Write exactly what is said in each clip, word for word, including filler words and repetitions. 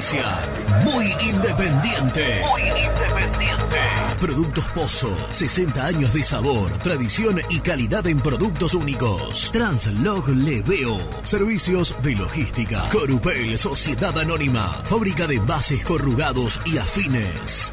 auspicia Muy Independiente. Muy Independiente. Productos Pozo, sesenta años de sabor, tradición y calidad en productos únicos. Translog Leveo, servicios de logística. Corupel, Sociedad Anónima, fábrica de envases corrugados y afines.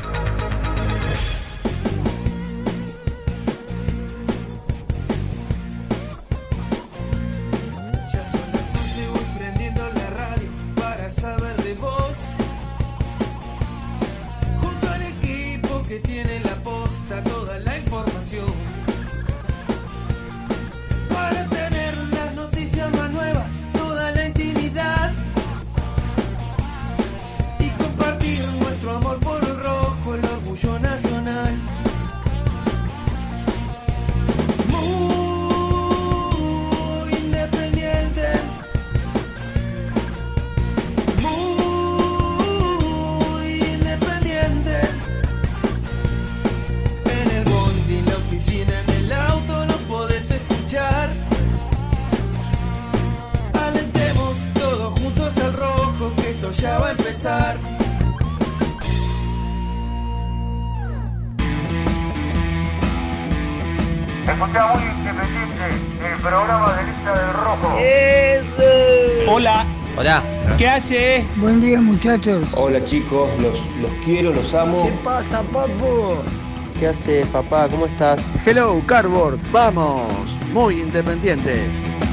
Ya va a empezar. Escuchá Muy Independiente, el programa de Lista del Rojo. ¡Eso! Hola. Hola. ¿Qué hace? Buen día, muchachos. Hola, chicos, los, los quiero, los amo. ¿Qué pasa, papu? ¿Qué hace, papá? ¿Cómo estás? Hello, Cardboards. Vamos, Muy Independiente.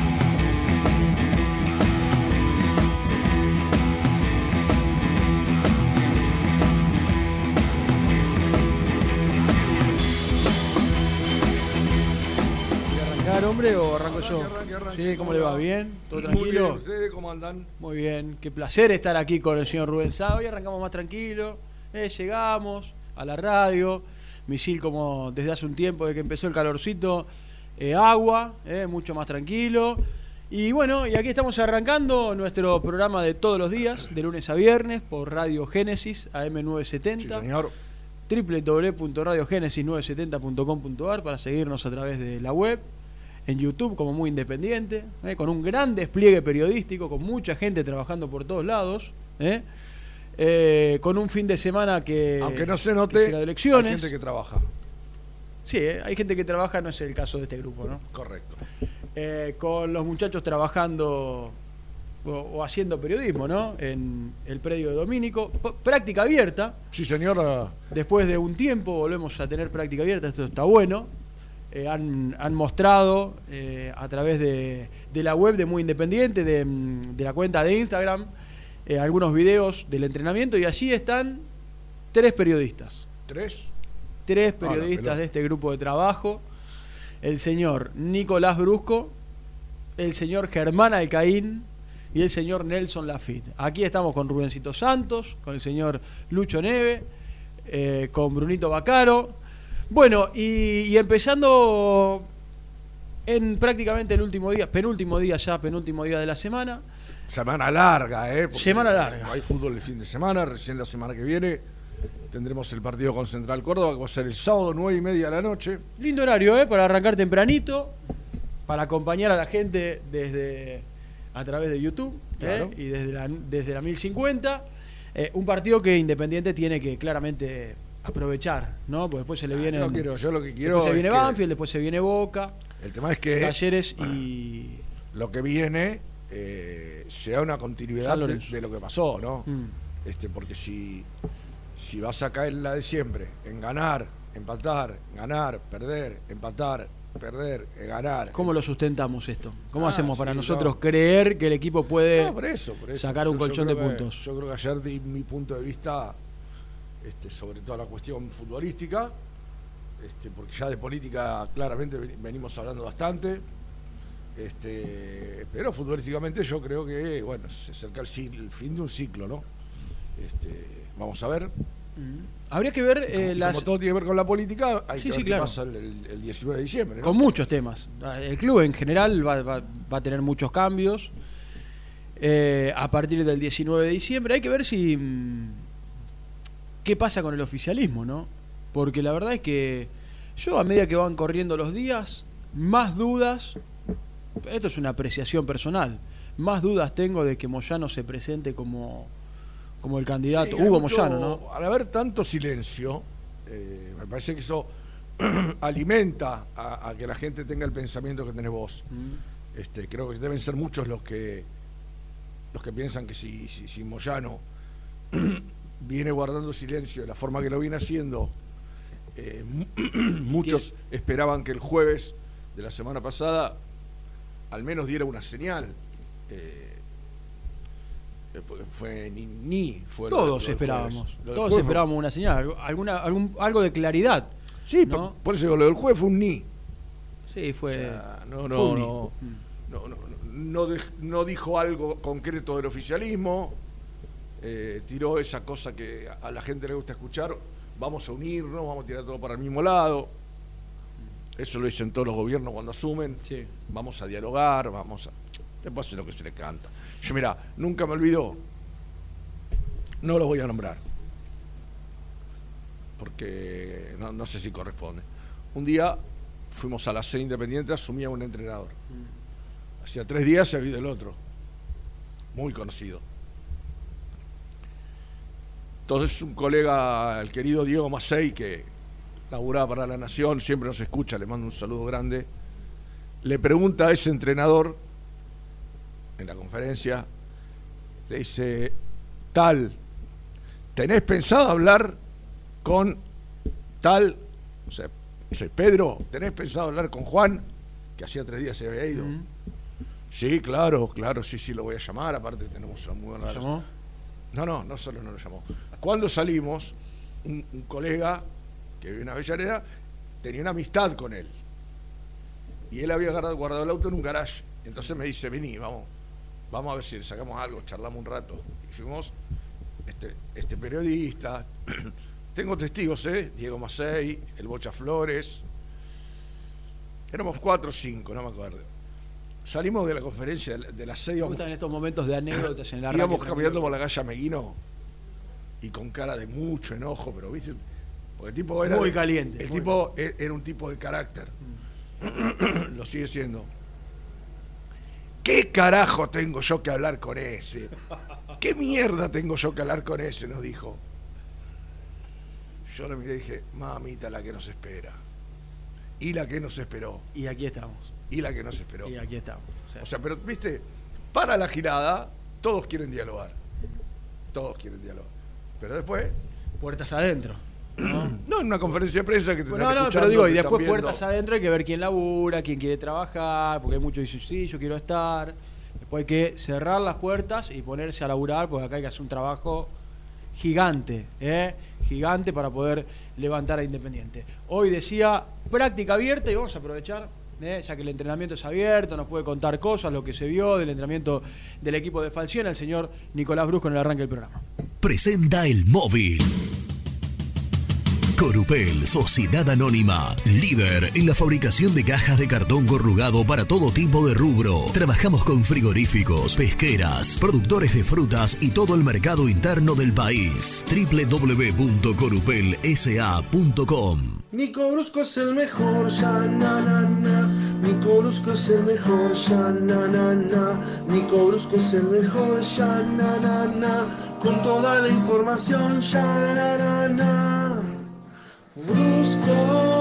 ¿Hombre o arranco yo? Arranque, arranque, Sí, ¿cómo le va? ¿Bien? ¿Todo tranquilo? Muy bien, ¿ustedes cómo andan? Muy bien, qué placer estar aquí con el señor Rubén Sá. Hoy arrancamos más tranquilo, eh, llegamos a la radio, Misil como desde hace un tiempo, desde que empezó el calorcito, eh, agua, eh, mucho más tranquilo. Y bueno, y aquí estamos arrancando nuestro programa de todos los días, de lunes a viernes, por Radio Génesis, A M novecientos setenta. Sí, señor. doble u doble u doble u punto radio génesis novecientos setenta punto com punto a r para seguirnos a través de la web. En YouTube como Muy Independiente, ¿eh? Con un gran despliegue periodístico, con mucha gente trabajando por todos lados, ¿eh? Eh, con un fin de semana que, aunque no se note, que será de elecciones. hay gente que trabaja. Sí, ¿eh? Hay gente que trabaja, no es el caso de este grupo, ¿no? Correcto. Eh, con los muchachos trabajando o, o haciendo periodismo, ¿no? En el predio de Domínico, P- práctica abierta. Sí, señora. Después de un tiempo volvemos a tener práctica abierta, esto está bueno. Eh, han, han mostrado eh, a través de, de la web de Muy Independiente, de, de la cuenta de Instagram, eh, algunos videos del entrenamiento, y allí están tres periodistas. ¿Tres? Tres periodistas ah, de este grupo de trabajo. El señor Nicolás Brusco, el señor Germán Alcaín y el señor Nelson Lafitte. Aquí estamos con Rubencito Santos, con el señor Lucho Neve, eh, con Brunito Bacaro. Bueno, y, y empezando en prácticamente el último día, penúltimo día ya, penúltimo día de la semana. Semana larga, ¿eh? Porque semana larga. Hay fútbol el fin de semana, recién la semana que viene tendremos el partido con Central Córdoba, que va a ser el sábado, nueve y media de la noche. Lindo horario, ¿eh? Para arrancar tempranito, para acompañar a la gente desde a través de YouTube, claro. ¿eh? Y desde la, desde la mil cincuenta. Eh, un partido que Independiente tiene que claramente aprovechar, ¿no? Porque después se le viene. Ah, yo, quiero, yo lo que quiero. Después se viene es Banfield, después se viene Boca. El tema es que Talleres y. Lo que viene eh, sea una continuidad de, de lo que pasó, ¿no? Mm. Este, porque si, si vas a caer en la de siempre, en ganar, empatar, ganar, perder, empatar, perder, ganar. ¿Cómo lo sustentamos esto? ¿Cómo ah, hacemos para sí, nosotros no. creer que el equipo puede no, por eso, por eso. sacar yo, un colchón yo de que, puntos? Yo creo que ayer di mi punto de vista. Este, sobre toda la cuestión futbolística, este, porque ya de política claramente venimos hablando bastante, este, pero futbolísticamente yo creo que bueno, se acerca el, ciclo, el fin de un ciclo, ¿no? Este, vamos a ver. Mm. Habría que ver eh, como, las... como todo tiene que ver con la política, hay sí, que sí, ver claro. qué pasa el, el, el diecinueve de diciembre, ¿no? Con muchos temas. El club en general va, va, va a tener muchos cambios eh, a partir del diecinueve de diciembre. Hay que ver si... ¿Qué pasa con el oficialismo, no? Porque la verdad es que yo, a medida que van corriendo los días, más dudas, esto es una apreciación personal, más dudas tengo de que Moyano se presente como, como el candidato, sí, Hugo mucho, Moyano, ¿no? Al haber tanto silencio, eh, me parece que eso alimenta a, a que la gente tenga el pensamiento que tenés vos. Mm. Este, creo que deben ser muchos los que los que piensan que si, si, si Moyano viene guardando silencio de la forma que lo viene haciendo, eh, muchos esperaban que el jueves de la semana pasada al menos diera una señal. Eh, fue, fue ni, ni fue todos lo, lo esperábamos lo todos esperábamos una señal, alguna algún algo de claridad. Sí, ¿no? por, por eso lo del jueves fue un ni. Sí, fue. O sea, no, no, fue un no, no, no, no, de, no dijo algo concreto del oficialismo. Eh, tiró esa cosa que a la gente le gusta escuchar: vamos a unirnos, vamos a tirar todo para el mismo lado. Eso lo dicen todos los gobiernos cuando asumen. Sí. Vamos a dialogar, vamos a. Después hace lo que se le canta. Yo, mirá, nunca me olvido, no los voy a nombrar, porque no, no sé si corresponde. Un día fuimos a la C Independiente, asumía un entrenador. Mm. Hacía tres días se había ido el otro, muy conocido. Entonces un colega, el querido Diego Macei, que laburaba para La Nación, siempre nos escucha, le mando un saludo grande, le pregunta a ese entrenador en la conferencia, le dice: tal, ¿tenés pensado hablar con tal, o sea, soy Pedro, ¿tenés pensado hablar con Juan, que hacía tres días se había ido? Mm. Sí, claro, claro, sí, sí, lo voy a llamar, aparte tenemos una muy buena... ¿Lo llamó? No, no, no solo no lo llamó. Cuando salimos, un, un colega que vive en Avellaneda tenía una amistad con él, y él había guardado, guardado el auto en un garage. Entonces me dice: vení, vamos, vamos a ver si le sacamos algo, charlamos un rato. Y fuimos, este, este periodista, tengo testigos, ¿eh? Diego Macei, el Bocha Flores, éramos cuatro o cinco, no me acuerdo. Salimos de la conferencia de la sede. Me gustan estos momentos de anécdotas en la radio. Íbamos caminando por la calle Ameguino y con cara de mucho enojo, pero viste, porque el tipo era muy de, caliente. El muy tipo bien. Era un tipo de carácter. Mm. Lo sigue siendo. ¿Qué carajo tengo yo que hablar con ese? ¿Qué mierda tengo yo que hablar con ese? Nos dijo. Yo le miré y dije: mamita, la que nos espera. Y la que nos esperó. Y aquí estamos. Y la que nos esperó. Y aquí estamos. O sea, o sea, pero, viste, para la girada, todos quieren dialogar. Todos quieren dialogar. Pero después... puertas adentro. No, no en una conferencia de prensa que te bueno, no, no, pero digo, y después puertas adentro hay que ver quién labura, quién quiere trabajar, porque hay muchos que dicen: sí, yo quiero estar. Después hay que cerrar las puertas y ponerse a laburar, porque acá hay que hacer un trabajo gigante, ¿eh? Gigante para poder levantar a Independiente. Hoy decía práctica abierta, y vamos a aprovechar, ¿eh? Ya que el entrenamiento es abierto, nos puede contar cosas, lo que se vio del entrenamiento del equipo de Falcioni, el señor Nicolás Brusco en el arranque del programa. Presenta El Móvil. Corupel, Sociedad Anónima, líder en la fabricación de cajas de cartón corrugado para todo tipo de rubro. Trabajamos con frigoríficos, pesqueras, productores de frutas y todo el mercado interno del país. doble u doble u doble u punto corupel s a punto com. Nico Brusco es el mejor, ya na na na. Nico Brusco es el mejor, ya na na na. Nico Brusco es el mejor, ya na na na. Con toda la información, ya na na na. Brusco.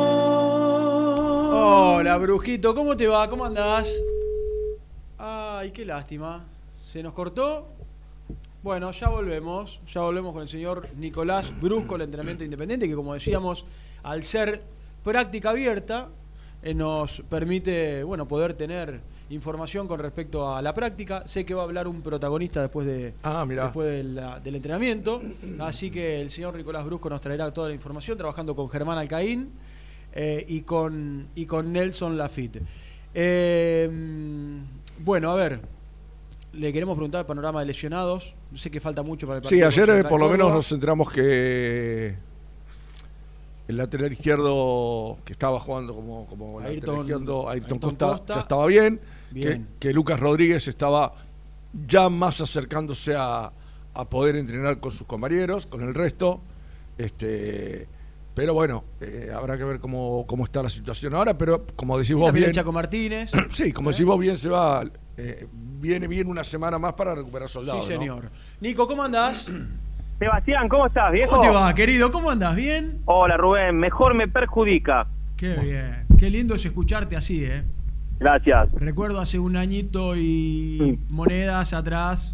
Hola, Brujito, ¿cómo te va? ¿Cómo andás? Ay, qué lástima. ¿Se nos cortó? Bueno, ya volvemos. Ya volvemos con el señor Nicolás Brusco, el entrenamiento independiente, que como decíamos, al ser práctica abierta, eh, nos permite, bueno, poder tener información con respecto a la práctica. Sé que va a hablar un protagonista después de ah, después de la, del entrenamiento, así que el señor Nicolás Brusco nos traerá toda la información, trabajando con Germán Alcaín eh, y con y con Nelson Lafitte. Eh, bueno, a ver, le queremos preguntar el panorama de lesionados. Sé que falta mucho para el partido. Sí, ayer eh, por lo menos nos centramos que el lateral izquierdo que estaba jugando como, como Ayrton, lateral izquierdo, Ayrton, Ayrton Costa, Costa ya estaba bien, bien. Que, que Lucas Rodríguez estaba ya más acercándose a, a poder entrenar con sus compañeros, con el resto. Este, pero bueno, eh, habrá que ver cómo, cómo está la situación ahora, pero como decís vos bien... Chaco Martínez. Sí, como ¿eh? decís vos bien, se va... Eh, viene bien una semana más para recuperar soldados. Sí, señor. ¿no? Nico, ¿cómo andás? Sebastián, ¿cómo estás, viejo? ¿Cómo te va, querido? ¿Cómo andas? ¿Bien? Hola, Rubén. Mejor me perjudica. Qué bien. Qué lindo es escucharte así, ¿eh? Gracias. Recuerdo hace un añito y Mm. monedas atrás.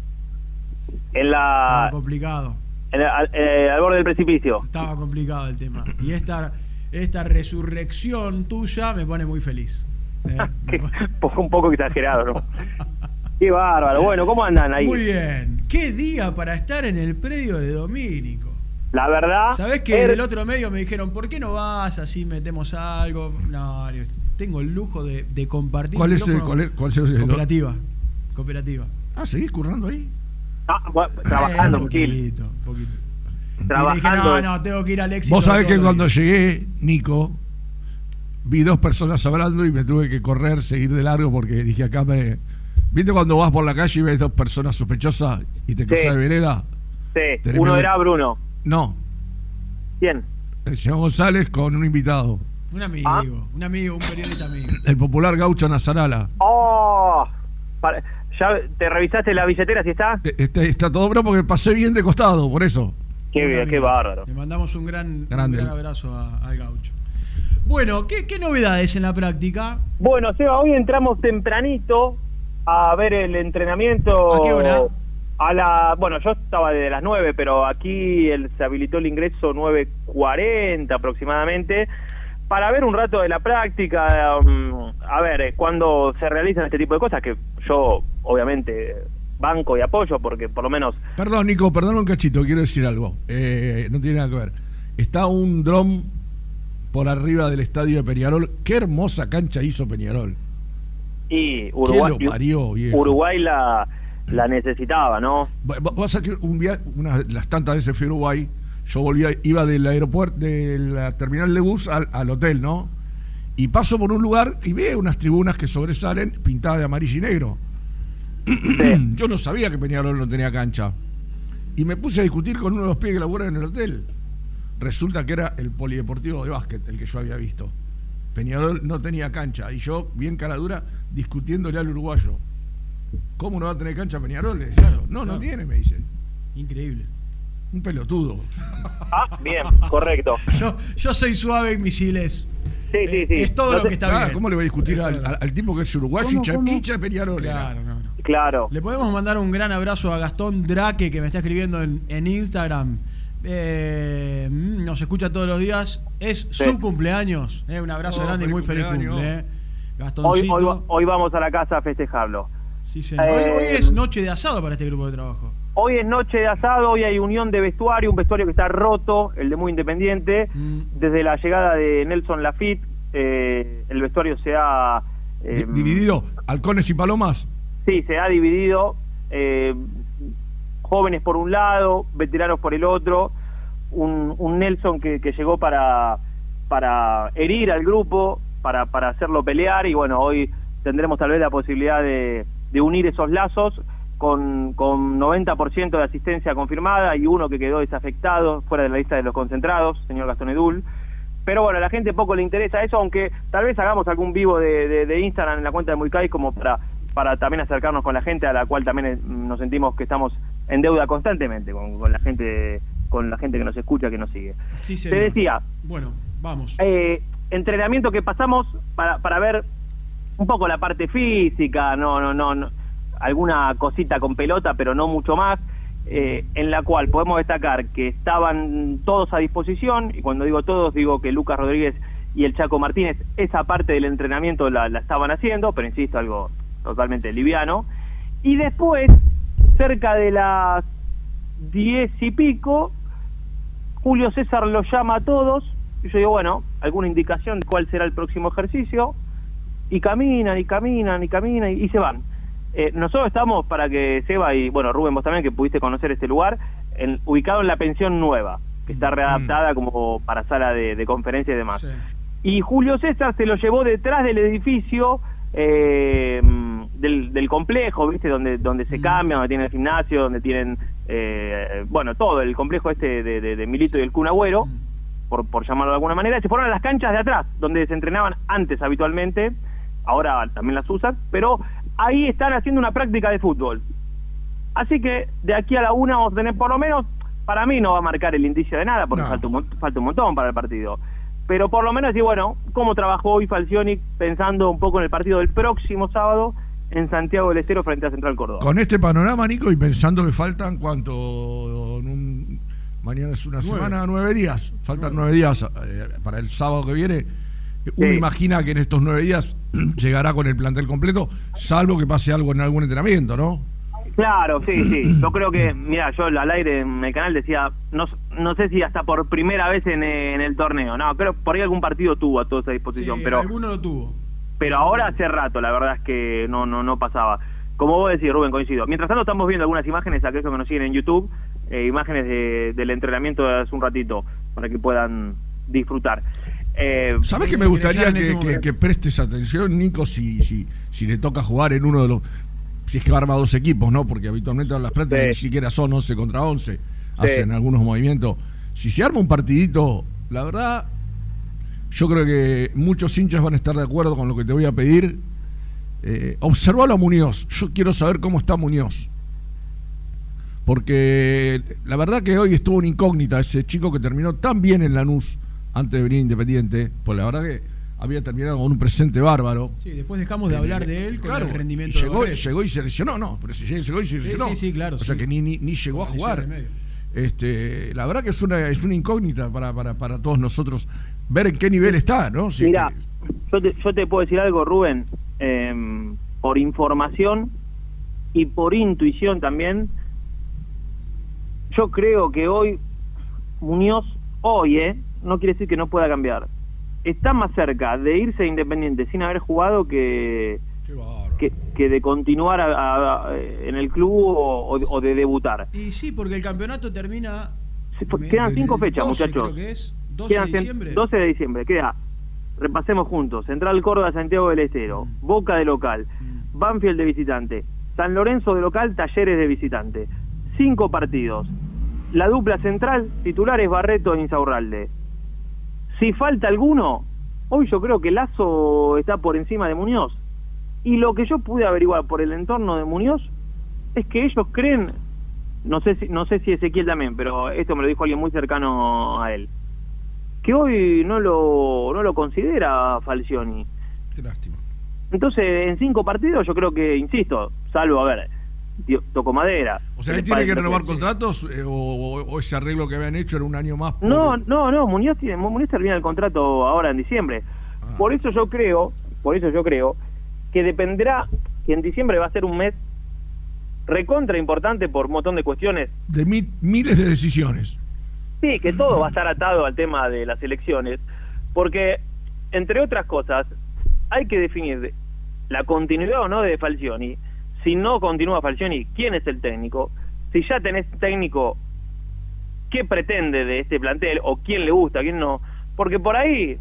En la... Estaba complicado. En el, al, eh, al borde del precipicio. Estaba complicado el tema. Y esta, esta resurrección tuya me pone muy feliz. ¿eh? Que, un poco exagerado, ¿no? Qué bárbaro. Bueno, ¿cómo andan ahí? Muy bien. Qué día para estar en el predio de Domínico. La verdad... ¿Sabés que er... del otro medio me dijeron, ¿por qué no vas? Así metemos algo. No, tengo el lujo de, de compartir. ¿Cuál es el, cuál es, cuál es el cooperativa? Cooperativa. Ah, ¿seguís currando ahí? Ah, bueno, trabajando, eh, un poquito, un poquito. Trabajando. Dije, no, no, tengo que ir al éxito. Vos sabés que cuando llegué, Nico, vi dos personas hablando y me tuve que correr, seguir de largo porque dije acá me... ¿Viste cuando vas por la calle y ves dos personas sospechosas y te cruzas sí. de vereda? Sí, uno era Bruno. No. ¿Quién? El señor González con un invitado. Un amigo, ¿Ah? un amigo, un periodista amigo. El popular gaucho Nazarala. ¡Oh! Para, ¿ya te revisaste la billetera si está? Está, está todo bravo porque pasé bien de costado, por eso. Qué bien, qué bárbaro. Le mandamos un gran, un gran abrazo a, al gaucho. Bueno, ¿qué, ¿qué novedades en la práctica? Bueno, Seba, hoy entramos tempranito a ver el entrenamiento. ¿A qué hora? A la, bueno, yo estaba desde las nueve, pero aquí el, se habilitó el ingreso nueve cuarenta aproximadamente, para ver un rato de la práctica, um, a ver, cuando se realizan este tipo de cosas, que yo, obviamente, banco y apoyo, porque por lo menos... Perdón, Nico, perdón un cachito, quiero decir algo, eh, no tiene nada que ver. Está un dron por arriba del estadio de Peñarol, qué hermosa cancha hizo Peñarol. Y Uruguay, ¿Qué lo parió, viejo? Uruguay la... la necesitaba, ¿no? Vas a que un día, una de las tantas veces fui a Uruguay, yo volvía, iba del aeropuerto, de la terminal de bus al, al hotel, ¿no? Y paso por un lugar y veo unas tribunas que sobresalen pintadas de amarillo y negro. Sí. Yo no sabía que Peñarol no tenía cancha. Y me puse a discutir con uno de los pibes que laburan en el hotel. Resulta que era el polideportivo de básquet, el que yo había visto. Peñarol no tenía cancha. Y yo, bien cara dura, discutiéndole al uruguayo. ¿Cómo no va a tener cancha Peñarol? Claro, no, claro. No tiene, me dicen. Increíble. Un pelotudo. Ah, bien, correcto. Yo, yo soy suave en misiles. Sí, sí, sí. Es todo no lo te... que está claro, bien. ¿Cómo le voy a discutir al, al, al tipo que es uruguayo hincha, hincha de Peñarol? Claro, no, no. Claro. Le podemos mandar un gran abrazo a Gastón Draque, que me está escribiendo en, en Instagram. Eh, nos escucha todos los días. Es sí. su cumpleaños. Eh, un abrazo oh, grande y muy feliz cumple. Eh. Hoy, hoy, hoy vamos a la casa a festejarlo. Sí, señor. Eh, hoy, hoy es noche de asado para este grupo de trabajo. Hoy es noche de asado, hoy hay unión de vestuario, un vestuario que está roto, el de Muy Independiente. Mm. Desde la llegada de Nelson Lafitte, eh, el vestuario se ha... Eh, ¿Dividido? ¿Halcones y palomas? Sí, se ha dividido. Eh, jóvenes por un lado, veteranos por el otro. Un, un Nelson que, que llegó para, para herir al grupo, para, para hacerlo pelear. Y bueno, hoy tendremos tal vez la posibilidad de, de unir esos lazos. Con, con noventa por ciento de asistencia confirmada y uno que quedó desafectado fuera de la lista de los concentrados, señor Gastón Edul. Pero bueno, a la gente poco le interesa eso, aunque tal vez hagamos algún vivo de, de, de Instagram en la cuenta de Muicay como para, para también acercarnos con la gente, a la cual también nos sentimos que estamos en deuda constantemente con, con la gente con la gente que nos escucha, que nos sigue. Sí, Te decía, bueno, vamos. Eh, entrenamiento que pasamos para, para ver un poco la parte física, no, no, no, no alguna cosita con pelota, pero no mucho más, eh, en la cual podemos destacar que estaban todos a disposición, y cuando digo todos, digo que Lucas Rodríguez y el Chaco Martínez, esa parte del entrenamiento la, la estaban haciendo, pero insisto, algo totalmente liviano. Y después, cerca de las diez y pico, Julio César los llama a todos, y yo digo, bueno, alguna indicación de cuál será el próximo ejercicio, y caminan, y caminan, y caminan, y, y se van. Eh, nosotros estamos, para que Seba y, bueno, Rubén, vos también, que pudiste conocer este lugar, en, ubicado en la pensión nueva, que está readaptada mm. como para sala de, de conferencia y demás. Sí. Y Julio César se lo llevó detrás del edificio eh, del, del complejo, ¿viste? Donde, donde se mm. cambia, donde tienen el gimnasio, donde tienen, eh, bueno, todo, el complejo este de, de, de Milito y el Kun Agüero, mm. por, por llamarlo de alguna manera. Se fueron a las canchas de atrás, donde se entrenaban antes habitualmente, ahora también las usan, pero ahí están haciendo una práctica de fútbol. Así que de aquí a la una vamos a tener por lo menos Para mí no va a marcar el indicio de nada, porque no. falta, un, falta un montón para el partido. Pero por lo menos decir, bueno, cómo trabajó hoy Falcioni pensando un poco en el partido del próximo sábado en Santiago del Estero frente a Central Córdoba. Con este panorama, Nico, y pensando que faltan, ¿cuánto? En un, mañana es una nueve. semana, nueve días. Faltan nueve, nueve días eh, para el sábado que viene. Uno Sí. imagina que en estos nueve días llegará con el plantel completo, salvo que pase algo en algún entrenamiento, ¿no? Claro, sí, sí. Yo creo que, mira, yo al aire en el canal decía, no, no sé si hasta por primera vez en, en el torneo. No, creo por ahí algún partido tuvo a toda esa disposición, Sí, pero alguno lo tuvo. pero ahora hace rato, la verdad es que no no no pasaba. Como vos decís, Rubén, coincido. Mientras tanto estamos viendo algunas imágenes, aquellos que nos siguen en YouTube, eh, imágenes de, del entrenamiento de hace un ratito, para que puedan disfrutar. Eh, ¿Sabés que me gustaría en este que, que, momento. que prestes atención, Nico, si, si, si le toca jugar en uno de los... Si es que arma dos equipos, ¿no? Porque habitualmente las prácticas Sí. ni siquiera son once contra once. Hacen algunos movimientos. Si se arma un partidito, la verdad, yo creo que muchos hinchas van a estar de acuerdo con lo que te voy a pedir. Eh, observalo a Muñoz. Yo quiero saber cómo está Muñoz. Porque la verdad que hoy estuvo una incógnita ese chico que terminó tan bien en Lanús antes de venir Independiente. Pues la verdad que había terminado con un presente bárbaro. Sí, después dejamos de hablar de él con Claro, el rendimiento y llegó, de Borré. llegó y se lesionó, no, pero si llegó y se lesionó. Sí, sí, sí, claro, O sea sí. que ni, ni, ni llegó a Con jugar. lesión en medio. Este, la verdad que es una, es una incógnita para, para, para todos nosotros ver en qué nivel está, ¿no? Si Mira, que- yo te, yo te puedo decir algo, Rubén, eh, por información y por intuición también. Yo creo que hoy Muñoz, hoy, eh, no quiere decir que no pueda cambiar. Está más cerca de irse a Independiente sin haber jugado que Qué bárbaro. que, que de continuar a- a- a- en el club o, o- o de debutar. Y sí, porque el campeonato termina... Se fue- me- quedan el cinco fechas, doce, muchachos. creo que es, doce Quedan de cen- diciembre. doce de diciembre, queda, repasemos juntos, Central Córdoba, Santiago del Estero, Mm. Boca de local, Mm. Banfield de visitante, San Lorenzo de local, Talleres de visitante. Cinco partidos. La dupla central, titulares Barreto e Insaurralde. Si falta alguno, hoy yo creo que Lazo está por encima de Muñoz. Y lo que yo pude averiguar por el entorno de Muñoz es que ellos creen, no sé si, no sé si Ezequiel también, pero esto me lo dijo alguien muy cercano a él, que hoy no lo, no lo considera Falcioni. Qué lástima. Entonces, en cinco partidos yo creo que, insisto, salvo, a ver, tío, toco madera. O sea, que él les tiene que parezca renovar sí. contratos eh, o, o- o ese arreglo que habían hecho era un año más. por- No, no, no, Muñoz, tiene, Muñoz termina el contrato ahora en diciembre. Ah. Por eso yo creo, por eso yo creo que dependerá, que en diciembre va a ser un mes recontra importante por un montón de cuestiones. De mi- miles de decisiones. Sí, que todo va a estar atado al tema de las elecciones, porque, entre otras cosas, hay que definir la continuidad o no de Falcioni. Si no continúa Falcioni, ¿quién es el técnico? Si ya tenés técnico, ¿qué pretende de este plantel? ¿O quién le gusta, quién no? Porque por ahí,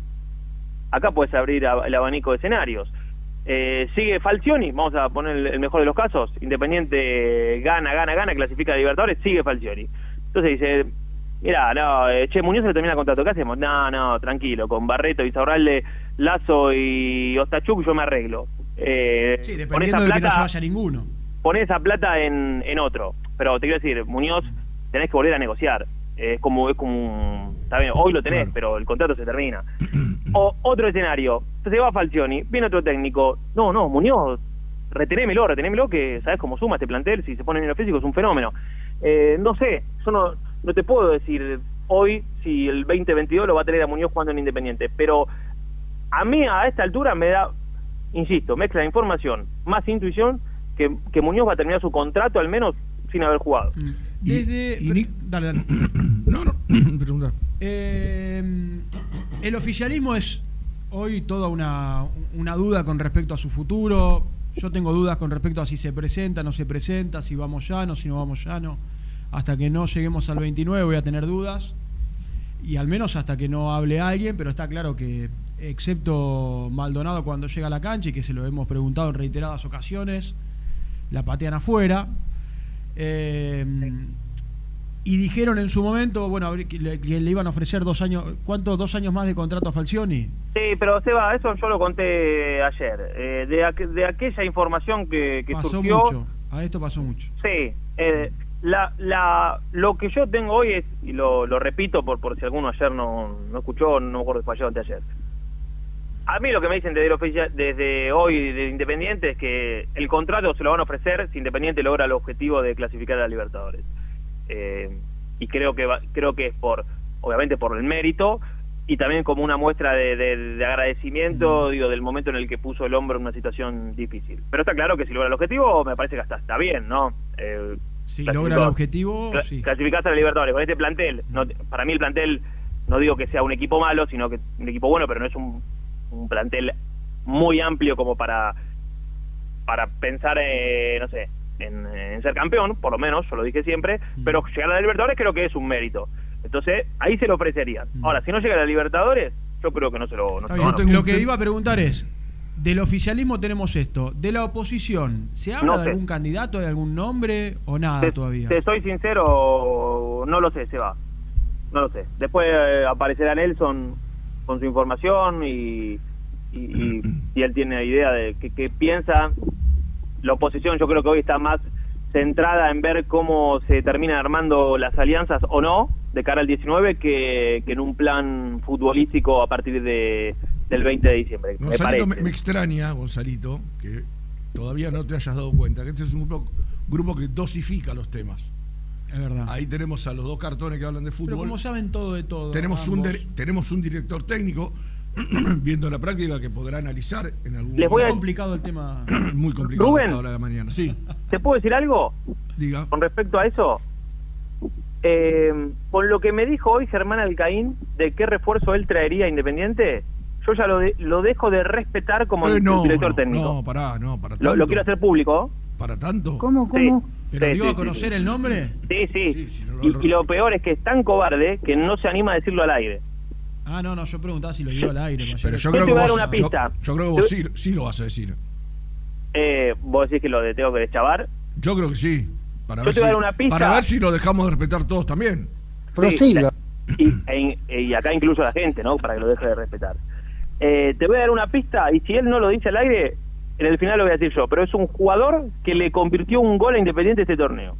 acá puedes abrir a- el abanico de escenarios. Eh, sigue Falcioni, vamos a poner el, el mejor de los casos, Independiente gana, gana, gana, clasifica a Libertadores, sigue Falcioni. Entonces dice, mira, no, eh, che, Muñoz se le termina el contrato, ¿qué hacemos? No, no, tranquilo, con Barreto, Insaurralde, Lazo y Ostachuk yo me arreglo. Eh, Sí, pon dependiendo esa de que no se plata- vaya ninguno. Pon esa plata en, en otro. Pero te quiero decir, Muñoz, tenés que volver a negociar. Eh, es como, es como un- está bien, hoy lo tenés, Claro. pero el contrato se termina. O otro escenario, se va Falcioni, viene otro técnico. No, no, Muñoz, retenémelo, retenémelo, que sabes cómo suma este plantel, si se pone en el físico es un fenómeno. Eh, no sé, yo no, no te puedo decir hoy si el veinte veintidós lo va a tener a Muñoz jugando en Independiente, pero a mí a esta altura me da, insisto, mezcla de información, más intuición, que, que Muñoz va a terminar su contrato al menos sin haber jugado. Y- Desde... y pero- Nick- dale, dale. No, no, pregunta. Eh, el oficialismo es hoy toda una, una duda con respecto a su futuro. Yo tengo dudas con respecto a si se presenta, no se presenta, si vamos llano, si no vamos llano. Hasta que no lleguemos al veintinueve voy a tener dudas. Y al menos hasta que no hable alguien, pero está claro que, excepto Maldonado cuando llega a la cancha, y que se lo hemos preguntado en reiteradas ocasiones, la patean afuera. Eh, y dijeron en su momento, bueno, que le, que le iban a ofrecer dos años, ¿cuánto? ¿Dos años más de contrato a Falcioni? Sí, pero Seba, eso yo lo conté ayer. Eh, de, aqu- de aquella información que, que Pasó surgió, mucho, a esto pasó mucho. sí, eh, la, la, lo que yo tengo hoy es, y lo, lo repito por, por si alguno ayer no, no escuchó, no me acuerdo si fue ayer o anteayer. A mí lo que me dicen desde, el oficial, desde hoy de Independiente es que el contrato se lo van a ofrecer si Independiente logra el objetivo de clasificar a la Libertadores. Eh, y creo que va, creo que es por, obviamente por el mérito, y también como una muestra de, de, de agradecimiento, digo, del momento en el que puso el hombro en una situación difícil. Pero está claro que si logra el objetivo, me parece que hasta está bien, ¿no? Eh, si logra el objetivo, cl sí. Clasificarse a la Libertadores con este plantel. No, para mí el plantel, no digo que sea un equipo malo, sino que un equipo bueno, pero no es un, un plantel muy amplio como para para pensar, eh, no sé, en, en ser campeón, por lo menos, yo lo dije siempre, mm. pero llegar a la Libertadores creo que es un mérito. Entonces, ahí se lo ofrecerían. Mm. Ahora, si no llega a la Libertadores, yo creo que no se lo... No se lo, lo que iba a preguntar es, del oficialismo tenemos esto, de la oposición, ¿se habla no de algún candidato, de algún nombre o nada te, todavía? Te soy sincero, no lo sé, se va. No lo sé. Después eh, aparecerá Nelson con su información y, y, y, y él tiene idea de qué, qué piensa. La oposición yo creo que hoy está más centrada en ver cómo se terminan armando las alianzas o no de cara al diecinueve que, que en un plan futbolístico a partir de, del veinte de diciembre. Gonzalito, me, me, me extraña, Gonzalito, que todavía no te hayas dado cuenta que este es un grupo, grupo que dosifica los temas. Es verdad. Ahí tenemos a los dos cartones que hablan de fútbol. Pero como saben todo de todo. Tenemos, un, de, tenemos un director técnico viendo la práctica que podrá analizar en algún Les voy a... complicado el tema. Muy complicado. Rubén, a esta hora de la mañana. Sí. ¿Te puedo decir algo? Diga. Con respecto a eso, eh, con lo que me dijo hoy Germán Alcaín de qué refuerzo él traería a Independiente, yo ya lo, de, lo dejo de respetar como eh, no, director no, técnico. No, pará, no, para tanto. Lo, lo quiero hacer público. ¿Para tanto? ¿Cómo, cómo? Sí. ¿Pero sí, dio sí, a conocer sí. el nombre? Sí, sí. sí, sí no, y, no, y lo peor es que es tan cobarde que no se anima a decirlo al aire. Ah, no, no, yo preguntaba si lo dio al aire. Pero yo, yo creo te voy que a dar vos, una pista. Yo, yo creo que vos sí, sí lo vas a decir. Eh, ¿Vos decís que lo de tengo que deschavar? Yo creo que sí. Para yo ver te voy si, a dar una pista. Para ver si lo dejamos de respetar todos también. Prosiga. Sí, y, e, y acá incluso la gente, ¿no? Para que lo deje de respetar. Eh, te voy a dar una pista y si él no lo dice al aire, en el final lo voy a decir yo. Pero es un jugador que le convirtió un gol a Independiente este torneo.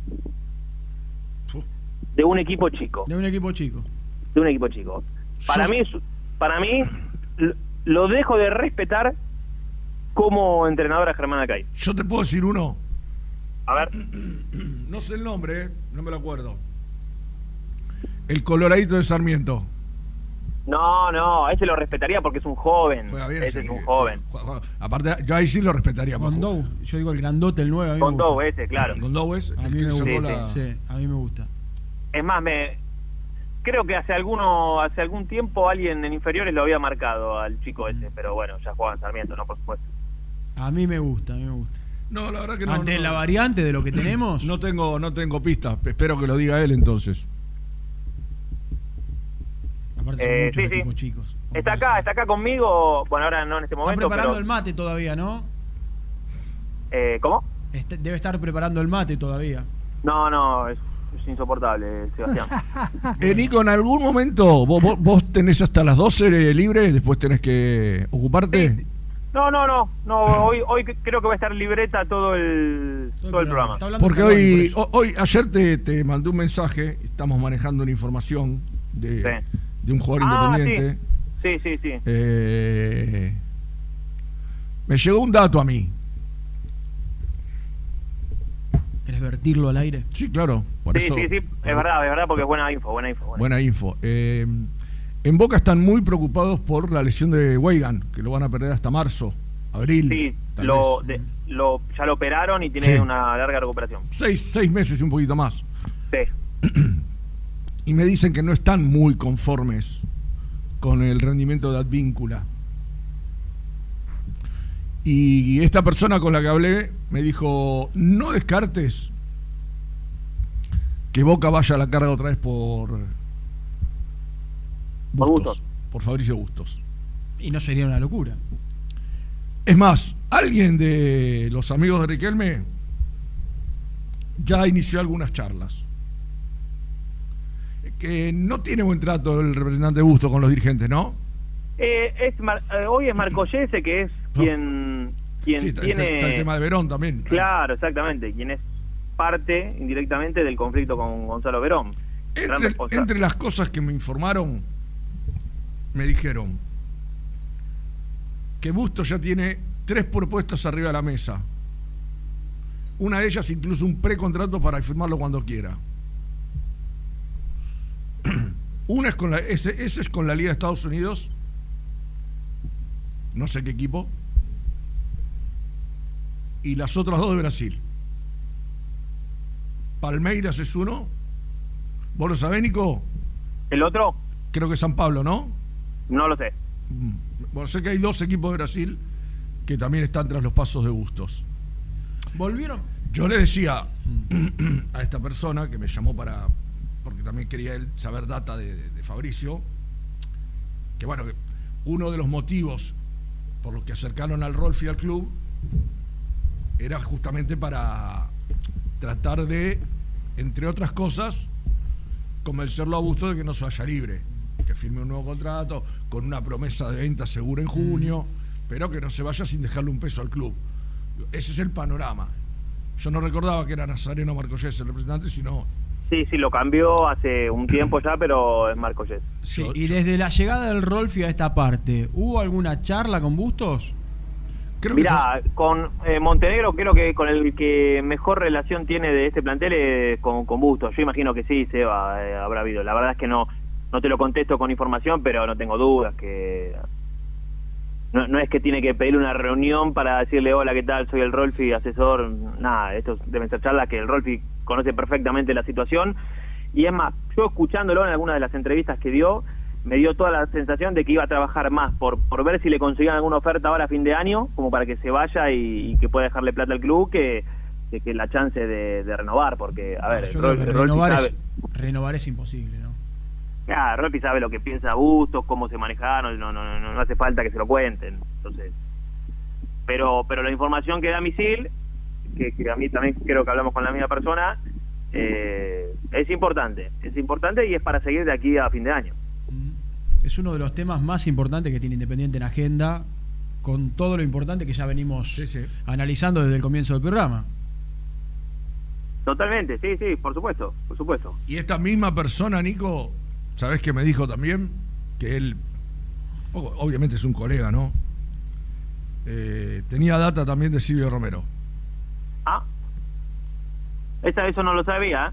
De un equipo chico. De un equipo chico. De un equipo chico. Para mí, para mí lo dejo de respetar como entrenador a Germán Alcaín. Yo te puedo decir uno. A ver. No sé el nombre, ¿eh? No me lo acuerdo. El Coloradito de Sarmiento. No, no, ese lo respetaría porque es un joven. Bien, ese sí, es un sí, joven. Sí. Aparte, yo ahí sí lo respetaría. Gondou, yo digo el grandote, el nueve. Gondou ese, claro. Gondou es. A mí me gusta. Sí, La... sí, a mí me gusta. Es más, me creo que hace alguno hace algún tiempo alguien en inferiores lo había marcado al chico ese, pero bueno, ya jugaba en Sarmiento, ¿no? Por supuesto. A mí me gusta, a mí me gusta. No, la verdad que no. Ante no, la no. variante de lo que tenemos. No tengo, no tengo pistas. Espero que lo diga él entonces. Aparte son eh, muchos sí, equipos sí. chicos. Está acá, está acá conmigo. Bueno, ahora no en este momento. Está preparando pero... el mate todavía, ¿no? Eh, ¿Cómo? Este, debe estar preparando el mate todavía. No, no, es, es insoportable, Sebastián. eh, Nico, en algún momento vos, vos, vos tenés hasta las doce libre, después tenés que ocuparte. Sí. No, no, no, no. Hoy, hoy creo que va a estar libreta todo el, todo, todo el programa. programa. Porque hoy, por hoy, ayer te, te mandé un mensaje. Estamos manejando una información de, sí. de un jugador ah, independiente. Sí, sí, sí. sí. Eh, me llegó un dato a mí. ¿Querés vertirlo al aire? Sí, claro. Por sí, eso, sí, sí, es verdad, es verdad, porque es buena info, buena info. Buena, buena info. Eh, en Boca están muy preocupados por la lesión de Weigand, que lo van a perder hasta marzo, abril. Sí, lo, de, lo, ya lo operaron y tiene sí. una larga recuperación. Seis, seis meses y un poquito más. Sí. Y me dicen que no están muy conformes con el rendimiento de Advíncula. Y esta persona con la que hablé me dijo, no descartes que Boca vaya a la carga otra vez por Bustos, por, Bustos. por Fabricio Bustos. Y no sería una locura. Es más, alguien de los amigos de Riquelme ya inició algunas charlas. Que no tiene buen trato el representante Bustos con los dirigentes, ¿no? Eh, es Mar, eh, hoy es Marco Yese, que es quien, quien sí, está, tiene... Está el tema de Verón también. Claro, exactamente, quien es parte indirectamente del conflicto con Gonzalo Verón. Entre, entre las cosas que me informaron, me dijeron que Bustos ya tiene tres propuestas arriba de la mesa. Una de ellas incluso un precontrato para firmarlo cuando quiera. Una es con la, ese, ese es con la Liga de Estados Unidos, no sé qué equipo, y las otras dos de Brasil. Palmeiras es uno. ¿Vos lo sabés, Nico? ¿El otro? Creo que San Pablo, ¿no? No lo sé. Bueno, sé que hay dos equipos de Brasil que también están tras los pasos de Bustos. ¿Volvieron? Yo le decía a esta persona que me llamó para... porque también quería él saber data de, de, de Fabricio, que bueno, que uno de los motivos por los que acercaron al Rolfi al club era justamente para tratar de, entre otras cosas, convencerlo a Bustos de que no se vaya libre, que firme un nuevo contrato con una promesa de venta segura en junio, mm. pero que no se vaya sin dejarle un peso al club. Ese es el panorama. Yo no recordaba que era Nazareno Marcollés el representante, sino... Sí, sí, lo cambió hace un tiempo ya, pero es Marcollés. Sí, y desde la llegada del Rolfi a esta parte, ¿hubo alguna charla con Bustos? Creo Mirá, que con eh, Montenegro creo que con el que mejor relación tiene de este plantel es con, con Bustos. Yo imagino que sí, Seba, eh, habrá habido. La verdad es que no no te lo contesto con información, pero no tengo dudas que... No, no es que tiene que pedirle una reunión para decirle, hola, ¿qué tal? Soy el Rolfi, asesor. Nada, estos deben ser charlas que el Rolfi conoce perfectamente la situación. Y es más, yo escuchándolo en algunas de las entrevistas que dio, me dio toda la sensación de que iba a trabajar más por por ver si le conseguían alguna oferta ahora a fin de año, como para que se vaya y, y que pueda dejarle plata al club, que, que, que la chance de, de renovar. Porque, a ver, yo el, creo Rolfi, que el renovar, Rolfi es, sabe, renovar es imposible, ¿no? Ya, Rolfi sabe lo que piensa Bustos, cómo se maneja, no, no, no, no hace falta que se lo cuenten. Entonces, pero pero la información que da Misil, que, que a mí también creo que hablamos con la misma persona, eh, es importante, es importante y es para seguir de aquí a fin de año. Es uno de los temas más importantes que tiene Independiente en agenda, con todo lo importante que ya venimos sí, sí. analizando desde el comienzo del programa. Totalmente, sí, sí, por supuesto, por supuesto. Y esta misma persona, Nico, ¿sabés qué me dijo también? Que él, obviamente es un colega, ¿no? Eh, tenía data también de Silvio Romero. Ah, esa, eso no lo sabía.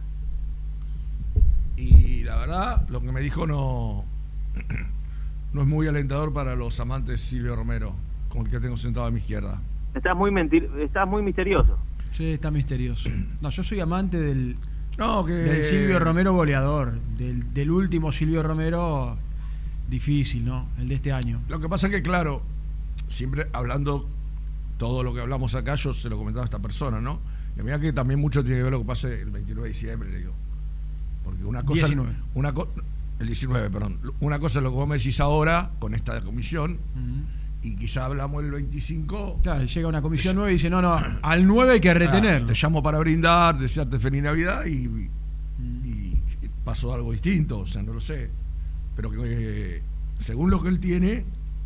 Y la verdad, lo que me dijo no, no es muy alentador para los amantes de Silvio Romero, con el que tengo sentado a mi izquierda. Estás muy mentir, estás muy misterioso. Sí, está misterioso. No, yo soy amante del, no, que... del Silvio Romero goleador, del, del último Silvio Romero difícil, ¿no? El de este año. Lo que pasa es que, claro, siempre hablando todo lo que hablamos acá, yo se lo comentaba a esta persona, ¿no? Y mira que también mucho tiene que ver lo que pase el veintinueve de diciembre, le digo. Porque una cosa... diecinueve. Una co el diecinueve, perdón. Una cosa es lo que vos me decís ahora, con esta comisión, uh-huh. y quizá hablamos el veinticinco... Claro, llega una comisión nueva y dice, no, no, al nueve hay que retenerlo. Ah, te llamo para brindar, desearte feliz Navidad y, uh-huh. y, y pasó algo distinto, o sea, no lo sé. Pero que eh, según lo que él tiene,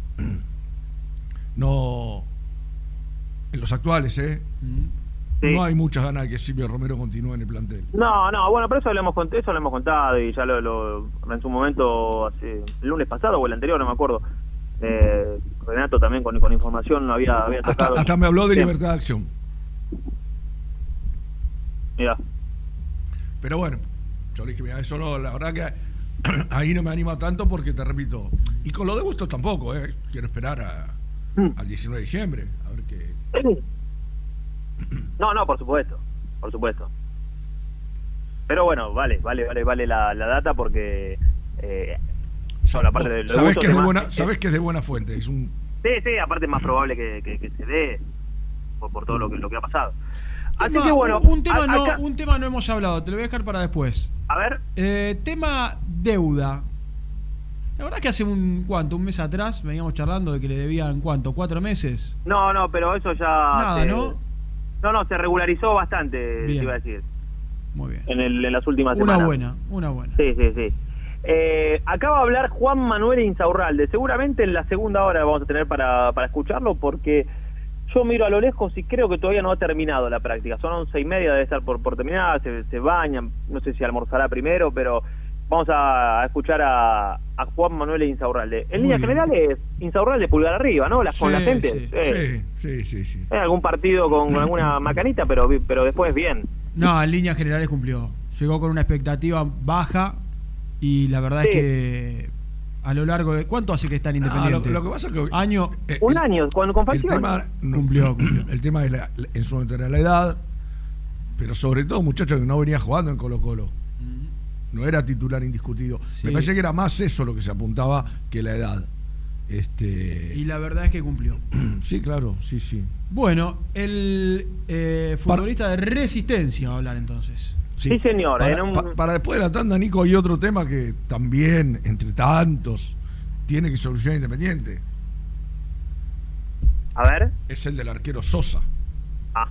no... En los actuales, ¿eh? Uh-huh. Sí. No hay muchas ganas de que Silvio Romero continúe en el plantel. No, no, bueno, pero eso lo hemos, eso lo hemos contado y ya lo, lo en su momento, hace, el lunes pasado o el anterior, no me acuerdo. Eh, Renato también con, con información había, había hasta, hasta me habló de Bien. Libertad de acción. Mira. Pero bueno, yo le dije, mira, eso no, la verdad que ahí no me anima tanto porque te repito, y con lo de Bustos tampoco, eh, quiero esperar a, mm. al diecinueve de diciembre, a ver qué... Sí. No, no, por supuesto, por supuesto. Pero bueno, vale, vale, vale, vale la, la data porque eh, no, la parte de sabes que es de buena, es, sabes que es de buena fuente, es un sí, sí, aparte es más probable que, que, que se dé por, por todo lo que lo que ha pasado. Así tema, que bueno, un tema a, no, acá... un tema no hemos hablado, te lo voy a dejar para después. A ver, eh, tema deuda. La verdad es que hace un cuánto, un mes atrás veníamos charlando de que le debían cuánto, cuatro meses. No, no, pero eso ya nada, se... ¿no? No, no, se regularizó bastante, bien. Te iba a decir. Muy bien. En, el, en las últimas una semanas. Una buena, una buena. Sí, sí, sí. Eh, acaba de hablar Juan Manuel Insaurralde. Seguramente en la segunda hora vamos a tener para, para escucharlo porque yo miro a lo lejos y creo que todavía no ha terminado la práctica. Son once y media, debe estar por, por terminar, se, se bañan, no sé si almorzará primero, pero vamos a, a escuchar a, a Juan Manuel Insaurralde. En líneas generales, Insaurralde pulgar arriba, ¿no? La, sí, con la gente. Sí, eh, sí, sí, sí, sí. Eh, algún partido con, con alguna macanita, pero, pero después bien. No, en líneas generales cumplió. Llegó con una expectativa baja y la verdad sí. es que a lo largo de... ¿Cuánto hace que está en Independiente? Ah, lo, lo que pasa es que... ¿Año? Eh, un el, año, cuando con Falcioni. El tema, no, cumplió, cumplió. El tema es la, en su momento era la edad, pero sobre todo un muchacho que no venía jugando en Colo Colo. Mm. No era titular indiscutido. Sí. Me parece que era más eso lo que se apuntaba que la edad. Este... Y la verdad es que cumplió. Sí, claro, sí, sí. Bueno, el eh, futbolista Par... de Resistencia va a hablar entonces. Sí, sí señor. Para, un... pa, para después de la tanda, Nico, hay otro tema que también, entre tantos, tiene que solucionar Independiente. A ver. Es el del arquero Sosa. Ah.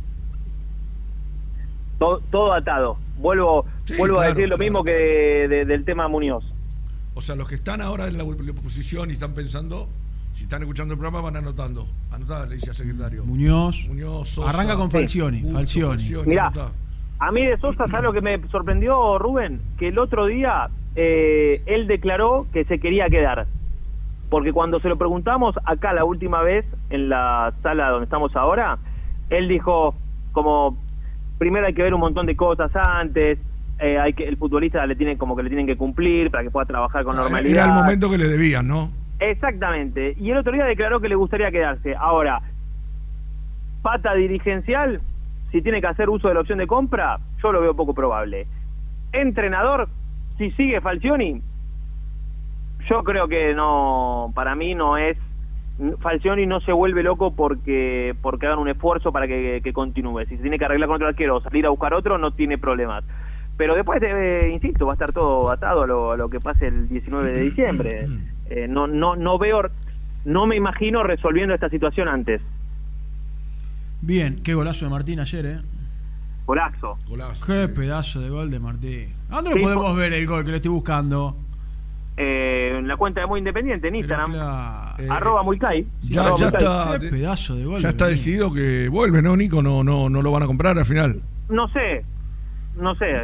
Todo, todo atado. Vuelvo, sí, vuelvo claro, a decir lo claro. mismo que de, de, del tema Muñoz. O sea, los que están ahora en la oposición y están pensando, si están escuchando el programa, van anotando. Anotá, le dice al secretario. Muñoz. Muñoz, Sosa. Arranca con Falcioni. Sí. Falcioni. Falcioni. Mirá, a mí de Sosa, ¿sabes lo que me sorprendió, Rubén? Que el otro día eh, él declaró que se quería quedar. Porque cuando se lo preguntamos acá la última vez, en la sala donde estamos ahora, él dijo como, primero hay que ver un montón de cosas antes, eh, hay que el futbolista le tiene como que le tienen que cumplir para que pueda trabajar con normalidad. Era el momento que le debían, ¿no? Exactamente. Y el otro día declaró que le gustaría quedarse. Ahora, pata dirigencial, si tiene que hacer uso de la opción de compra, yo lo veo poco probable. Entrenador, si sigue Falcioni, yo creo que no, para mí no es, Falcioni no se vuelve loco porque porque hagan un esfuerzo para que, que continúe. Si se tiene que arreglar con otro arquero o salir a buscar otro, no tiene problemas. Pero después, eh, insisto, va a estar todo atado a lo, a lo que pase el diecinueve de diciembre. Eh, no, no, no veo, no me imagino resolviendo esta situación antes. Bien, qué golazo de Martín ayer, ¿eh? Golazo. Golazo. Qué pedazo de gol de Martín. ¿A dónde sí, lo podemos por... ver el gol que lo estoy buscando? Eh, en la cuenta de Muy Independiente, en Instagram. Claro. Eh, arroba Mulcay. Ya, arroba ya Mulcay. está. Qué pedazo de gol. Ya está decidido que vuelve, ¿no, Nico? No, no, no lo van a comprar al final. No sé. No sé.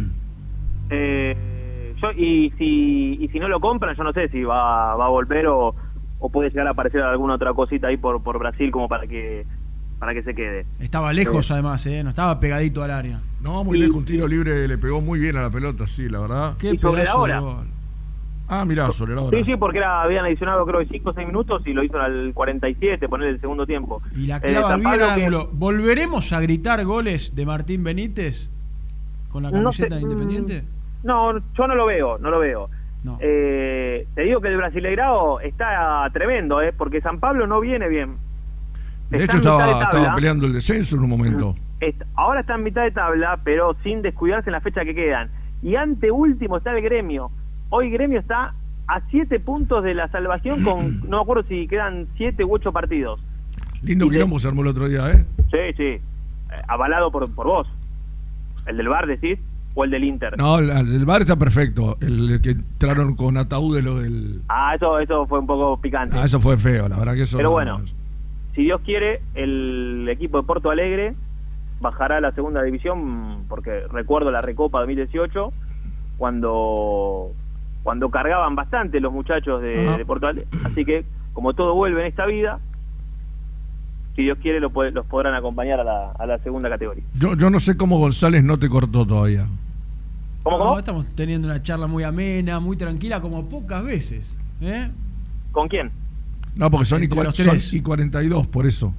eh, yo, y si y si no lo compran, yo no sé si va, va a volver o, o puede llegar a aparecer alguna otra cosita ahí por, por Brasil como para que para que se quede. Estaba lejos, eh. además, ¿eh? No estaba pegadito al área. No, muy sí, lejos, un tiro libre le pegó muy bien a la pelota, sí, la verdad. Qué y sobre la hora. Ah, mirá, sobre la hora. Sí, sí, porque era, habían adicionado creo que cinco o seis minutos y lo hizo al cuarenta y siete, poner el segundo tiempo. Y la clava eh, bien al ángulo. Que... ¿Volveremos a gritar goles de Martín Benítez con la camiseta no sé, de Independiente? No, yo no lo veo, no lo veo. No. Eh, te digo que el Brasileirao está tremendo, eh, porque San Pablo no viene bien. De hecho estaba, estaba peleando el descenso en un momento. Está, ahora está en mitad de tabla, pero sin descuidarse en la fecha que quedan. Y anteúltimo está el Gremio. Hoy Gremio está a siete puntos de la salvación con, no me acuerdo si quedan siete u ocho partidos. Lindo y quilombo de... se armó el otro día, ¿eh? Sí, sí. Eh, avalado por, por vos. ¿El del V A R decís? ¿O el del Inter? No, el, el V A R está perfecto. El, el que entraron con ataúd de lo del... Ah, eso, eso fue un poco picante. Ah, eso fue feo, la verdad que eso... Pero no, bueno... No, si Dios quiere, el equipo de Porto Alegre bajará a la segunda división, porque recuerdo la Recopa dos mil dieciocho, cuando cuando cargaban bastante los muchachos de, de Porto Alegre. Así que, como todo vuelve en esta vida, si Dios quiere, lo puede, los podrán acompañar a la, a la segunda categoría. Yo, yo no sé cómo González no te cortó todavía. ¿Cómo, cómo? No, estamos teniendo una charla muy amena, muy tranquila, como pocas veces. ¿eh? ¿Con quién? No, porque son, y, son y cuarenta y dos, por eso.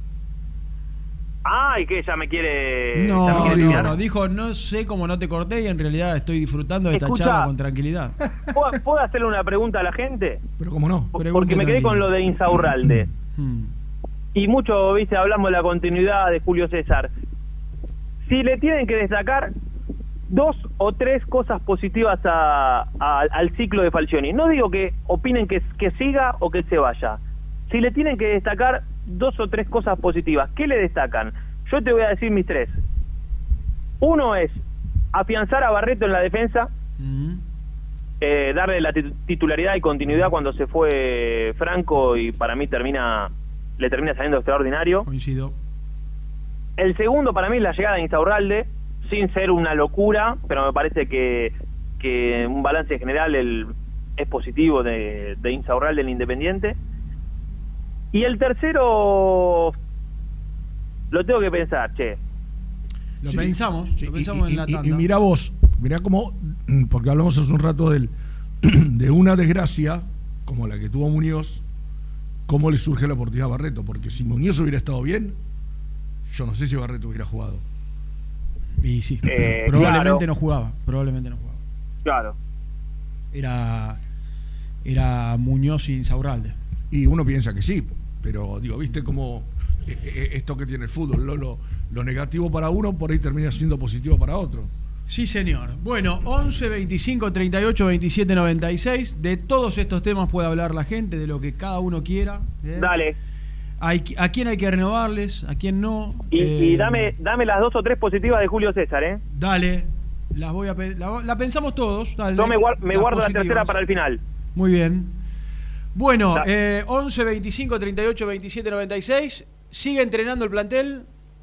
Ah, y que ella me quiere... No, me quiere no, no, dijo, no sé cómo no te corté y en realidad estoy disfrutando de Escucha, esta charla con tranquilidad. ¿Puedo, ¿Puedo hacerle una pregunta a la gente? Pero cómo no. Porque Pregunte me quedé tranquilo. Con lo de Insaurralde. hmm. Y mucho, viste, hablamos de la continuidad de Julio César. Si le tienen que destacar dos o tres cosas positivas a, a, al ciclo de Falcioni. No digo que opinen que, que siga o que se vaya. Si le tienen que destacar dos o tres cosas positivas, ¿qué le destacan? Yo te voy a decir mis tres. Uno es afianzar a Barreto en la defensa, mm. eh, darle la titularidad y continuidad cuando se fue Franco, y para mí termina le termina saliendo extraordinario. Coincido. El segundo para mí es la llegada de Insaurralde, sin ser una locura, pero me parece que, que un balance general el, es positivo de, de Insaurralde en Independiente. Y el tercero lo tengo que pensar, che. Lo Sí, pensamos, sí, lo pensamos y, en la y- tanda. y mirá vos, mirá cómo, porque hablamos hace un rato del, de una desgracia, como la que tuvo Muñoz, cómo le surge la oportunidad a Barreto, porque si Muñoz hubiera estado bien, yo no sé si Barreto hubiera jugado. Y sí, Eh, probablemente claro. no jugaba, probablemente no jugaba. Claro. Era, era Muñoz y Insaurralde. Y uno piensa que sí, pero digo, viste cómo eh, eh, esto que tiene el fútbol, lo, lo, lo negativo para uno por ahí termina siendo positivo para otro. Sí, señor. Bueno, once, veinticinco, treinta y ocho, veintisiete, noventa y seis. De todos estos temas puede hablar la gente, de lo que cada uno quiera. ¿eh? Dale. Hay, ¿A quién hay que renovarles? ¿A quién no? Y, Eh, y dame dame las dos o tres positivas de Julio César, ¿eh? Dale. Las voy a pe- la, la pensamos todos. Dale. Yo me, guar- me Las guardo la positivas. tercera para el final. Muy bien. Bueno, Da- eh, once, veinticinco, treinta y ocho, veintisiete, noventa y seis. ¿Sigue entrenando el plantel?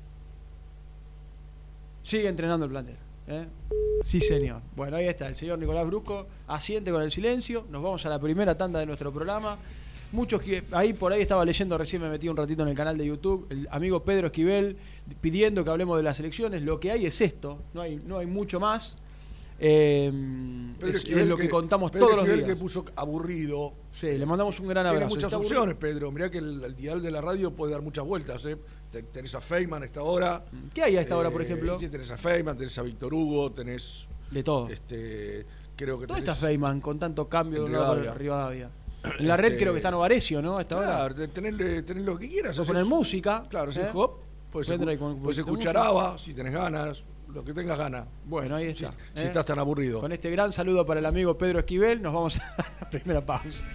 Sigue entrenando el plantel. ¿eh? Sí, señor. Bueno, ahí está, el señor Nicolás Brusco asiente con el silencio. Nos vamos a la primera tanda de nuestro programa. Muchos que ahí por ahí estaba leyendo, recién me metí un ratito en el canal de YouTube, el amigo Pedro Esquivel pidiendo que hablemos de las elecciones. Lo que hay es esto, no hay, no hay mucho más. Eh, Pedro es, Esquivel es lo que, contamos Pedro todos los Esquivel días. que puso aburrido. Sí, le mandamos un gran Tiene abrazo. muchas Está opciones, Pedro. Mirá que el, el dial de la radio puede dar muchas vueltas. ¿eh? Te- Tenés a Feynman a esta hora. aburrido. ¿Qué hay a esta hora, por Eh, ejemplo? Sí, tenés a Feynman, tenés a Víctor Hugo, tenés. De todo. Este, creo que ¿Dónde tenés. está Feynman con tanto cambio de en un lado para Rivadavia. Rivadavia? En la red Este, creo que está Novarecio, ¿no? A esta hora. Claro, te- tenés, eh, tenés lo que quieras. Puedes haces- poner música. Claro, si ¿eh? es hop, puedes, Vendrá escu- ahí con un puedes poquito de escuchar música. ABBA si tenés ganas, lo que tengas ganas. Bueno, ahí Si, está. si ¿eh? estás tan aburrido. Con este gran saludo para el amigo Pedro Esquivel, nos vamos a la primera pausa.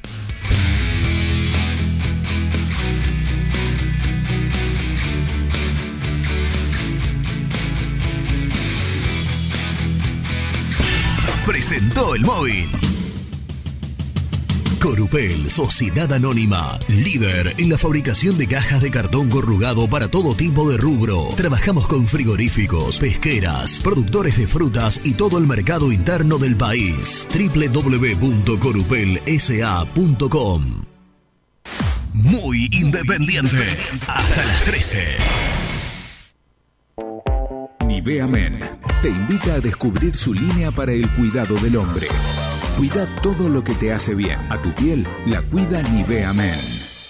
Presentó el móvil. Corupel, Sociedad Anónima, líder en la fabricación de cajas de cartón corrugado para todo tipo de rubro. Trabajamos con frigoríficos, pesqueras, productores de frutas y todo el mercado interno del país. doble u doble u doble u punto corupel s a punto com. Muy independiente. Hasta las trece. Nivea Men te invita a descubrir su línea para el cuidado del hombre. Cuida todo lo que te hace bien. A tu piel la cuida Nivea Men.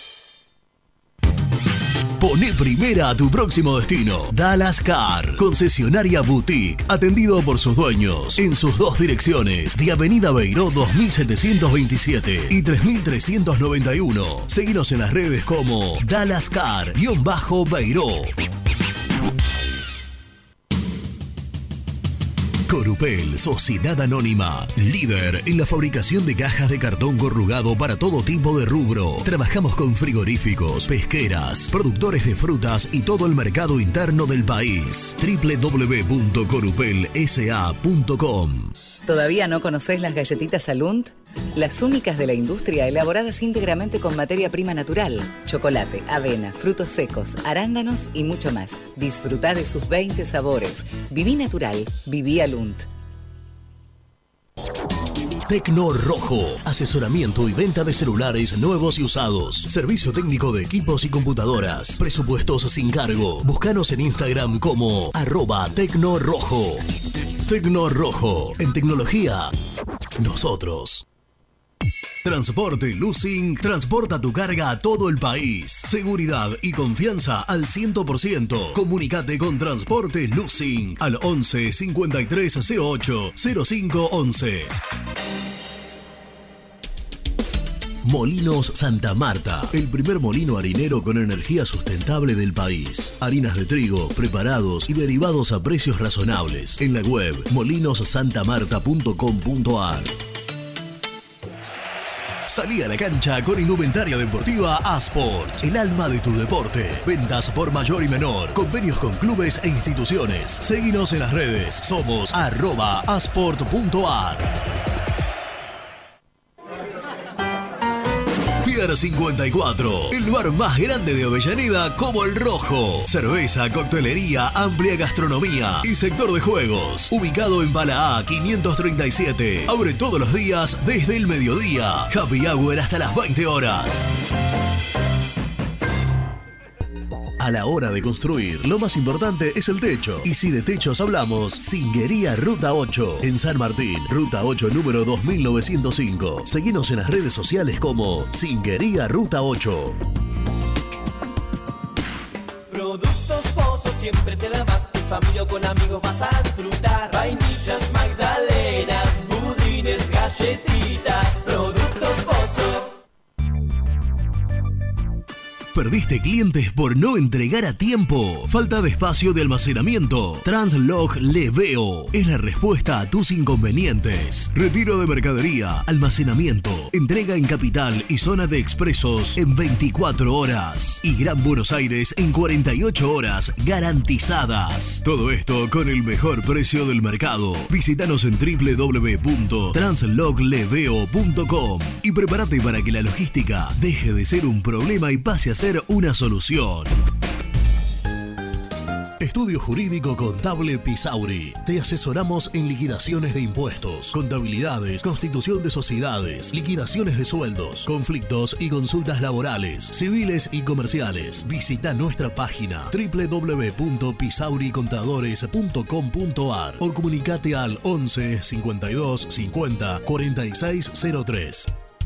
Poné primera a tu próximo destino. Dallas Car, concesionaria boutique, atendido por sus dueños en sus dos direcciones, de Avenida Beiró dos mil setecientos veintisiete y tres mil trescientos noventa y uno. Seguinos en las redes como Dallas Car-Beiró. Corupel, Sociedad Anónima, líder en la fabricación de cajas de cartón corrugado para todo tipo de rubro. Trabajamos con frigoríficos, pesqueras, productores de frutas y todo el mercado interno del país. doble u doble u doble u punto corupel s a punto com. ¿Todavía no conocés las galletitas Alunt? Las únicas de la industria elaboradas íntegramente con materia prima natural. Chocolate, avena, frutos secos, arándanos y mucho más. Disfrutá de sus veinte sabores. Viví natural, viví Alunt. Tecno Rojo, asesoramiento y venta de celulares nuevos y usados. Servicio técnico de equipos y computadoras. Presupuestos sin cargo. Búscanos en Instagram como arroba Tecno Rojo. Tecno Rojo, en tecnología, nosotros. Transporte Lucing transporta tu carga a todo el país. Seguridad y confianza al cien por ciento. Comunicate con Transporte Lucing al once cincuenta y tres cero ocho cero cinco once. Molinos Santa Marta, el primer molino harinero con energía sustentable del país. Harinas de trigo, preparados y derivados a precios razonables. En la web molinos santa marta punto com punto a r. Salí a la cancha con indumentaria deportiva Asport, el alma de tu deporte. Ventas por mayor y menor, convenios con clubes e instituciones. Seguinos en las redes, somos arroba asport punto a r. Center cincuenta y cuatro. El bar más grande de Avellaneda como El Rojo. Cerveza, coctelería, amplia gastronomía y sector de juegos. Ubicado en Bala A quinientos treinta y siete. Abre todos los días desde el mediodía. Happy Hour hasta las veinte horas. A la hora de construir, lo más importante es el techo. Y si de techos hablamos, Zinguería Ruta ocho. En San Martín, Ruta ocho número dos mil novecientos cinco. Seguinos en las redes sociales como Zinguería Ruta ocho. Productos Pozos siempre te da más. En familia o con amigos vas a disfrutar. Vainillas, magdalenas, budines, galletitas. Productos Pozos. ¿Perdiste clientes por no entregar a tiempo? ¿Falta de espacio de almacenamiento? Translog Leveo es la respuesta a tus inconvenientes. Retiro de mercadería, almacenamiento, entrega en Capital y zona de expresos en veinticuatro horas y Gran Buenos Aires en cuarenta y ocho horas garantizadas. Todo esto con el mejor precio del mercado. Visítanos en doble u doble u doble u punto translog leveo punto com y prepárate para que la logística deje de ser un problema y pase a ser una solución. Estudio Jurídico Contable Pisauri. Te asesoramos en liquidaciones de impuestos, contabilidades, constitución de sociedades, liquidaciones de sueldos, conflictos y consultas laborales, civiles y comerciales. Visita nuestra página doble u doble u doble u punto pisauri contadores punto com punto a r o comunicate al once cincuenta y dos cincuenta cuarenta y seis cero tres.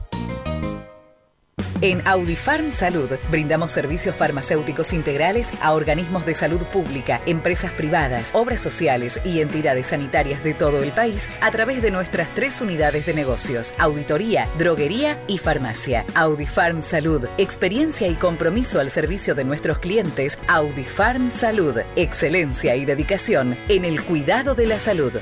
En Audifarm Salud brindamos servicios farmacéuticos integrales a organismos de salud pública, empresas privadas, obras sociales y entidades sanitarias de todo el país a través de nuestras tres unidades de negocios: auditoría, droguería y farmacia. Audifarm Salud, experiencia y compromiso al servicio de nuestros clientes. Audifarm Salud, excelencia y dedicación en el cuidado de la salud.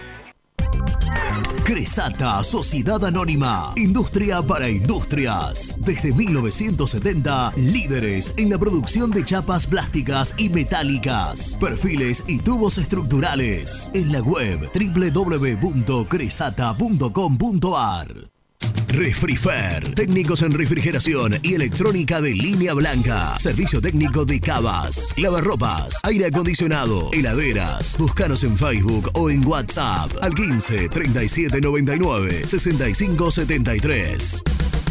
Cresata, Sociedad Anónima, industria para industrias. Desde mil novecientos setenta, líderes en la producción de chapas plásticas y metálicas, perfiles y tubos estructurales. En la web doble u doble u doble u punto cresata punto com punto a r. Refrifer, técnicos en refrigeración y electrónica de línea blanca. Servicio técnico de cavas, lavarropas, aire acondicionado, heladeras. Búscanos en Facebook o en WhatsApp al quince treinta y siete noventa y nueve sesenta y cinco setenta y tres.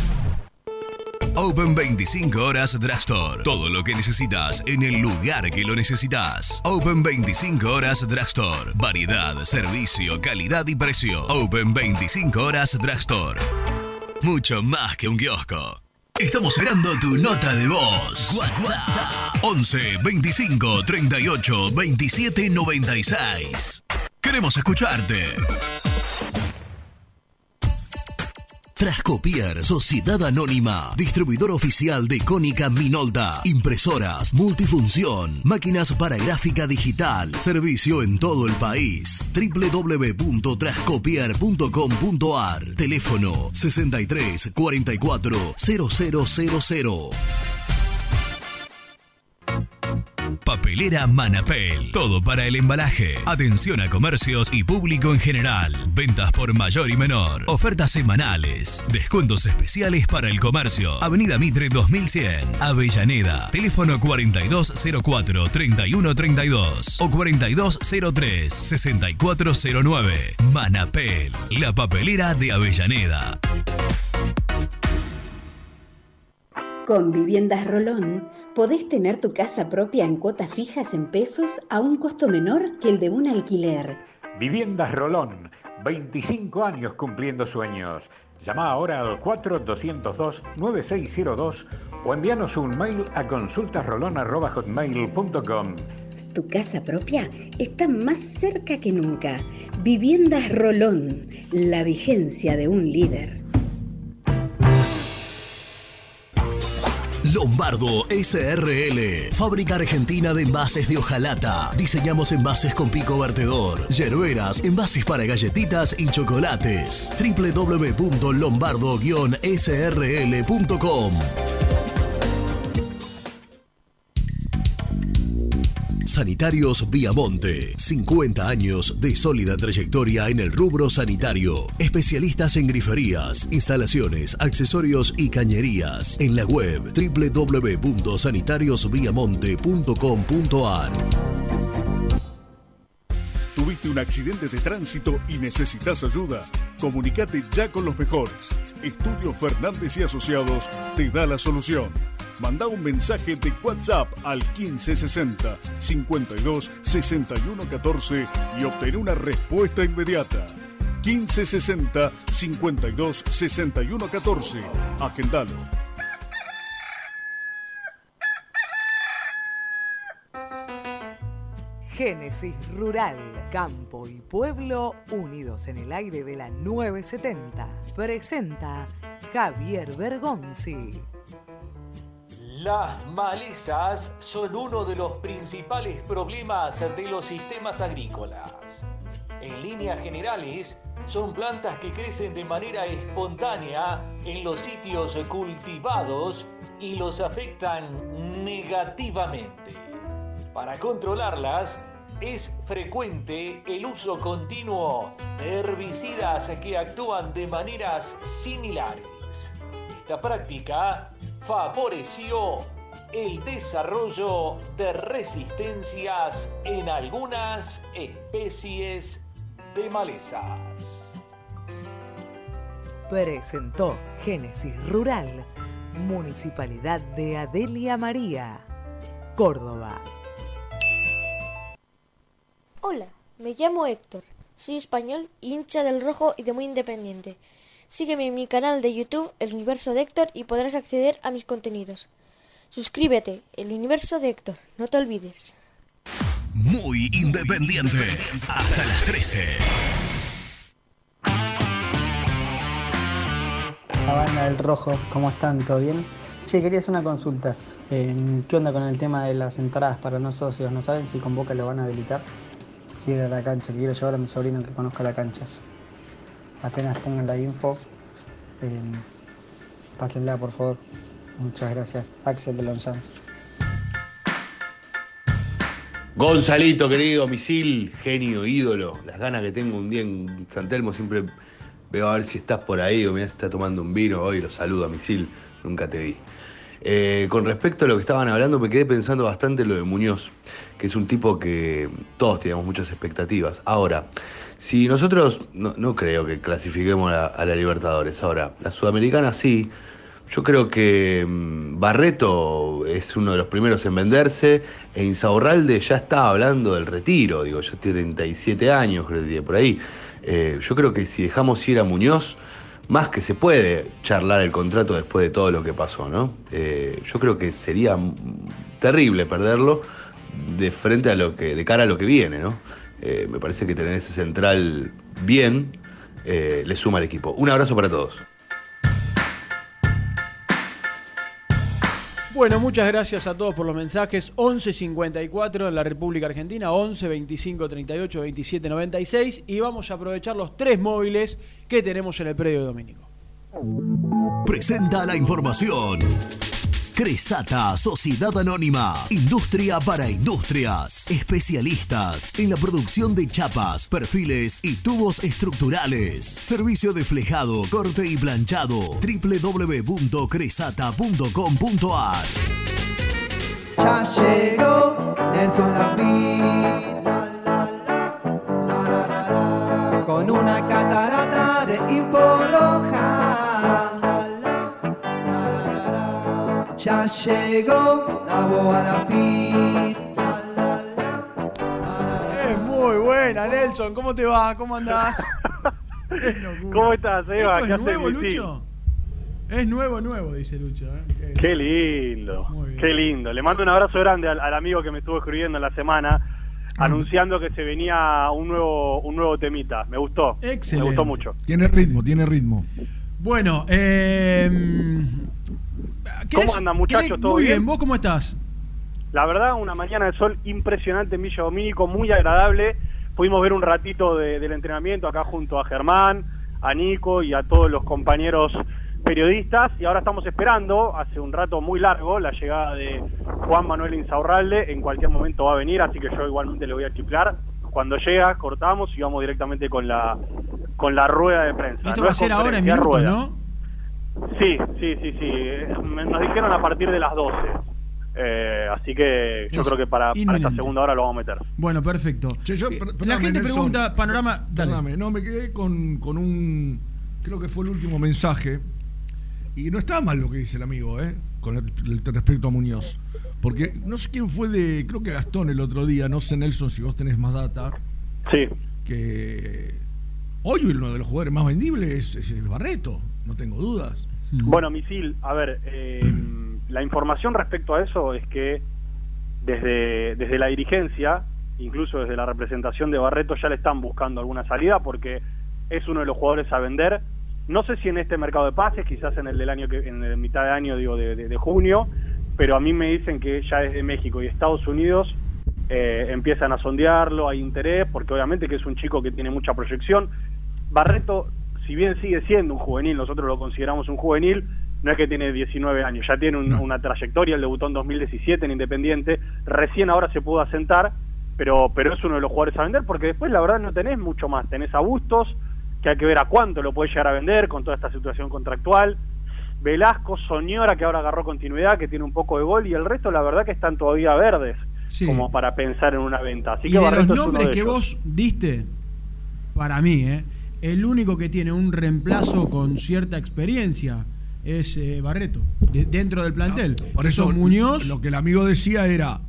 Open veinticinco horas Drugstore. Todo lo que necesitas en el lugar que lo necesitas. Open veinticinco horas Drugstore. Variedad, servicio, calidad y precio. Open veinticinco horas Drugstore. Mucho más que un kiosco. Estamos esperando tu nota de voz. WhatsApp once veinticinco treinta y ocho veintisiete noventa y seis. Queremos escucharte. Trascopier, Sociedad Anónima, distribuidor oficial de Cónica Minolta, impresoras, multifunción, máquinas para gráfica digital, servicio en todo el país. doble u doble u doble u punto trascopier punto com punto a r, teléfono sesenta y tres cuarenta y cuatro cero cero cero cero. Papelera Manapel. Todo para el embalaje. Atención a comercios y público en general. Ventas por mayor y menor. Ofertas semanales. Descuentos especiales para el comercio. Avenida Mitre dos mil cien. Avellaneda. Teléfono cuarenta y dos cero cuatro treinta y uno treinta y dos o cuarenta y dos cero tres sesenta y cuatro cero nueve. Manapel. La papelera de Avellaneda. Con Viviendas Rolón podés tener tu casa propia en cuotas fijas en pesos a un costo menor que el de un alquiler. Viviendas Rolón, veinticinco años cumpliendo sueños. Llama ahora al cuatro doscientos dos nueve seis cero dos o envíanos un mail a consultasrolón arroba hotmail punto com. Tu casa propia está más cerca que nunca. Viviendas Rolón, la vigencia de un líder. Lombardo S R L, fábrica argentina de envases de hojalata. Diseñamos envases con pico vertedor, yerberas, envases para galletitas y chocolates. doble u doble u doble u punto lombardo guion s r l punto com. Sanitarios Viamonte, cincuenta años de sólida trayectoria en el rubro sanitario. Especialistas en griferías, instalaciones, accesorios y cañerías. En la web doble u doble u doble u punto sanitarios viamonte punto com punto a r. ¿Tuviste un accidente de tránsito y necesitas ayuda? Comunicate ya con los mejores. Estudio Fernández y Asociados te da la solución. Manda un mensaje de WhatsApp al quince sesenta, cincuenta y dos, sesenta y uno catorce y obtén una respuesta inmediata. quince sesenta, cincuenta y dos, sesenta y uno catorce. Agendalo. Génesis Rural, campo y pueblo unidos en el aire de la nueve setenta. Presenta Javier Bergonzi. Las malezas son uno de los principales problemas de los sistemas agrícolas. En líneas generales, son plantas que crecen de manera espontánea en los sitios cultivados y los afectan negativamente. Para controlarlas, es frecuente el uso continuo de herbicidas que actúan de maneras similares. Esta práctica favoreció el desarrollo de resistencias en algunas especies de malezas. Presentó Génesis Rural, Municipalidad de Adelia María, Córdoba. Hola, me llamo Héctor, soy español, hincha del Rojo y de Muy Independiente. Sígueme en mi canal de YouTube, El Universo de Héctor, y podrás acceder a mis contenidos. Suscríbete, El Universo de Héctor, no te olvides. Muy Independiente, hasta las trece. La banda del Rojo, ¿cómo están? ¿Todo bien? Che, quería hacer una consulta. Eh, ¿Qué onda con el tema de las entradas para no socios? ¿No saben si con Boca lo van a habilitar? Quiero ir a la cancha, quiero llevar a mi sobrino que conozca la cancha. Apenas tengan la info, eh, pásenla por favor. Muchas gracias. Axel de Lonzán. Gonzalito, querido, misil, genio, ídolo. Las ganas que tengo un día en San Telmo, siempre veo a ver si estás por ahí o mirá si está tomando un vino. Hoy lo saludo a misil, nunca te vi. Eh, con respecto a lo que estaban hablando, me quedé pensando bastante en lo de Muñoz, que es un tipo que todos teníamos muchas expectativas. Ahora, si nosotros, no, no creo que clasifiquemos a, a la Libertadores. Ahora, la Sudamericana sí. Yo creo que um, Barreto es uno de los primeros en venderse, e Insaurralde ya está hablando del retiro, digo, ya tiene treinta y siete años, creo que tiene por ahí. Eh, yo creo que si dejamos ir a Muñoz, más que se puede charlar el contrato después de todo lo que pasó, ¿no? Eh, yo creo que sería terrible perderlo de frente a lo que, de cara a lo que viene, ¿no? Eh, me parece que tener ese central bien eh, le suma al equipo. Un abrazo para todos. Bueno, muchas gracias a todos por los mensajes. once cincuenta y cuatro en la República Argentina, once veinticinco treinta y ocho veintisiete noventa y seis, y vamos a aprovechar los tres móviles que tenemos en el predio de Domínico. Presenta la información. Cresata, Sociedad Anónima, Industria para Industrias, especialistas en la producción de chapas, perfiles y tubos estructurales. Servicio de flejado, corte y planchado. doble u doble u doble u punto cresata punto com punto a r. Ya llegó Nelson Lafitte, con una catarata de info roja. Ya llegó la boa Lafitte. Es muy buena, Nelson. ¿Cómo te va? ¿Cómo andás? ¿Cómo estás, Eva? ¿Esto ¿Qué es nuevo, haces, Lucho? Es nuevo, nuevo, dice Lucho. ¿eh? Qué, qué lindo, qué lindo. Le mando un abrazo grande al, al amigo que me estuvo escribiendo en la semana, mm. anunciando que se venía un nuevo un nuevo temita. Me gustó. Excelente. Me gustó mucho. Tiene ritmo, tiene ritmo. Bueno, eh... ¿Cómo andan, muchachos? ¿Todo muy bien? bien? ¿Vos cómo estás? La verdad, una mañana de sol impresionante en Villa Domínico, muy agradable. Pudimos ver un ratito de, del entrenamiento acá junto a Germán, a Nico y a todos los compañeros periodistas, y ahora estamos esperando, hace un rato muy largo, la llegada de Juan Manuel Insaurralde. En cualquier momento va a venir, así que yo igualmente le voy a chiflar. Cuando llega, cortamos y vamos directamente con la con la rueda de prensa. Esto no va a ser ahora en minutos, rueda. ¿no? Sí, sí, sí, sí. Nos dijeron a partir de las doce. Eh, así que yo Es creo que para, para esta segunda hora lo vamos a meter. Bueno, perfecto. Che, yo, Eh, per- la perdóname, gente Nelson, pregunta, panorama... Dale. Perdóname, no, me quedé con, con un... Creo que fue el último mensaje. Y no está mal lo que dice el amigo, ¿eh? Con el, el- respecto a Muñoz. Porque no sé quién fue de... Creo que Gastón el otro día, no sé, Nelson, si vos tenés más data. Sí. Que hoy uno de los jugadores más vendibles es, es Barreto, no tengo dudas. Bueno, Misil, a ver, eh, la información respecto a eso es que desde, desde la dirigencia, incluso desde la representación de Barreto, ya le están buscando alguna salida porque es uno de los jugadores a vender. No sé si en este mercado de pases, quizás en el del año que, en el mitad de año, digo, de, de, de junio, pero a mí me dicen que ya desde México y Estados Unidos eh, empiezan a sondearlo, hay interés, porque obviamente que es un chico que tiene mucha proyección. Barreto, si bien sigue siendo un juvenil, nosotros lo consideramos un juvenil, no es que tiene diecinueve años, ya tiene un, no. una trayectoria, él debutó en dos mil diecisiete en Independiente, recién ahora se pudo asentar, pero, pero es uno de los jugadores a vender, porque después la verdad no tenés mucho más, tenés a Bustos, que hay que ver a cuánto lo puede llegar a vender con toda esta situación contractual, Velasco, Soñora, que ahora agarró continuidad, que tiene un poco de gol, y el resto la verdad que están todavía verdes, sí, como para pensar en una venta. Así y que de Barreto los nombres es uno de que ellos. vos diste, para mí, ¿eh? el único que tiene un reemplazo con cierta experiencia es eh, Barreto, de, dentro del plantel. No, por eso Muñoz... Lo que el amigo decía era,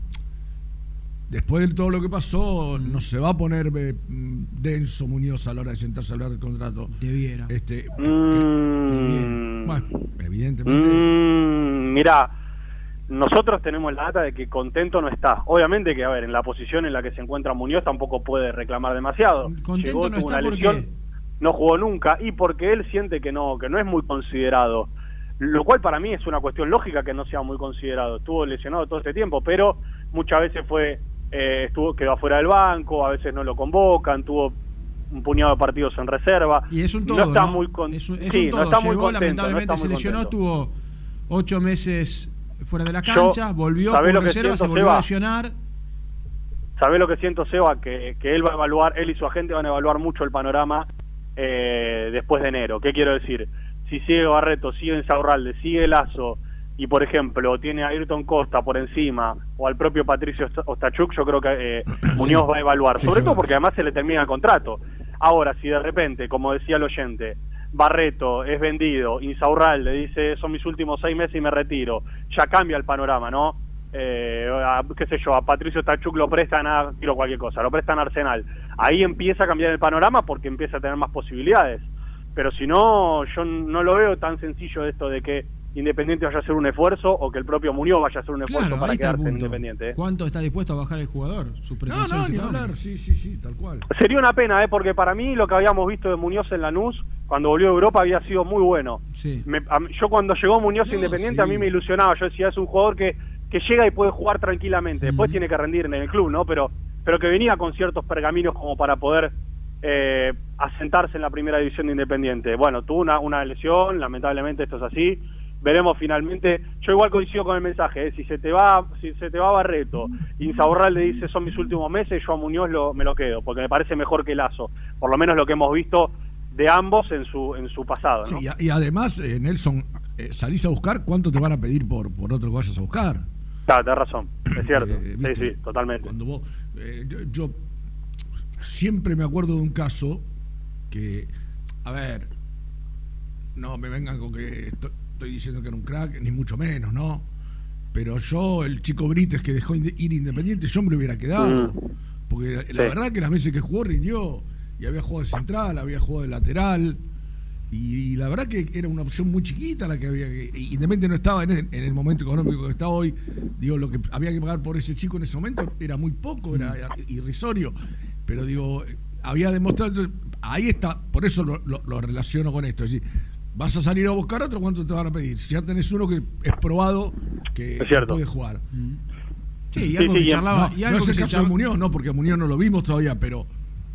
después de todo lo que pasó, mm. no se va a poner eh, denso Muñoz a la hora de sentarse a hablar del contrato. Debiera. Este, mm. debiera. Bueno, evidentemente. Mm, mirá, nosotros tenemos la data de que contento no está. Obviamente que, a ver, en la posición en la que se encuentra Muñoz tampoco puede reclamar demasiado. Contento Llegó, no tuvo está una porque... lesión, no jugó nunca, y porque él siente que no, que no es muy considerado. Lo cual para mí es una cuestión lógica que no sea muy considerado. Estuvo lesionado todo este tiempo, pero muchas veces fue eh, estuvo quedó afuera del banco, a veces no lo convocan, tuvo un puñado de partidos en reserva. Y es un todo, no está ¿no? muy con... es un, es sí, un todo. No está muy Llegó, contento, lamentablemente no está se muy lesionó, contento. estuvo ocho meses fuera de la cancha, Yo, volvió con con reserva, se volvió Seba? a lesionar. ¿Sabés lo que siento, Seba? Que, que él va a evaluar, él y su agente van a evaluar mucho el panorama eh, después de enero. ¿Qué quiero decir? Si sigue Barreto, sigue Insaurralde, sigue Lazo, y por ejemplo tiene a Ayrton Costa por encima, o al propio Patricio Ostachuk, yo creo que eh, Muñoz va a evaluar, Sí, sobre sí, todo va. porque además se le termina el contrato. Ahora, si de repente, como decía el oyente, Barreto es vendido, Insaurralde dice son mis últimos seis meses y me retiro, ya cambia el panorama, ¿no? Eh, a, qué sé yo, a Patricio Ostachuk lo prestan a, tiro cualquier cosa, lo prestan a Arsenal, ahí empieza a cambiar el panorama porque empieza a tener más posibilidades. Pero si no, yo no lo veo tan sencillo esto de que Independiente vaya a hacer un esfuerzo o que el propio Muñoz vaya a hacer un esfuerzo Claro, para ahí está el quedarse en punto. Independiente. ¿eh? ¿Cuánto está dispuesto a bajar el jugador? Su No, pretensión no, ni económica. hablar, sí, sí, sí, tal cual. Sería una pena, ¿eh? Porque para mí lo que habíamos visto de Muñoz en Lanús cuando volvió a Europa había sido muy bueno. Sí. Me, a, yo cuando llegó Muñoz No, Independiente sí. a mí me ilusionaba, yo decía es un jugador que, que llega y puede jugar tranquilamente, después Ujú. tiene que rendir en el club, ¿no? Pero, pero que venía con ciertos pergaminos como para poder eh, asentarse en la primera división de Independiente. Bueno, tuvo una, una lesión, lamentablemente esto es así. Veremos finalmente. Yo igual coincido con el mensaje, ¿eh? si se te va si se te va Barreto, Insaurralde dice son mis últimos meses, yo a Muñoz lo, me lo quedo, porque me parece mejor que Lazo, por lo menos lo que hemos visto de ambos en su en su pasado, ¿no? Sí, y, y además, eh, Nelson, eh, salís a buscar, ¿cuánto te van a pedir por, por otro que vayas a buscar? Claro, tenés razón, es cierto, Eh, sí, ¿viste? sí, totalmente. Cuando vos, eh, yo, yo siempre me acuerdo de un caso que, a ver, no me vengan con que estoy, estoy diciendo que era un crack, ni mucho menos, ¿no? Pero yo, el chico Brites que dejó inde- ir Independiente, yo me lo hubiera quedado. Porque la, la Sí. verdad que las veces que jugó rindió, y había jugado de central, había jugado de lateral, y, y la verdad que era una opción muy chiquita la que había que... y Independiente no estaba en el, en el momento económico que está hoy, digo, lo que había que pagar por ese chico en ese momento era muy poco, era irrisorio, pero digo, había demostrado, ahí está, por eso lo, lo, lo relaciono con esto, es decir, vas a salir a buscar otro, ¿cuánto te van a pedir? Si ya tenés uno que es probado que, Es cierto. que puede jugar. Sí, y Sí, algo sí, que y- charlaba... No, y no algo es que el se caso charla- de Muñoz, no, porque a Muñoz no lo vimos todavía, pero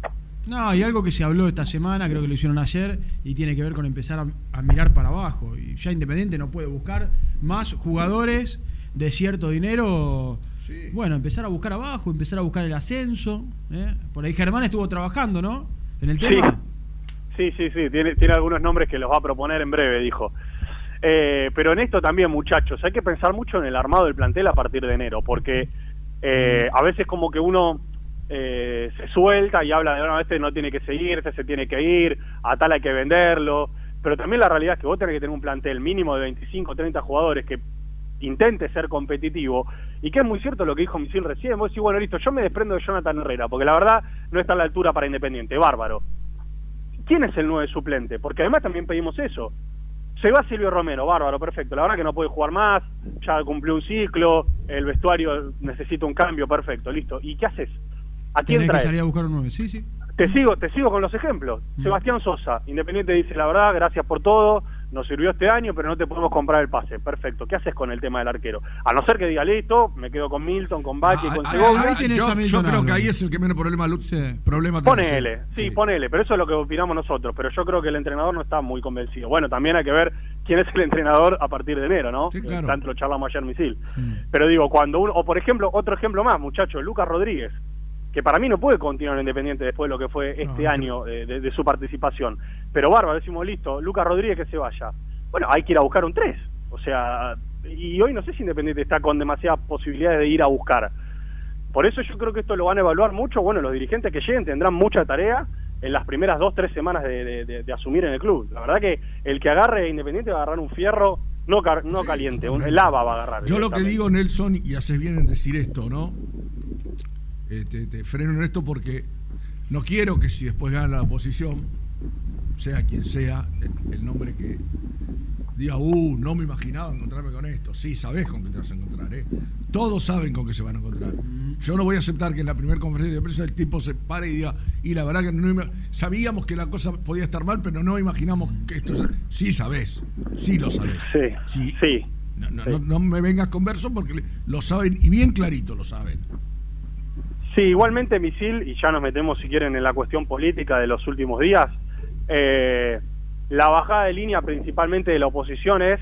No, y algo que se habló esta semana, creo que lo hicieron ayer, y tiene que ver con empezar a, a mirar para abajo. Y ya Independiente no puede buscar más jugadores de cierto dinero. Sí. Bueno, empezar a buscar abajo, empezar a buscar el ascenso. ¿eh? Por ahí Germán estuvo trabajando, ¿no? En el tema. Sí, sí, sí, sí. Tiene, tiene algunos nombres que los va a proponer en breve, dijo. Eh, pero en esto también, muchachos, hay que pensar mucho en el armado del plantel a partir de enero, porque eh, a veces como que uno... Eh, se suelta y habla de, bueno, este no tiene que seguir, este se tiene que ir, a tal hay que venderlo, pero también la realidad es que vos tenés que tener un plantel mínimo de veinticinco o treinta jugadores que intente ser competitivo, y que es muy cierto lo que dijo Misil recién. Vos decís, bueno, listo, yo me desprendo de Jonathan Herrera, porque la verdad no está a la altura para Independiente, bárbaro. ¿Quién es el nueve suplente? Porque además también pedimos eso. Se va Silvio Romero, bárbaro, perfecto, la verdad que no puede jugar más, ya cumplió un ciclo, el vestuario necesita un cambio, perfecto, listo. ¿Y qué haces? ¿A quién Tenés traes? que salir a buscar un nueve, sí, sí. Te sigo, te sigo con los ejemplos. Mm. Sebastián Sosa, Independiente dice, la verdad, gracias por todo, nos sirvió este año, pero no te podemos comprar el pase. Perfecto. ¿Qué haces con el tema del arquero? A no ser que diga, listo, me quedo con Milton, con Bache, ah, con Segovia. Ah, yo, yo creo que ahí es el que menos problema, sí. problema Ponele, sí, sí, ponele, pero eso es lo que opinamos nosotros, pero yo creo que el entrenador no está muy convencido. Bueno, también hay que ver quién es el entrenador a partir de enero, ¿no? Sí, claro. Tanto lo charlamos ayer, Misil. Mm. Pero digo, cuando uno, o por ejemplo, otro ejemplo más, muchachos, Lucas Rodríguez, que para mí no puede continuar en Independiente después de lo que fue este no, año de, de, de su participación. Pero bárbaro, decimos, listo, Lucas Rodríguez que se vaya. Bueno, hay que ir a buscar un tres. O sea, y hoy no sé si Independiente está con demasiadas posibilidades de ir a buscar. Por eso yo creo que esto lo van a evaluar mucho. Bueno, los dirigentes que lleguen tendrán mucha tarea en las primeras dos, tres semanas de, de, de, de asumir en el club. La verdad que el que agarre Independiente va a agarrar un fierro no, car no sí, caliente, un lava va a agarrar. Yo lo que digo, Nelson, y haces bien en decir esto, ¿no? Eh, te, te freno en esto porque no quiero que si después gana la oposición, sea quien sea el, el nombre que diga, uh, no me imaginaba encontrarme con esto. Sí, sabés con qué te vas a encontrar, ¿eh? Todos saben con qué se van a encontrar. Yo no voy a aceptar que en la primera conferencia de prensa el tipo se pare y diga, y la verdad que no sabíamos que la cosa podía estar mal, pero no imaginamos que esto... Sí sabés, sí lo sabés. Sí, sí. sí. No, no, sí. no, no me vengas con verso porque lo saben, y bien clarito lo saben. Sí, igualmente, Misil, y ya nos metemos si quieren en la cuestión política de los últimos días, eh, la bajada de línea principalmente de la oposición es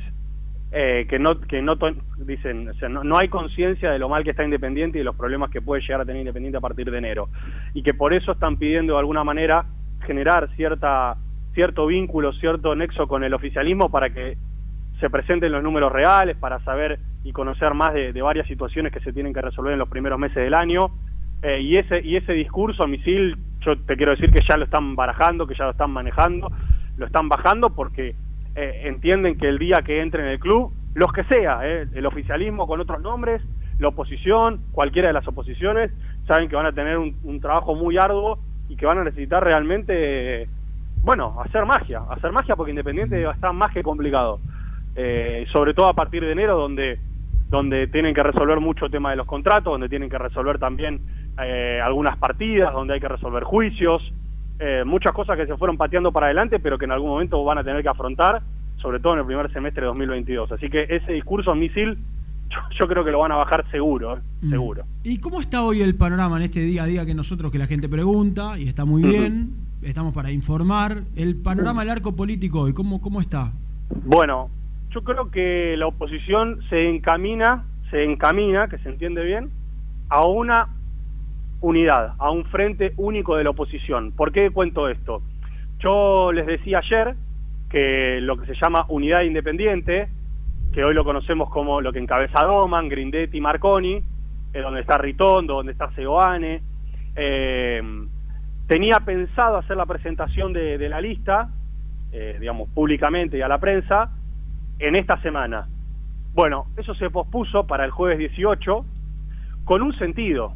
eh, que no, que no dicen, o sea, no, no hay conciencia de lo mal que está Independiente y de los problemas que puede llegar a tener Independiente a partir de enero, y que por eso están pidiendo de alguna manera generar cierta cierto vínculo, cierto nexo con el oficialismo para que se presenten los números reales, para saber y conocer más de, de varias situaciones que se tienen que resolver en los primeros meses del año. Eh, y ese y ese discurso, Misil, yo te quiero decir que ya lo están barajando, que ya lo están manejando, lo están bajando porque eh, entienden que el día que entre en el club, los que sea, eh, el oficialismo con otros nombres, la oposición, cualquiera de las oposiciones, saben que van a tener un, un trabajo muy arduo y que van a necesitar realmente, eh, bueno, hacer magia, hacer magia porque Independiente va a estar más que complicado, eh, sobre todo a partir de enero, donde donde tienen que resolver mucho tema de los contratos, donde tienen que resolver también eh, algunas partidas, donde hay que resolver juicios, eh, muchas cosas que se fueron pateando para adelante, pero que en algún momento van a tener que afrontar, sobre todo en el primer semestre de dos mil veintidós. Así que ese discurso, Misil, yo, yo creo que lo van a bajar seguro, ¿eh? mm. seguro. ¿Y cómo está hoy el panorama en este día a día que nosotros, que la gente pregunta, y está muy bien, uh-huh. estamos para informar, el panorama del arco político hoy, ¿cómo, cómo está? Bueno, yo creo que la oposición se encamina, se encamina, que se entiende bien, a una unidad, a un frente único de la oposición. ¿Por qué cuento esto? Yo les decía ayer que lo que se llama Unidad Independiente, que hoy lo conocemos como lo que encabeza Doman, Grindetti, Marconi, eh, donde está Ritondo, donde está Seoane, eh, tenía pensado hacer la presentación de, de la lista, eh, digamos, públicamente y a la prensa, en esta semana. Bueno, eso se pospuso para el jueves dieciocho con un sentido,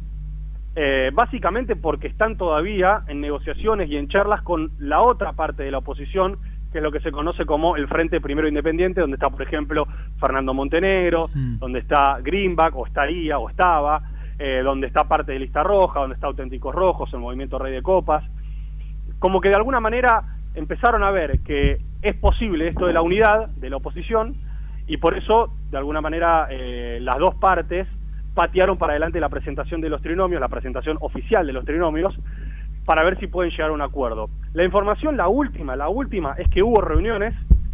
eh, básicamente porque están todavía en negociaciones y en charlas con la otra parte de la oposición, que es lo que se conoce como el Frente Primero Independiente, donde está, por ejemplo, Fernando Montenegro, mm. donde está Greenback, o estaría, o estaba, eh, donde está parte de Lista Roja, donde está Auténticos Rojos, el Movimiento Rey de Copas. Como que de alguna manera empezaron a ver que es posible esto de la unidad de la oposición, y por eso, de alguna manera, eh, las dos partes patearon para adelante la presentación de los trinomios, la presentación oficial de los trinomios, para ver si pueden llegar a un acuerdo. La información, la última, la última, es que hubo reuniones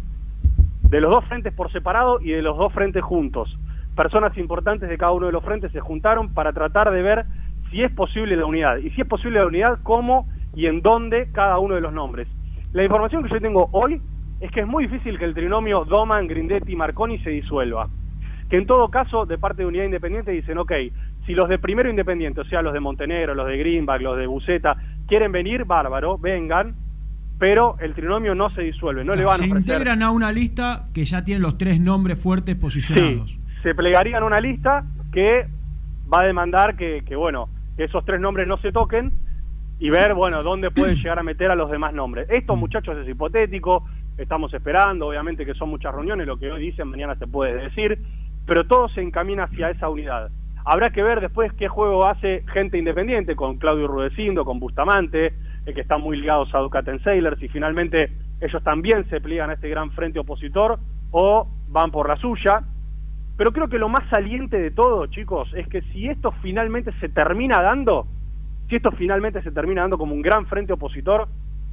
de los dos frentes por separado y de los dos frentes juntos. Personas importantes de cada uno de los frentes se juntaron para tratar de ver si es posible la unidad. Y si es posible la unidad, cómo y en dónde cada uno de los nombres. La información que yo tengo hoy es que es muy difícil que el trinomio Doman, Grindetti, Marconi se disuelva. Que en todo caso, de parte de Unidad Independiente, dicen, ok, si los de Primero Independiente, o sea, los de Montenegro, los de Greenback, los de Buceta, quieren venir, bárbaro, vengan, pero el trinomio no se disuelve, no, no le van a se ofrecer. integran a una lista que ya tiene los tres nombres fuertes posicionados. Sí, se plegarían a una lista que va a demandar que, que, bueno, que esos tres nombres no se toquen y ver, bueno, dónde pueden llegar a meter a los demás nombres. Esto, muchachos, es hipotético, estamos esperando, obviamente que son muchas reuniones, lo que hoy dicen, mañana se puede decir, pero todo se encamina hacia esa unidad. Habrá que ver después qué juego hace gente independiente, con Claudio Rudecindo, con Bustamante, eh, que están muy ligados a Ducaten Sailors, y finalmente ellos también se pliegan a este gran frente opositor, o van por la suya. Pero creo que lo más saliente de todo, chicos, es que si esto finalmente se termina dando, si esto finalmente se termina dando como un gran frente opositor,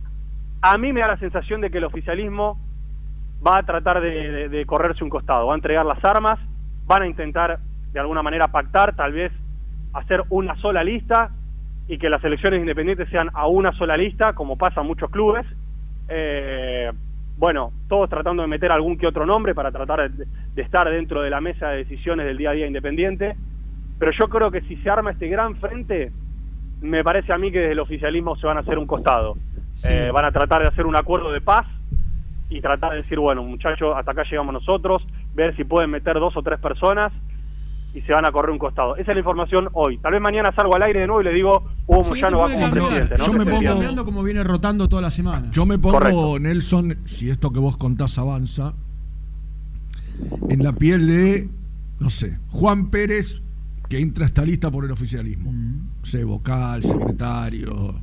a mí me da la sensación de que el oficialismo va a tratar de, de, de correrse un costado, va a entregar las armas, van a intentar de alguna manera pactar, tal vez hacer una sola lista y que las elecciones independientes sean a una sola lista, como pasa en muchos clubes. Eh, bueno, todos tratando de meter algún que otro nombre para tratar de, de estar dentro de la mesa de decisiones del día a día independiente, pero yo creo que si se arma este gran frente, me parece a mí que desde el oficialismo se van a hacer un costado. Sí. Eh, van a tratar de hacer un acuerdo de paz y tratar de decir, bueno, muchachos, hasta acá llegamos nosotros, ver si pueden meter dos o tres personas y se van a correr un costado. Esa es la información hoy. Tal vez mañana salgo al aire de nuevo y le digo, Hugo sí, Moyano va como presidente, ¿no? Yo me pongo cambiando como viene rotando toda la semana. Yo me pongo, Correcto. Nelson, si esto que vos contás avanza, en la piel de, no sé, Juan Pérez, que entra a esta lista por el oficialismo. Mm. O sea, vocal, secretario.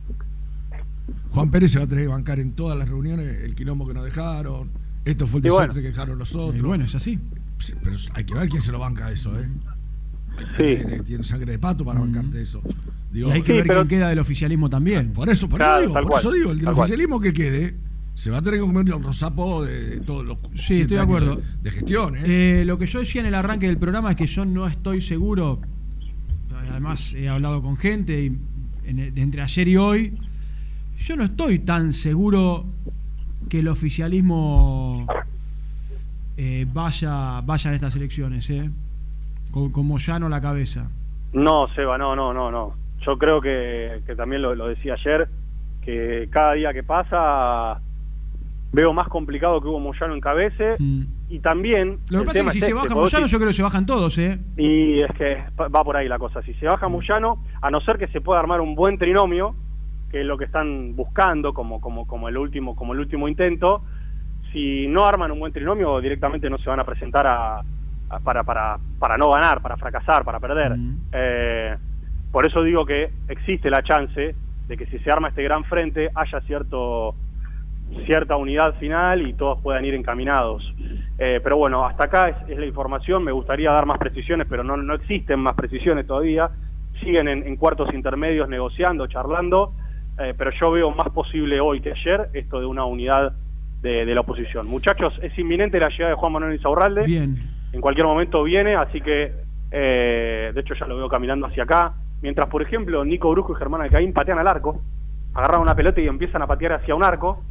Juan Pérez se va a tener que bancar en todas las reuniones el quilombo que nos dejaron. Esto fue el desastre bueno. que dejaron los otros. Y bueno, es así. Pero hay que ver quién se lo banca eso, ¿eh? Sí. Que tiene sangre de pato para mm. bancarte eso. Digo, y hay que sí, ver pero... quién queda del oficialismo también. Por eso, por claro, eso digo, por eso digo, el del oficialismo cual. que quede se va a tener que comer los sapos de todos los. Sí, estoy de acuerdo. De, de gestión, ¿eh? ¿eh? Lo que yo decía en el arranque del programa es que yo no estoy seguro. Además, he hablado con gente y en el, entre ayer y hoy. Yo no estoy tan seguro que el oficialismo eh, vaya, vaya en estas elecciones, ¿eh? Con, con Moyano a la cabeza. No, Seba, no, no, no, no. Yo creo que, que también lo, lo decía ayer, que cada día que pasa veo más complicado que Hugo Moyano encabece. Mm. Y también... Lo que pasa es que si es se este, baja Moyano, yo creo que se bajan todos, ¿eh? Y es que va por ahí la cosa. Si se baja Moyano, a no ser que se pueda armar un buen trinomio, que es lo que están buscando como como como el último como el último intento, si no arman un buen trinomio, directamente no se van a presentar a, a para para para no ganar, para fracasar, para perder. Mm. Eh, por eso digo que existe la chance de que si se arma este gran frente haya cierto cierta unidad final y todos puedan ir encaminados. Eh, pero bueno, hasta acá es, es la información. Me gustaría dar más precisiones, pero no no existen más precisiones todavía. Siguen en, en cuartos intermedios negociando, charlando. Eh, pero yo veo más posible hoy que ayer esto de una unidad de, de la oposición. Muchachos, es inminente la llegada de Juan Manuel Insaurralde. Bien. En cualquier momento viene, así que eh, de hecho ya lo veo caminando hacia acá. Mientras, por ejemplo, Nico Brusco y Germán Alcaín patean al arco, agarran una pelota y empiezan a patear hacia un arco.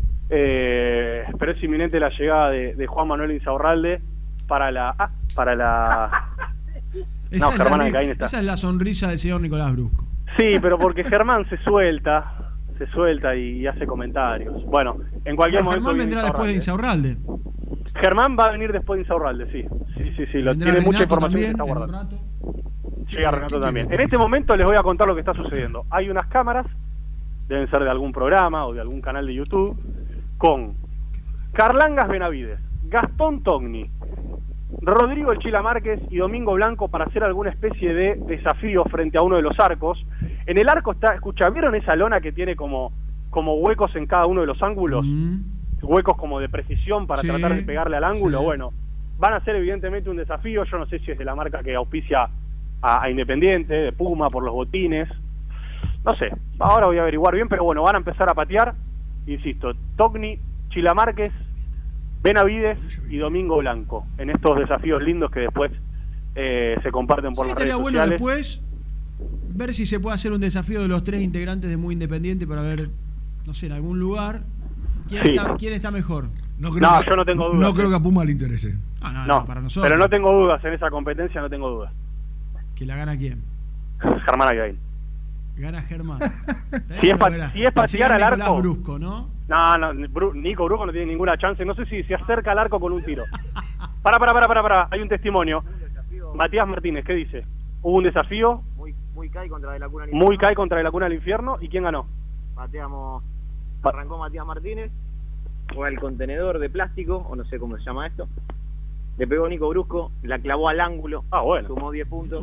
Eh, pero es inminente la llegada de, de Juan Manuel Insaurralde para la... Ah, para la... Esa, no, es Germán la, Alcaín está. Esa es la sonrisa del señor Nicolás Brusco. Sí, pero porque Germán se suelta, se suelta y hace comentarios. Bueno, en cualquier pero momento... Germán vendrá después de Insaurralde. Germán va a venir después de Insaurralde, sí. Sí, sí, sí. Lo, tiene Renato mucha información también, que está guardando. Llega Renato también. En este momento les voy a contar lo que está sucediendo. Hay unas cámaras, deben ser de algún programa o de algún canal de YouTube, con Carlangas Benavides, Gastón Togni, Rodrigo El Chila Márquez y Domingo Blanco para hacer alguna especie de desafío frente a uno de los arcos. En el arco está, escucha, ¿vieron esa lona que tiene como, como huecos en cada uno de los ángulos? Mm. Huecos como de precisión para sí, tratar de pegarle al ángulo. Sí. Bueno, van a hacer evidentemente un desafío. Yo no sé si es de la marca que auspicia a, a Independiente, de Puma, por los botines. no sé, ahora voy a averiguar bien, pero bueno, van a empezar a patear, insisto, Togni, Chila Márquez, Benavides y Domingo Blanco, en estos desafíos lindos que después eh, se comparten por Sí, las redes estaría bueno sociales. después ver si se puede hacer un desafío de los tres integrantes de Muy Independiente para ver, no sé, en algún lugar quién, Sí. está, quién está mejor. No, no yo no tengo dudas. No creo ¿eh? que a Puma le interese. Ah, no, No, no, para nosotros. pero no tengo dudas en esa competencia, no tengo dudas. ¿Que la gana quién? Germán Algaín. Gana Germán. Si es, pa- Verá. si es patear al Nicolás arco... Brusco, ¿no? No, no, Bru- Nico Brusco no tiene ninguna chance. No sé si se acerca al arco con un tiro. Para, para, para, para, para. Hay un testimonio. Matías Martínez, ¿qué dice? Hubo un desafío. Muy, muy Kai contra De la Cuna al Infierno. Muy Kai contra De la Cuna al Infierno. ¿Y quién ganó? Pateamos, arrancó Matías Martínez, fue al contenedor de plástico, o no sé cómo se llama esto. Le pegó Nico Brusco, la clavó al ángulo, ah, bueno. sumó diez puntos.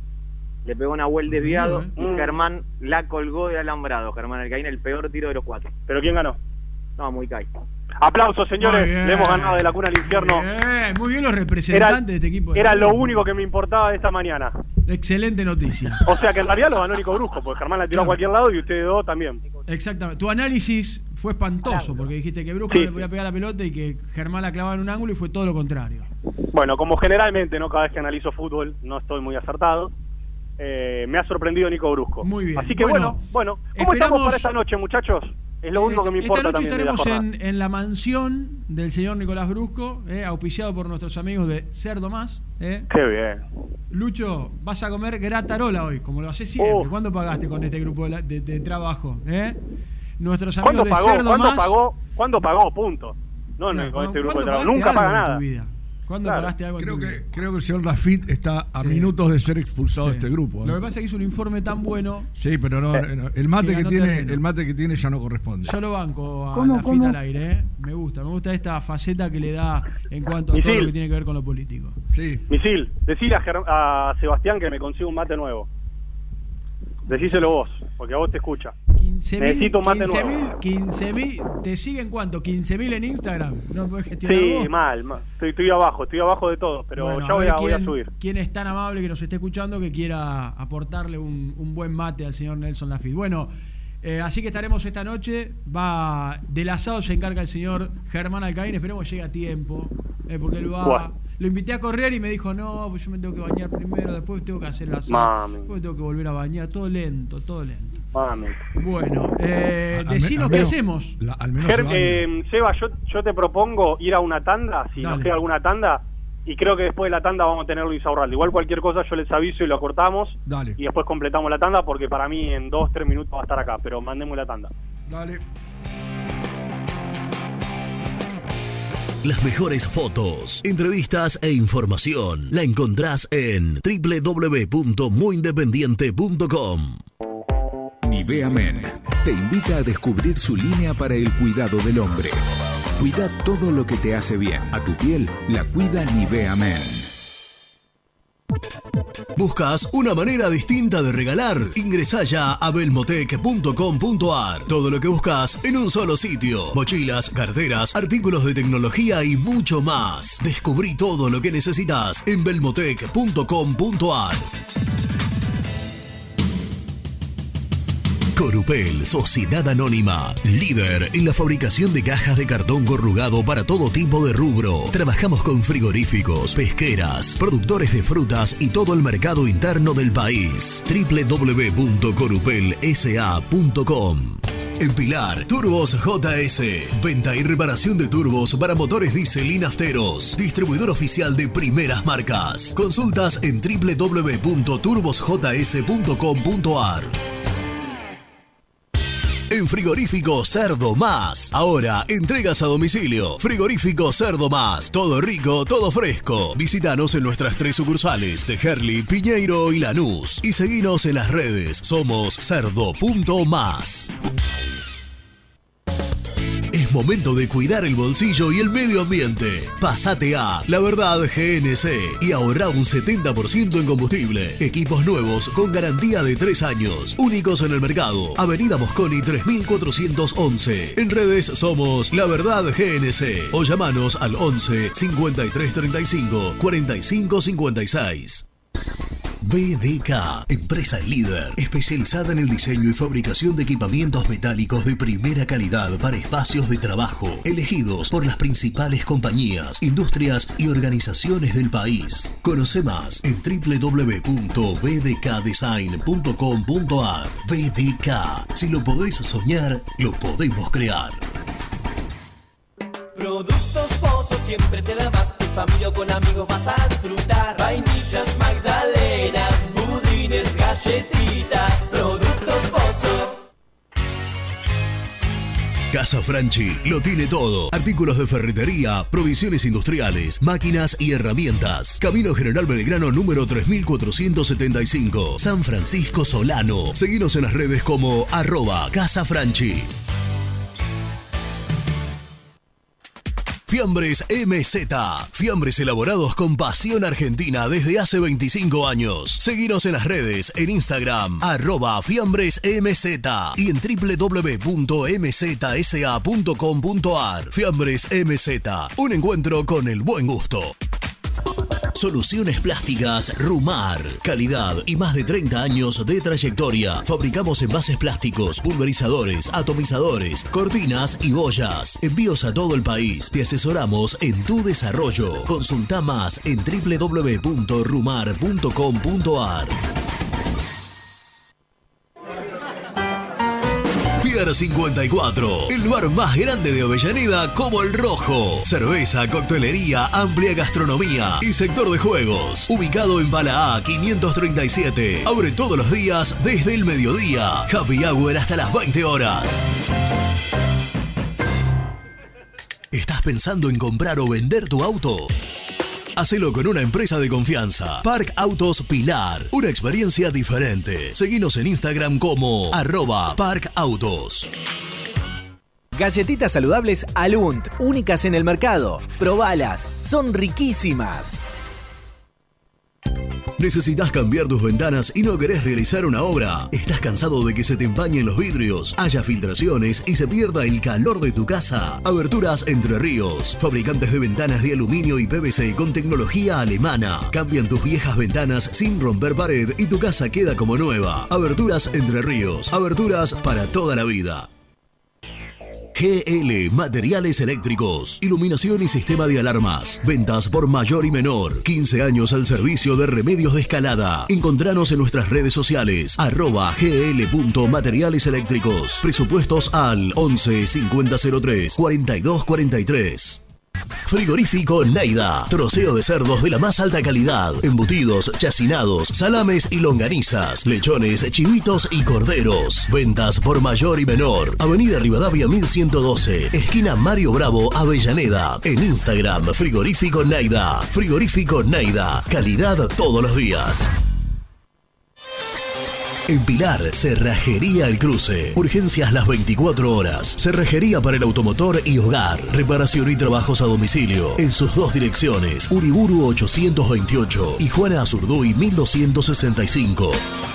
Le pegó una Nahuel desviado ¿eh? y Mm. Germán la colgó de alambrado. Germán Alcaín, el peor tiro de los cuatro. ¿Pero quién ganó? No, muy Kai. Aplausos, señores. Muy bien. Le hemos ganado De la Cuna al Infierno. Eh, muy bien los representantes Era, de este equipo. era lo único que me importaba de esta mañana. Excelente noticia. O sea que en realidad lo ganó Nico Brusco, porque Germán la tiró a cualquier lado y ustedes dos también. Exactamente. Tu análisis fue espantoso porque dijiste que Brusco Sí. no le podía pegar la pelota y que Germán la clavaba en un ángulo y fue todo lo contrario. Bueno, como generalmente, no cada vez que analizo fútbol no estoy muy acertado. Eh, me ha sorprendido Nico Brusco. Muy bien. Así que Bueno, bueno, bueno. ¿Cómo esperamos- estamos para esta noche, muchachos? Es lo único que me importa Esta noche también de la estaremos jornada. en, en la mansión del señor Nicolás Brusco, eh, auspiciado por nuestros amigos de Cerdo Más. Eh. Qué bien. Lucho, vas a comer gratarola hoy, como lo haces siempre. Oh. ¿Cuándo pagaste con este grupo de, la- de- de trabajo? Eh? Nuestros amigos ¿Cuándo de pagó? Cerdo ¿Cuándo Más. pagó? ¿Cuándo pagó? Punto. No, no, Claro, con este grupo de ¿cuándo trabajo. pagaste Nunca algo paga en nada. tu vida? ¿Cuándo Claro. pagaste algo en Creo tu vida? que, creo que el señor Lafitte está a Sí. minutos de ser expulsado Sí. de este grupo. ¿eh? Lo que pasa es que hizo un informe tan bueno. Sí, pero no, Eh, no, el mate que que, ganó tiene, terreno. el mate que tiene ya no corresponde. Yo lo banco a ¿Cómo, la cómo? fita al aire, ¿eh? Me gusta, me gusta esta faceta que le da en cuanto a todo Misil. lo que tiene que ver con lo político. Sí. Misil, decile a, Ger- a Sebastián que me consiga un mate nuevo. Decíselo vos, porque a vos te escucha. quince mil, Necesito un mate quince mil, nuevo. quince mil, ¿te siguen cuánto? ¿quince mil en Instagram? ¿No podés gestionar Sí, vos? mal, mal. Estoy, estoy abajo, estoy abajo de todo, pero Bueno, ya voy ver a, voy a quién- subir. quién es tan amable que nos esté escuchando que quiera aportarle un, un buen mate al señor Nelson Lafitte. Bueno, eh, así que estaremos esta noche. Va del asado se encarga el señor Germán Alcaín. Esperemos que llegue a tiempo, eh, porque él va. Bueno. Lo invité a correr y me dijo, no, pues yo me tengo que bañar primero, después tengo que hacer el asado, Mami. después tengo que volver a bañar, todo lento, todo lento. Mami. Bueno, eh, Al me- decinos al qué menos- hacemos. la- al menos Ger- se baña. eh, Seba, yo, yo te propongo ir a una tanda, si Dale. nos queda alguna tanda, y creo que después de la tanda vamos a tener Luis Aurralde. Igual cualquier cosa yo les aviso y lo cortamos, Dale. y después completamos la tanda, porque para mí en dos, tres minutos va a estar acá, pero mandemos la tanda. Dale. Las mejores fotos, entrevistas e información la encontrás en doble u doble u doble u punto muy independiente punto com. Nivea Men te invita a descubrir su línea para el cuidado del hombre. Cuida todo lo que te hace bien. A tu piel la cuida Nivea Men. ¿Buscas una manera distinta de regalar? Ingresá ya a belmotec punto com punto ar. Todo lo que buscas en un solo sitio. Mochilas, carteras, artículos de tecnología y mucho más. Descubrí todo lo que necesitas en belmotec punto com punto ar. Corupel, Sociedad Anónima, líder en la fabricación de cajas de cartón corrugado para todo tipo de rubro. Trabajamos con frigoríficos, pesqueras, productores de frutas y todo el mercado interno del país. doble u doble u doble u punto corupel s a punto com. En Pilar, Turbos J S. Venta y reparación de turbos para motores diésel y nafteros. Distribuidor oficial de primeras marcas. Consultas en doble u doble u doble u punto turbos j s punto com punto ar. En Frigorífico Cerdo Más. Ahora, entregas a domicilio. Frigorífico Cerdo Más. Todo rico, todo fresco. Visítanos en nuestras tres sucursales de Herli, Piñeiro y Lanús. Y seguinos en las redes. Somos cerdo punto más. Es momento de cuidar el bolsillo y el medio ambiente. Pásate a La Verdad G N C y ahorrá un setenta por ciento en combustible. Equipos nuevos con garantía de tres años. Únicos en el mercado. Avenida Mosconi tres mil cuatrocientos once. En redes somos La Verdad G N C. O llamanos al once cincuenta y tres treinta y cinco cuarenta y cinco cincuenta y seis. B D K, empresa líder, especializada en el diseño y fabricación de equipamientos metálicos de primera calidad para espacios de trabajo, elegidos por las principales compañías, industrias y organizaciones del país. Conoce más en doble u doble u doble u punto b d k design punto com punto a r. B D K, si lo podés soñar, lo podemos crear. Productos Pozos siempre te da más. En familia o con amigos vas a disfrutar. Vainillas, magdalenas, budines, galletitas. Productos Pozos. Casa Franchi lo tiene todo. Artículos de ferretería, provisiones industriales, máquinas y herramientas. Camino General Belgrano número tres mil cuatrocientos setenta y cinco, San Francisco Solano. Seguinos en las redes como arroba Casa Franchi. Fiambres M Z. Fiambres elaborados con pasión argentina desde hace veinticinco años. Seguinos en las redes, en Instagram, arroba Fiambres M Z y en doble u doble u doble u punto m z s a punto com punto a r. Fiambres M Z. Un encuentro con el buen gusto. Soluciones Plásticas Rumar. Calidad y más de treinta años de trayectoria. Fabricamos envases plásticos, pulverizadores, atomizadores, cortinas y boyas. Envíos a todo el país. Te asesoramos en tu desarrollo. Consulta más en doble u doble u doble u punto rumar punto com punto a r. Pier cincuenta y cuatro, el bar más grande de Avellaneda como El Rojo. Cerveza, coctelería, amplia gastronomía y sector de juegos. Ubicado en Bala A quinientos treinta y siete. Abre todos los días desde el mediodía. Happy Hour hasta las veinte horas. ¿Estás pensando en comprar o vender tu auto? Hacelo con una empresa de confianza. Park Autos Pilar. Una experiencia diferente. Seguinos en Instagram como arroba Park Autos. Galletitas saludables Alunt. Únicas en el mercado. Probalas. Son riquísimas. ¿Necesitas cambiar tus ventanas y no querés realizar una obra? ¿Estás cansado de que se te empañen los vidrios, haya filtraciones y se pierda el calor de tu casa? Aberturas Entre Ríos, fabricantes de ventanas de aluminio y P V C con tecnología alemana. Cambian tus viejas ventanas sin romper pared y tu casa queda como nueva. Aberturas Entre Ríos, aberturas para toda la vida. G L Materiales Eléctricos, iluminación y sistema de alarmas. Ventas por mayor y menor. quince años al servicio de remedios de escalada. Encontranos en nuestras redes sociales. Arroba gl punto materiales eléctricos. Presupuestos al once cincuenta cero tres cuarenta y dos cuarenta y tres. Frigorífico Neida. Troceo de cerdos de la más alta calidad. Embutidos, chacinados, salames y longanizas. Lechones, chivitos y corderos. Ventas por mayor y menor. Avenida Rivadavia mil ciento doce. Esquina Mario Bravo, Avellaneda. En Instagram, Frigorífico Neida. Frigorífico Neida. Calidad todos los días. En Pilar, Cerrajería El Cruce. Urgencias las veinticuatro horas. Cerrajería para el automotor y hogar. Reparación y trabajos a domicilio. En sus dos direcciones. Uriburu ochocientos veintiocho y Juana Azurduy mil doscientos sesenta y cinco.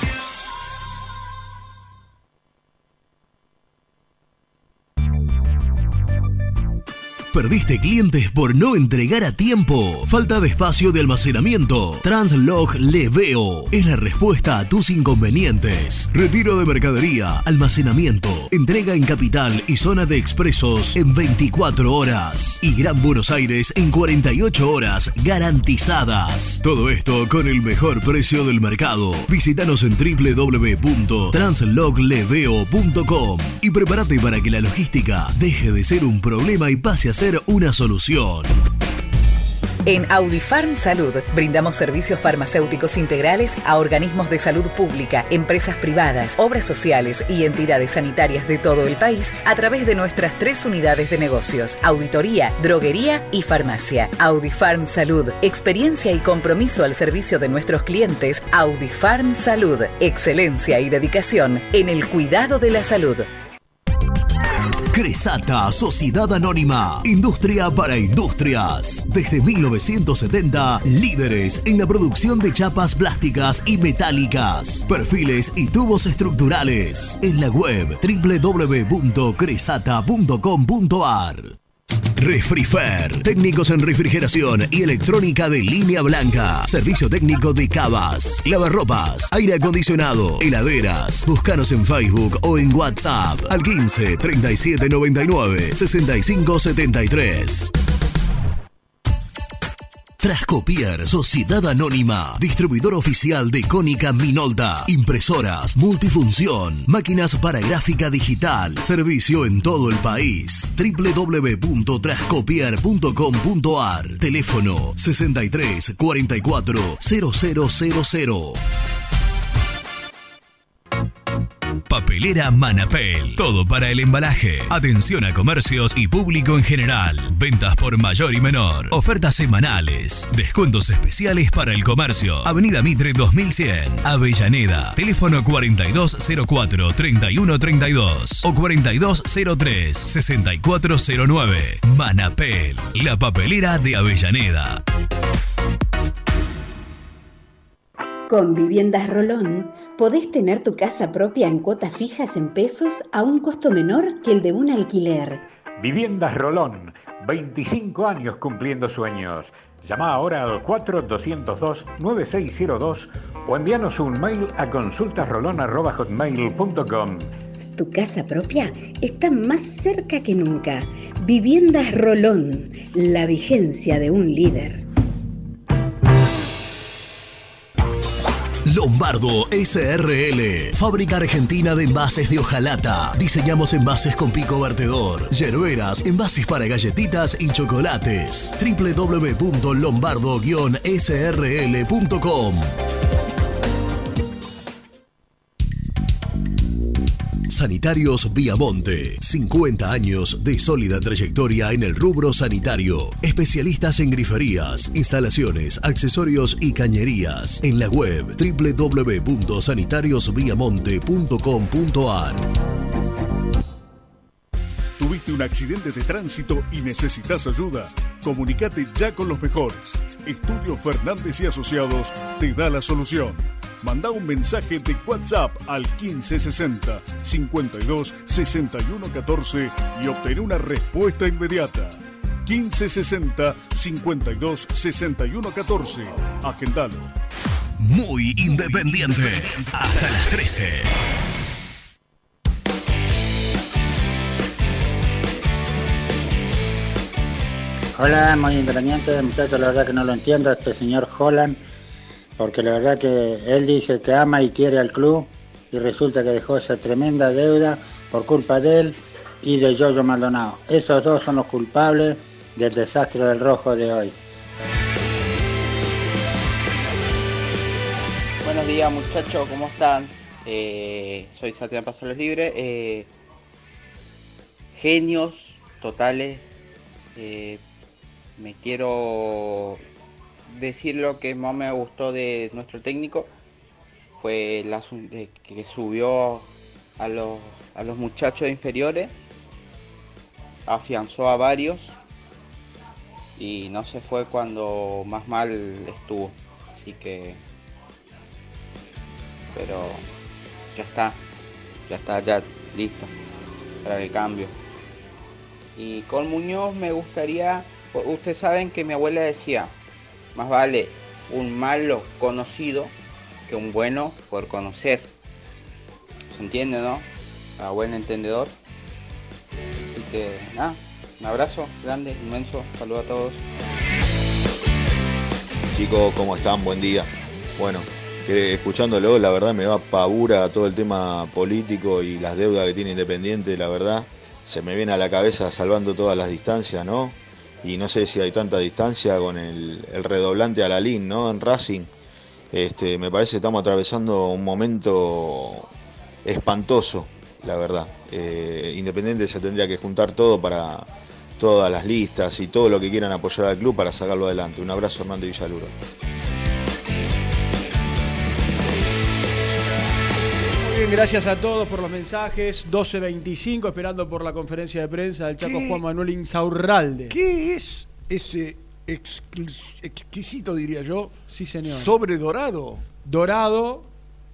¿Perdiste clientes por no entregar a tiempo? ¿Falta de espacio de almacenamiento? Translog Leveo es la respuesta a tus inconvenientes. Retiro de mercadería, almacenamiento, entrega en capital y zona de expresos en veinticuatro horas. Y Gran Buenos Aires en cuarenta y ocho horas garantizadas. Todo esto con el mejor precio del mercado. Visítanos en doble u doble u doble u punto translog leveo punto com y prepárate para que la logística deje de ser un problema y pase a ser una solución. En Audifarm Salud brindamos servicios farmacéuticos integrales a organismos de salud pública, empresas privadas, obras sociales y entidades sanitarias de todo el país a través de nuestras tres unidades de negocios: auditoría, droguería y farmacia. Audifarm Salud, experiencia y compromiso al servicio de nuestros clientes. Audifarm Salud, excelencia y dedicación en el cuidado de la salud. Cresata, Sociedad Anónima, industria para industrias. Desde mil novecientos setenta, líderes en la producción de chapas plásticas y metálicas, perfiles y tubos estructurales. En la web doble u doble u doble u punto cresata punto com punto a r. Refrifer, técnicos en refrigeración y electrónica de línea blanca. Servicio técnico de cavas, lavarropas, aire acondicionado, heladeras. Búscanos en Facebook o en WhatsApp al quince, treinta y siete, noventa y nueve, sesenta y cinco, setenta y tres. Trascopier, Sociedad Anónima, distribuidor oficial de Cónica Minolta, impresoras, multifunción, máquinas para gráfica digital, servicio en todo el país. doble u doble u doble u punto trascopier punto com punto a r, teléfono sesenta y tres, cuarenta y cuatro, cero cero cero cero. Papelera Manapel. Todo para el embalaje. Atención a comercios y público en general. Ventas por mayor y menor. Ofertas semanales. Descuentos especiales para el comercio. Avenida Mitre dos mil cien. Avellaneda. Teléfono cuarenta y dos cero cuatro, treinta y uno treinta y dos o cuarenta y dos cero tres, sesenta y cuatro cero nueve. Manapel. La papelera de Avellaneda. Con Viviendas Rolón podés tener tu casa propia en cuotas fijas en pesos a un costo menor que el de un alquiler. Viviendas Rolón, veinticinco años cumpliendo sueños. Llama ahora al cuatro doscientos dos, nueve seis cero dos o envíanos un mail a consultas rolón arroba hotmail punto com. Tu casa propia está más cerca que nunca. Viviendas Rolón, la vigencia de un líder. Lombardo S R L, fábrica argentina de envases de hojalata. Diseñamos envases con pico vertedor, yerberas, envases para galletitas y chocolates. doble u doble u doble u punto lombardo guion s r l punto com. Sanitarios Viamonte, cincuenta años de sólida trayectoria en el rubro sanitario. Especialistas en griferías, instalaciones, accesorios y cañerías. En la web doble u doble u doble u punto sanitarios viamonte punto com punto a r. ¿Tuviste un accidente de tránsito y necesitas ayuda? Comunicate ya con los mejores. Estudio Fernández y Asociados te da la solución. Manda un mensaje de WhatsApp al quince sesenta, cincuenta y dos, sesenta y uno catorce y obtén una respuesta inmediata. quince sesenta, cincuenta y dos, sesenta y uno catorce. Agendalo. Muy independiente. Hasta las trece. Hola, muy independiente, muchachos, la verdad que no lo entiendo, este señor Holland, porque la verdad que él dice que ama y quiere al club y resulta que dejó esa tremenda deuda por culpa de él y de Yoyo Maldonado. Esos dos son los culpables del desastre del Rojo de hoy. Buenos días muchachos, ¿cómo están? Eh, soy Sebastián Pasoles Libre. Eh, genios totales. Eh, me quiero decir lo que más me gustó de nuestro técnico. Fue la, eh, que subió a los, a los muchachos inferiores. Afianzó a varios. Y no se fue cuando más mal estuvo. Así que... pero ya está, ya está, ya listo para el cambio. Y con Muñoz me gustaría, ustedes saben que mi abuela decía, más vale un malo conocido que un bueno por conocer. ¿Se entiende, no? A buen entendedor. Así que nada, un abrazo grande, inmenso, saludos a todos. Chicos, ¿cómo están? Buen día. Bueno, escuchándolo, la verdad me da pavura todo el tema político y las deudas que tiene Independiente, la verdad. Se me viene a la cabeza salvando todas las distancias, ¿no? Y no sé si hay tanta distancia con el, el redoblante a la Lin, ¿no? En Racing. Este, me parece que estamos atravesando un momento espantoso, la verdad. Eh, Independiente se tendría que juntar todo para todas las listas y todo lo que quieran apoyar al club para sacarlo adelante. Un abrazo, Hernán de Villaluro. Bien, gracias a todos por los mensajes. doce veinticinco, esperando por la conferencia de prensa del Chaco Juan Manuel Insaurralde. ¿Qué es ese exquisito, diría yo? Sí, señor. Sobre dorado. Dorado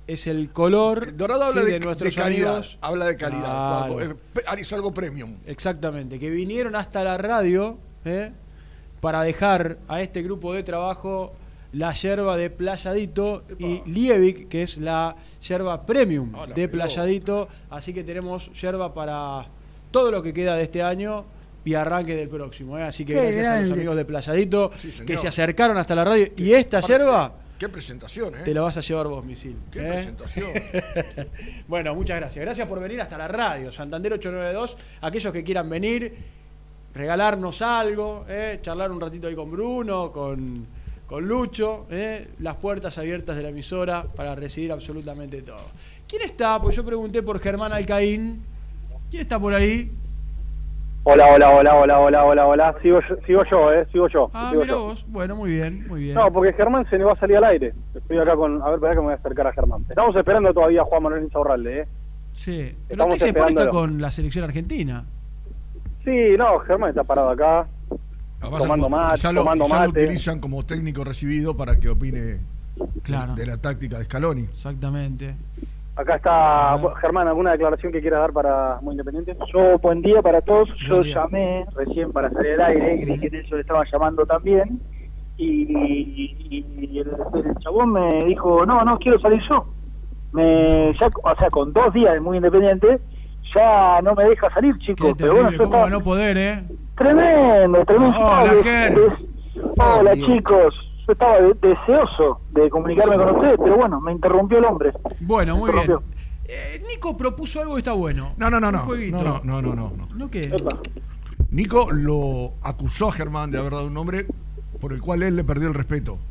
es el color El dorado habla sí, de, de nuestros de calidad, amigos. habla de calidad. Claro. Cuando, eh, es algo premium. Exactamente, que vinieron hasta la radio ¿eh? para dejar a este grupo de trabajo la yerba de Playadito y Liebig, que es la yerba premium Hola, de amigo. Playadito. Así que tenemos yerba para todo lo que queda de este año y arranque del próximo. ¿eh? Así que Qué gracias a los grande. amigos de Playadito Sí, señor. que se acercaron hasta la radio. Y esta yerba Qué presentación, ¿eh? te la vas a llevar vos, Misil. Qué ¿eh? presentación. Bueno, muchas gracias. Gracias por venir hasta la radio. Santander ocho noventa y dos. Aquellos que quieran venir, regalarnos algo, ¿eh? charlar un ratito ahí con Bruno, con, con Lucho. ¿eh? Las puertas abiertas de la emisora para recibir absolutamente todo. ¿Quién está? Pues yo pregunté por Germán Alcaín. ¿Quién está por ahí? Hola, hola, hola, hola, hola, hola, hola. Sigo yo, sigo yo, eh, sigo yo. Ah, sigo mira yo. vos. Bueno, muy bien, muy bien. No, porque Germán se me va a salir al aire. Estoy acá con... A ver, espera que me voy a acercar a Germán. Estamos esperando todavía a Juan Manuel Insaurralde, ¿eh? Sí. Pero Estamos usted se pone está esperándolo. con la selección argentina. Sí, no, Germán está parado acá. Además, Tomando como- mate, quizá lo, tomando quizá lo mate. utilizan como técnico recibido para que opine Claro. de la táctica de Scaloni. Exactamente. Acá está Germán, ¿alguna declaración que quieras dar para Muy Independiente? Yo, buen día para todos. Yo Buen día. llamé recién para salir al aire, creí que Nelson estaba llamando también. Y, y- y el, el chabón me dijo: No, no, quiero salir yo. Me, ya, o sea, con dos días de Muy Independiente, ya no me deja salir, chicos. Qué Pero terrible, bueno, yo cómo estaba- no poder, ¿eh? Tremendo, tremendo. Hola, Es- Ger. es- Hola, chicos. Yo estaba de- deseoso de comunicarme con ustedes, pero bueno, me interrumpió el hombre. Bueno, muy Me bien. interrumpió. Eh, Nico propuso algo que está bueno. No, no, no, Un no. jueguito. No, no, no, no, no. ¿No qué? Nico lo acusó a Germán de haber dado un nombre por el cual él le perdió el respeto.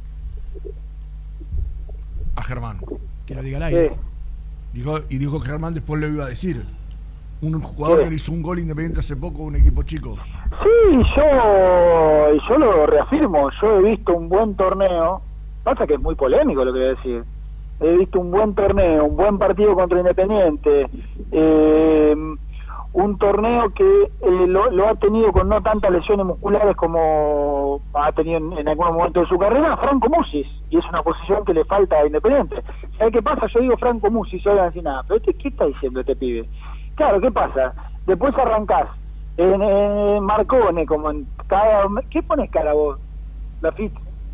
A Germán. Que lo diga al aire. Dijo, y dijo que Germán después le iba a decir. Un jugador que le hizo un gol Independiente hace poco a un equipo chico. Sí, yo, yo lo reafirmo. Yo he visto un buen torneo. Pasa que es muy polémico lo que voy a decir. He visto un buen torneo, un buen partido contra Independiente. Eh, un torneo que eh, lo, lo ha tenido con no tantas lesiones musculares como ha tenido en, en algún momento de su carrera, Franco Musis, y es una posición que le falta a Independiente. ¿Sabes qué pasa? Yo digo Franco Musis, y van a decir, nada, pero este, ¿qué está diciendo este pibe? Claro, ¿qué pasa? Después arrancás en, en Marcone, como en cada... ¿Qué pones cara vos? La fit.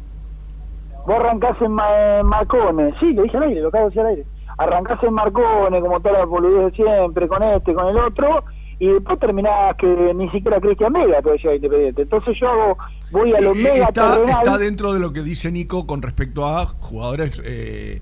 Vos arrancás en, Ma- en Marcone, sí, lo dije al aire, lo acabo de decir al aire. Arrancás en Marcone, como toda la boludez de siempre, con este, con el otro, y después terminás que ni siquiera Cristian Mega puede llegar a Independiente. Entonces yo hago, voy a Sí, los mega está, terrenal. está dentro de lo que dice Nico con respecto a jugadores eh,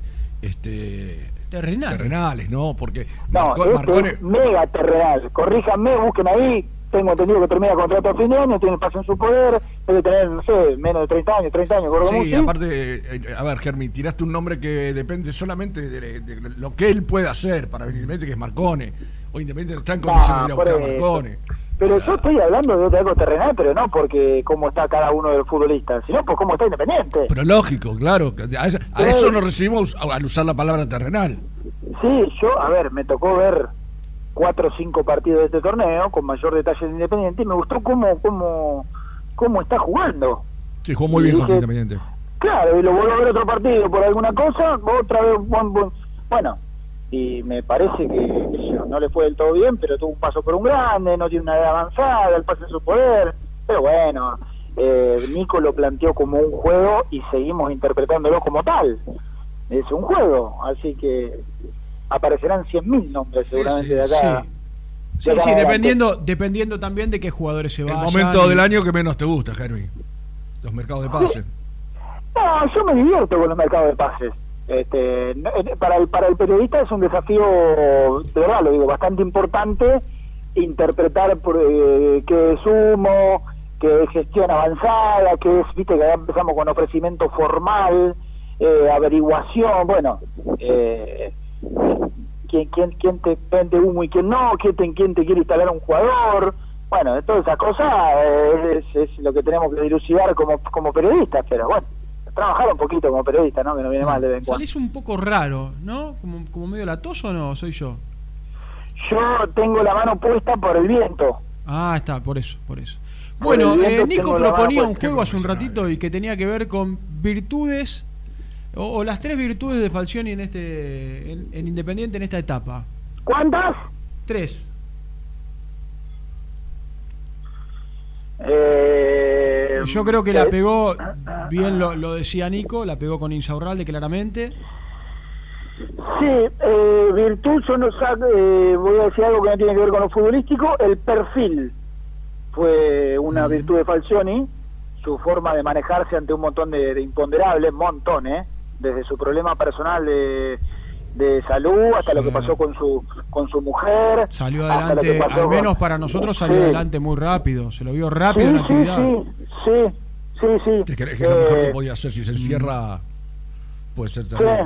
este, terrenales. terrenales, ¿no? Porque No, Marco- este Marcone, es mega terrenal. Corríjanme, busquen ahí. Tengo entendido que termina contrato a fin de año, tiene espacio en su poder, debe tener, no sé, menos de treinta años, treinta años, gordo sí, Musi. aparte, eh, a ver, Germi, tiraste un nombre que depende solamente de, de lo que él puede hacer para Independiente, que es Marcone. O Independiente no está en condiciones de ir a por buscar a eso. Marcone. Pero yo estoy hablando de algo terrenal, pero no porque cómo está cada uno de los futbolistas, sino por cómo está Independiente. Pero lógico, claro. A eso, a Pero- eso nos recibimos al usar la palabra terrenal. Sí, yo, a ver, me tocó ver cuatro o cinco partidos de este torneo con mayor detalle de Independiente y me gustó cómo, cómo, cómo está jugando. Sí, jugó muy Y bien contra dije, Independiente. Claro, y lo vuelvo a ver otro partido por alguna cosa, otra vez, buen, buen- bueno, y me parece que, qué sé yo, no le fue del todo bien, pero tuvo un paso por un grande, no tiene una edad avanzada, el pase en su poder, pero bueno, eh, Nico lo planteó como un juego y seguimos interpretándolo como tal. Es un juego, así que aparecerán cien mil nombres seguramente sí, de acá. sí. de Sí, acá sí, adelante. dependiendo, dependiendo también de qué jugadores se El vayan. momento y- del año que menos te gusta, Germi. Los mercados de pase. No, yo me divierto con los mercados de pases. Este, no, eh, para el para el periodista es un desafío, de verdad lo digo, bastante importante interpretar por, eh, qué es humo, qué es gestión avanzada, qué es, viste que ya empezamos con ofrecimiento formal, eh, averiguación, bueno, eh, quién, quién, quién te vende humo y quién no, quién te, quién te quiere instalar un jugador, bueno, de todas esas cosas eh, es, es lo que tenemos que dilucidar como, como periodistas, pero bueno, trabajar un poquito como periodista, ¿no? Que no viene mal de vez en cuando. Salís un poco raro, ¿no? Como, como medio latoso, ¿o no? Soy yo. Yo tengo la mano puesta por el viento. Ah, está, por eso, por eso. Por Bueno, el viento eh, Nico tengo la proponía mano un puesta. juego hace un ratito y que tenía que ver con virtudes O, o las tres virtudes de Falcioni en este en, en Independiente en esta etapa. ¿Cuántas? Tres. Eh, Yo creo que la eh, pegó, bien lo, lo decía Nico, la pegó con Insaurralde claramente. Sí, eh, virtud, yo no sa- eh, voy a decir algo que no tiene que ver con lo futbolístico, el perfil fue una virtud de Falcioni, su forma de manejarse ante un montón de, de imponderables, montones, desde su problema personal de, de salud hasta Sí. lo que pasó con su con su mujer. Salió hasta lo que adelante, pasó al con- menos para nosotros salió Sí. adelante muy rápido, se lo vio rápido en Sí, sí, actividad. sí, sí, sí, sí. Es que, es que lo mejor Eh, que podía hacer si se encierra puede ser Sí, terrible.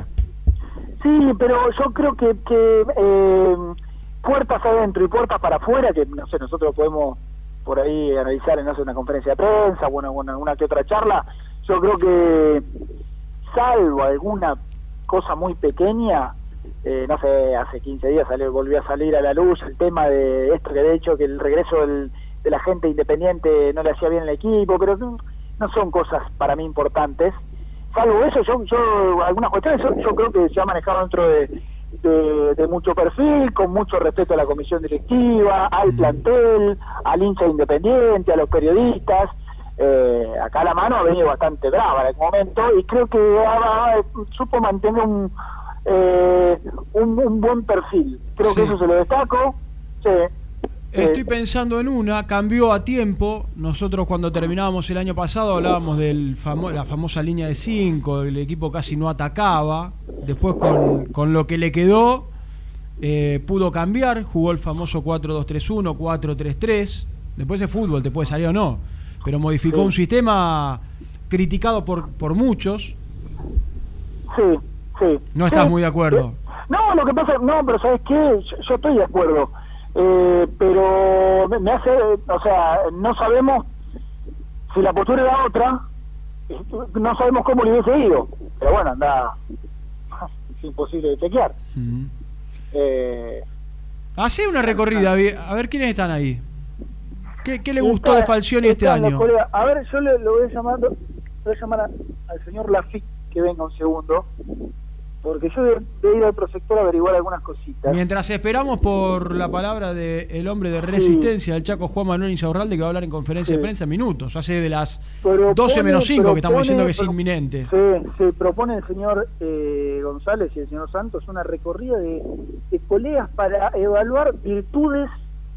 sí, pero yo creo que, que eh, puertas adentro y puertas para afuera, que no sé, nosotros podemos por ahí analizar en no sé, una conferencia de prensa, bueno, una, una que otra charla, yo creo que salvo alguna cosa muy pequeña, eh, no sé, hace quince días salió, volvió a salir a la luz el tema de esto que de hecho que el regreso del, de la gente independiente no le hacía bien al equipo, pero no, no son cosas para mí importantes. Salvo eso, yo, yo algunas cuestiones yo, yo creo que se ha manejado dentro de, de, de mucho perfil, con mucho respeto a la comisión directiva, al plantel, al hincha independiente, a los periodistas. Eh, acá la mano ha venido bastante brava en el momento y creo que ha, ha- supo mantener un, eh, un, un buen perfil. Creo Sí. que eso se lo destaco. Sí. Estoy Eh, pensando en una, cambió a tiempo. Nosotros cuando terminábamos el año pasado hablábamos de famo la famosa línea de cinco, el equipo casi no atacaba. Después con, con lo que le quedó eh, pudo cambiar, jugó el famoso cuatro dos tres uno, cuatro tres tres. Después de fútbol, te puede salir o no. Pero modificó Sí. un sistema criticado por, por muchos. sí, sí. No estás Sí. muy de acuerdo. No, lo que pasa, no, pero ¿sabes qué? Yo, yo estoy de acuerdo. Eh, pero me, me hace, o sea, no sabemos si la postura era otra, no sabemos cómo le hubiese ido. Pero bueno, anda, es imposible de chequear. Eh, Hacé una recorrida, a ver quiénes están ahí. ¿Qué, qué le gustó está- de Falcioni este están los año? colegas. A ver, yo le, lo voy a llamar, lo voy a llamar a- al señor Lafitte que venga un segundo, porque yo de, de ir al prosector a averiguar algunas cositas. Mientras esperamos por la palabra del hombre de Resistencia, el Chaco Juan Manuel Insaurralde, que va a hablar en conferencia Sí. de prensa en minutos, hace de las Propone- doce menos cinco que estamos propone- diciendo que es pro- inminente. Sí, se propone el señor eh, González y el señor Santos una recorrida de, de colegas para evaluar virtudes,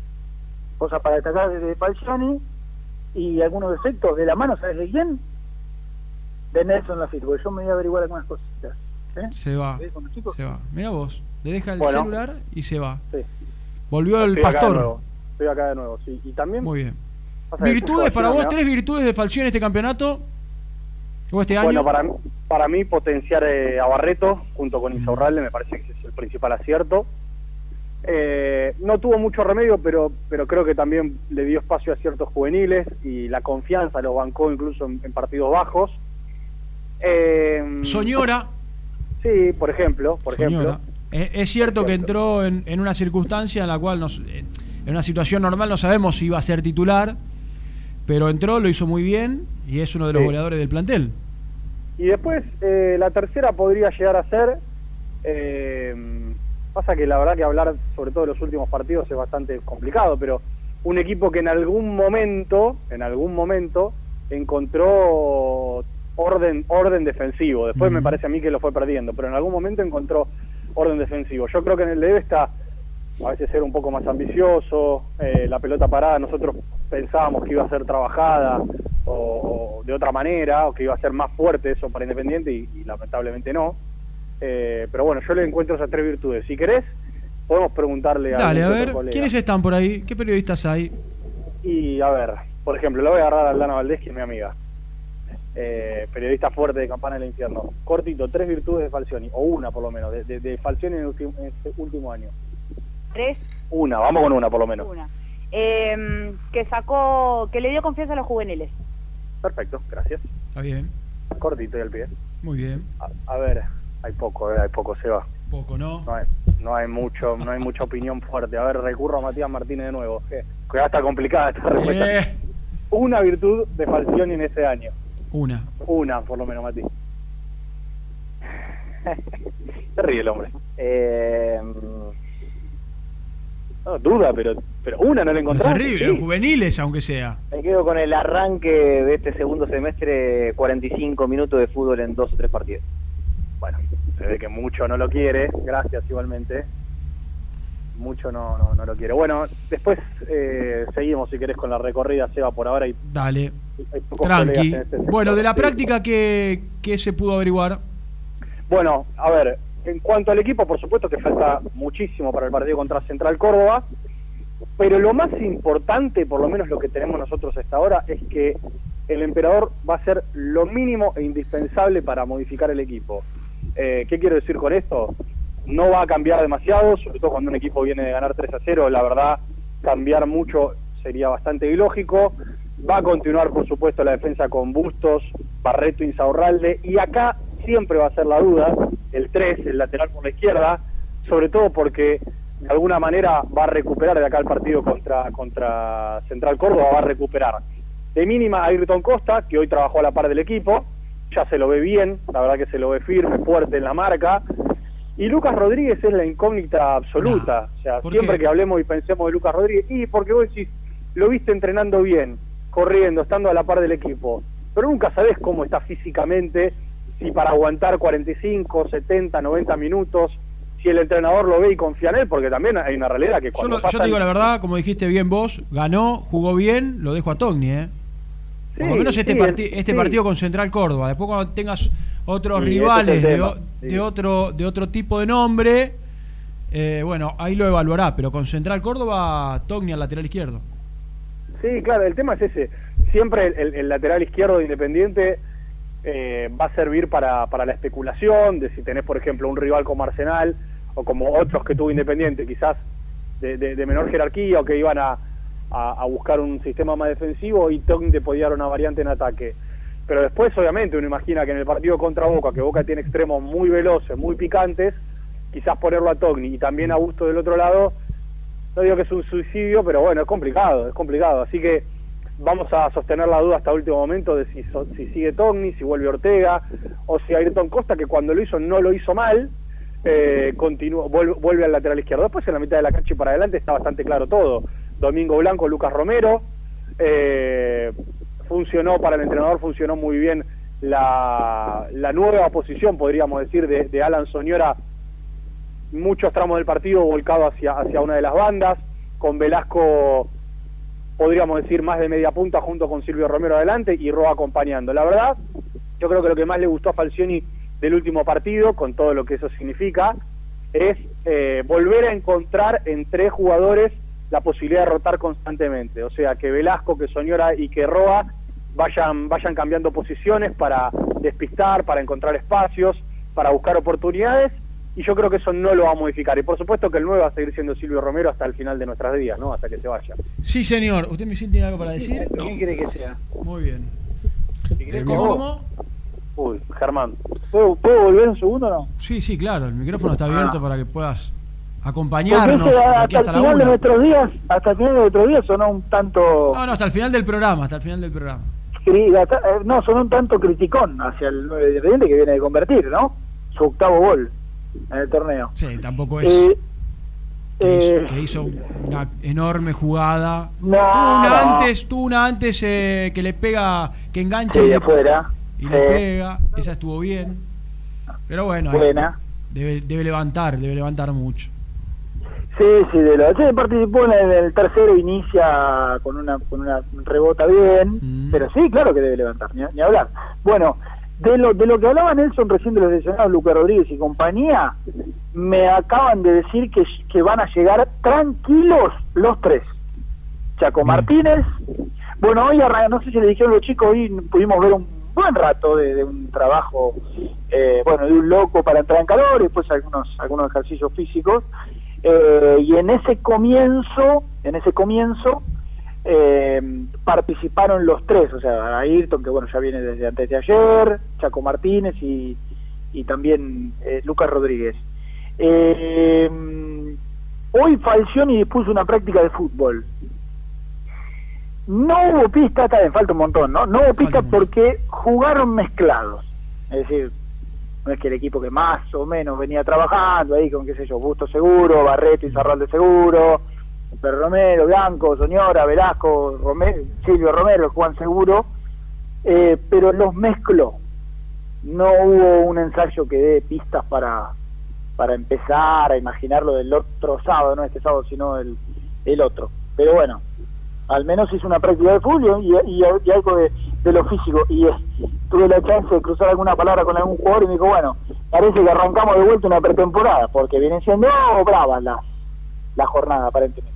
o sea, para destacar desde Falcioni y algunos defectos de la mano, ¿sabes de quién? De Nelson Lafitte, porque yo me voy a averiguar algunas cositas. ¿eh? Se va, ¿Ves con los chicos? se va. Mira vos, le deja el Bueno. celular y se va. Sí. Volvió el Estoy acá de pastor. nuevo, Estoy acá de nuevo, sí. Y también... Muy bien. pasa que ¿Virtudes justo para ayer, vos? ¿no? ¿Tres virtudes de Falcioni en este campeonato? ¿O este año? Bueno, para, para mí potenciar eh, a Barreto junto con Insaurralde me parece que ese es el principal acierto. Eh, no tuvo mucho remedio, pero pero creo que también le dio espacio a ciertos juveniles y la confianza los bancó incluso en, en partidos bajos. Eh, Soñora. Sí, por ejemplo, por Soñora. ejemplo. Es, es cierto que entró en, en una circunstancia en la cual, nos, eh, en una situación normal no sabemos si iba a ser titular, pero entró, lo hizo muy bien y es uno de los Sí. goleadores del plantel. Y después eh, la tercera podría llegar a ser, eh, pasa que la verdad que hablar sobre todo de los últimos partidos es bastante complicado, pero un equipo que en algún momento, en algún momento encontró orden orden defensivo. Después me parece a mí que lo fue perdiendo, pero en algún momento encontró orden defensivo. Yo creo que en el debe está a veces ser un poco más ambicioso, eh, la pelota parada nosotros pensábamos que iba a ser trabajada o, o de otra manera, o que iba a ser más fuerte eso para Independiente y, y lamentablemente no. Eh, pero bueno, yo le encuentro esas tres virtudes. Si querés, podemos preguntarle a Dale, a algún ver, otro colega. ¿quiénes están por ahí? ¿Qué periodistas hay? Y a ver, por ejemplo, le voy a agarrar a Aldana Valdés, que es mi amiga. Eh, periodista fuerte de Campana del Infierno. Cortito, tres virtudes de Falcioni, o una por lo menos, de, de, de Falcioni en, el ulti- en este último año. Tres, Una, vamos con una por lo menos. una. Eh, que sacó, que le dio confianza a los juveniles. Perfecto, gracias. Está bien, Cortito y al pie. muy bien. A, a ver, hay poco, eh, hay poco, se va. Poco, ¿no? No hay, no hay mucho, no hay mucha opinión fuerte. A ver, recurro a Matías Martínez de nuevo. Que, que ya está complicada esta respuesta. Eh. Una virtud de Falcioni en ese año. Una. Una, por lo menos, Mati. Se ríe el hombre. Eh, no, duda, pero pero una no la encontré. Terrible, los juveniles, aunque sea. Me quedo con el arranque de este segundo semestre, cuarenta y cinco minutos de fútbol en dos o tres partidos. Bueno, se ve que mucho no lo quiere, gracias igualmente. Mucho no, no, no lo quiere. Bueno, después eh, seguimos si querés con la recorrida, Seba, por ahora. Y, Dale, hay pocos tranqui. colegas en este sector. Bueno, de la Sí. práctica, ¿qué, qué se pudo averiguar? Bueno, a ver, en cuanto al equipo, por supuesto que falta muchísimo para el partido contra Central Córdoba, pero lo más importante, por lo menos lo que tenemos nosotros hasta ahora, es que el Emperador va a hacer lo mínimo e indispensable para modificar el equipo. Eh, ¿Qué quiero decir con esto? No va a cambiar demasiado, sobre todo cuando un equipo viene de ganar tres a cero, la verdad, cambiar mucho sería bastante ilógico. Va a continuar, por supuesto, la defensa con Bustos, Barreto, Insaurralde, y acá siempre va a ser la duda, el tres, el lateral por la izquierda, sobre todo porque de alguna manera va a recuperar de acá el partido contra, contra Central Córdoba, va a recuperar de mínima a Ayrton Costa, que hoy trabajó a la par del equipo, ya se lo ve bien, la verdad que se lo ve firme, fuerte en la marca. Y Lucas Rodríguez es la incógnita absoluta. No. O sea, siempre qué? que hablemos y pensemos de Lucas Rodríguez, y porque vos decís, lo viste entrenando bien, corriendo, estando a la par del equipo, pero nunca sabés cómo está físicamente, si para aguantar cuarenta y cinco, setenta, noventa minutos, si el entrenador lo ve y confía en él, porque también hay una realidad que Yo, cuando lo- pasan... yo te digo la verdad, como dijiste bien vos, ganó, jugó bien, lo dejo a Togni, ¿eh? Por lo Sí, menos este, sí, parti- es- este sí. partido con Central Córdoba. Después cuando tengas otros Sí, rivales ese es el de, tema, o- sí. de otro de otro tipo de nombre, eh, bueno, ahí lo evaluará. Pero con Central Córdoba, Togni al lateral izquierdo. Sí, claro, el tema es ese. Siempre el, el- el lateral izquierdo de Independiente eh, va a servir para, para la especulación, de si tenés, por ejemplo, un rival como Arsenal, o como otros que tuvo Independiente, quizás de, de- de menor jerarquía, o que iban a, a, a buscar un sistema más defensivo, y Togni te podía dar una variante en ataque. Pero después, obviamente, uno imagina que en el partido contra Boca, que Boca tiene extremos muy veloces, muy picantes, quizás ponerlo a Togni y también a Busto del otro lado, no digo que es un suicidio, pero bueno, es complicado, es complicado. Así que vamos a sostener la duda hasta último momento de si, so- si sigue Togni, si vuelve Ortega, o si Ayrton Costa, que cuando lo hizo no lo hizo mal, eh, continúa, vuelve, vuelve al lateral izquierdo. Después en la mitad de la cancha y para adelante está bastante claro todo. Domingo Blanco, Lucas Romero, eh, funcionó para el entrenador, funcionó muy bien la, la nueva posición, podríamos decir, de, de Alan Soñora, muchos tramos del partido volcado hacia, hacia una de las bandas, con Velasco, podríamos decir, más de media punta junto con Silvio Romero adelante y Roa acompañando. La verdad, yo creo que lo que más le gustó a Falcioni del último partido, con todo lo que eso significa, es eh, volver a encontrar en tres jugadores la posibilidad de rotar constantemente, o sea, que Velasco, que Soñora y que Roa vayan, vayan cambiando posiciones para despistar, para encontrar espacios, para buscar oportunidades, y yo creo que eso no lo va a modificar. Y por supuesto que el nueve va a seguir siendo Silvio Romero hasta el final de nuestras días, ¿no? Hasta que se vaya. Sí, señor. ¿Usted me siente algo para decir? ¿Quién quiere que sea? Muy bien. ¿Querés ¿Cómo, vos? cómo? Uy, Germán. ¿Puedo, ¿Puedo volver un segundo o no? Sí, sí, claro. El micrófono está Ah. abierto para que puedas Porque acompañarnos ese, de aquí hasta hasta el la final de una. nuestros días, hasta el final de nuestros días sonó un tanto... No, no, hasta el final del programa, hasta el final del programa. cri- hasta- eh, no, sonó un tanto criticón hacia el nueve de Independiente, que viene de convertir, ¿no? Su octavo gol en el torneo. Sí, tampoco es Eh, que, hizo, eh, que hizo una enorme jugada. No, tuvo una no. antes, tuvo una antes eh, que le pega, que engancha Sí, y, de le, afuera. y Sí. le pega. Esa estuvo bien. Pero bueno, ahí Buena. debe, debe levantar, debe levantar mucho. Sí, sí, de lo sí, participó en el, el tercero, inicia con una con una rebota bien, Mm. pero sí, claro que debe levantar, ni, ni hablar. Bueno, de lo de lo que hablaba Nelson recién de los lesionados, Lucas Rodríguez y compañía, me acaban de decir que, que van a llegar tranquilos los tres. Chaco Martínez, bueno, hoy arran- no sé si le dijeron los chicos, hoy pudimos ver un buen rato de, de un trabajo, eh, bueno, de un loco para entrar en calor, y después algunos algunos ejercicios físicos. Eh, y en ese comienzo, en ese comienzo eh, participaron los tres, o sea, Ayrton, que bueno, ya viene desde antes de ayer, Chaco Martínez y, y también eh, Lucas Rodríguez. Eh, hoy Falcioni dispuso una práctica de fútbol. No hubo pista, está bien, falta un montón, ¿no? No hubo pista porque jugaron mezclados. Es decir, no es que el equipo que más o menos venía trabajando ahí con, qué sé yo, Busto seguro, Barreto y Zarralde seguro, Pedro Romero, Blanco, Soñora, Velasco, Romero, Silvio Romero, Juan seguro, eh, pero los mezcló. No hubo un ensayo que dé pistas para, para empezar a imaginarlo del otro sábado, no este sábado, sino el, el otro. Pero bueno, al menos hizo una práctica de fútbol y, y, y algo de, de lo físico. Y eh, tuve la chance de cruzar alguna palabra con algún jugador y me dijo, bueno, parece que arrancamos de vuelta una pretemporada, porque vienen siendo bravas las la jornada, aparentemente.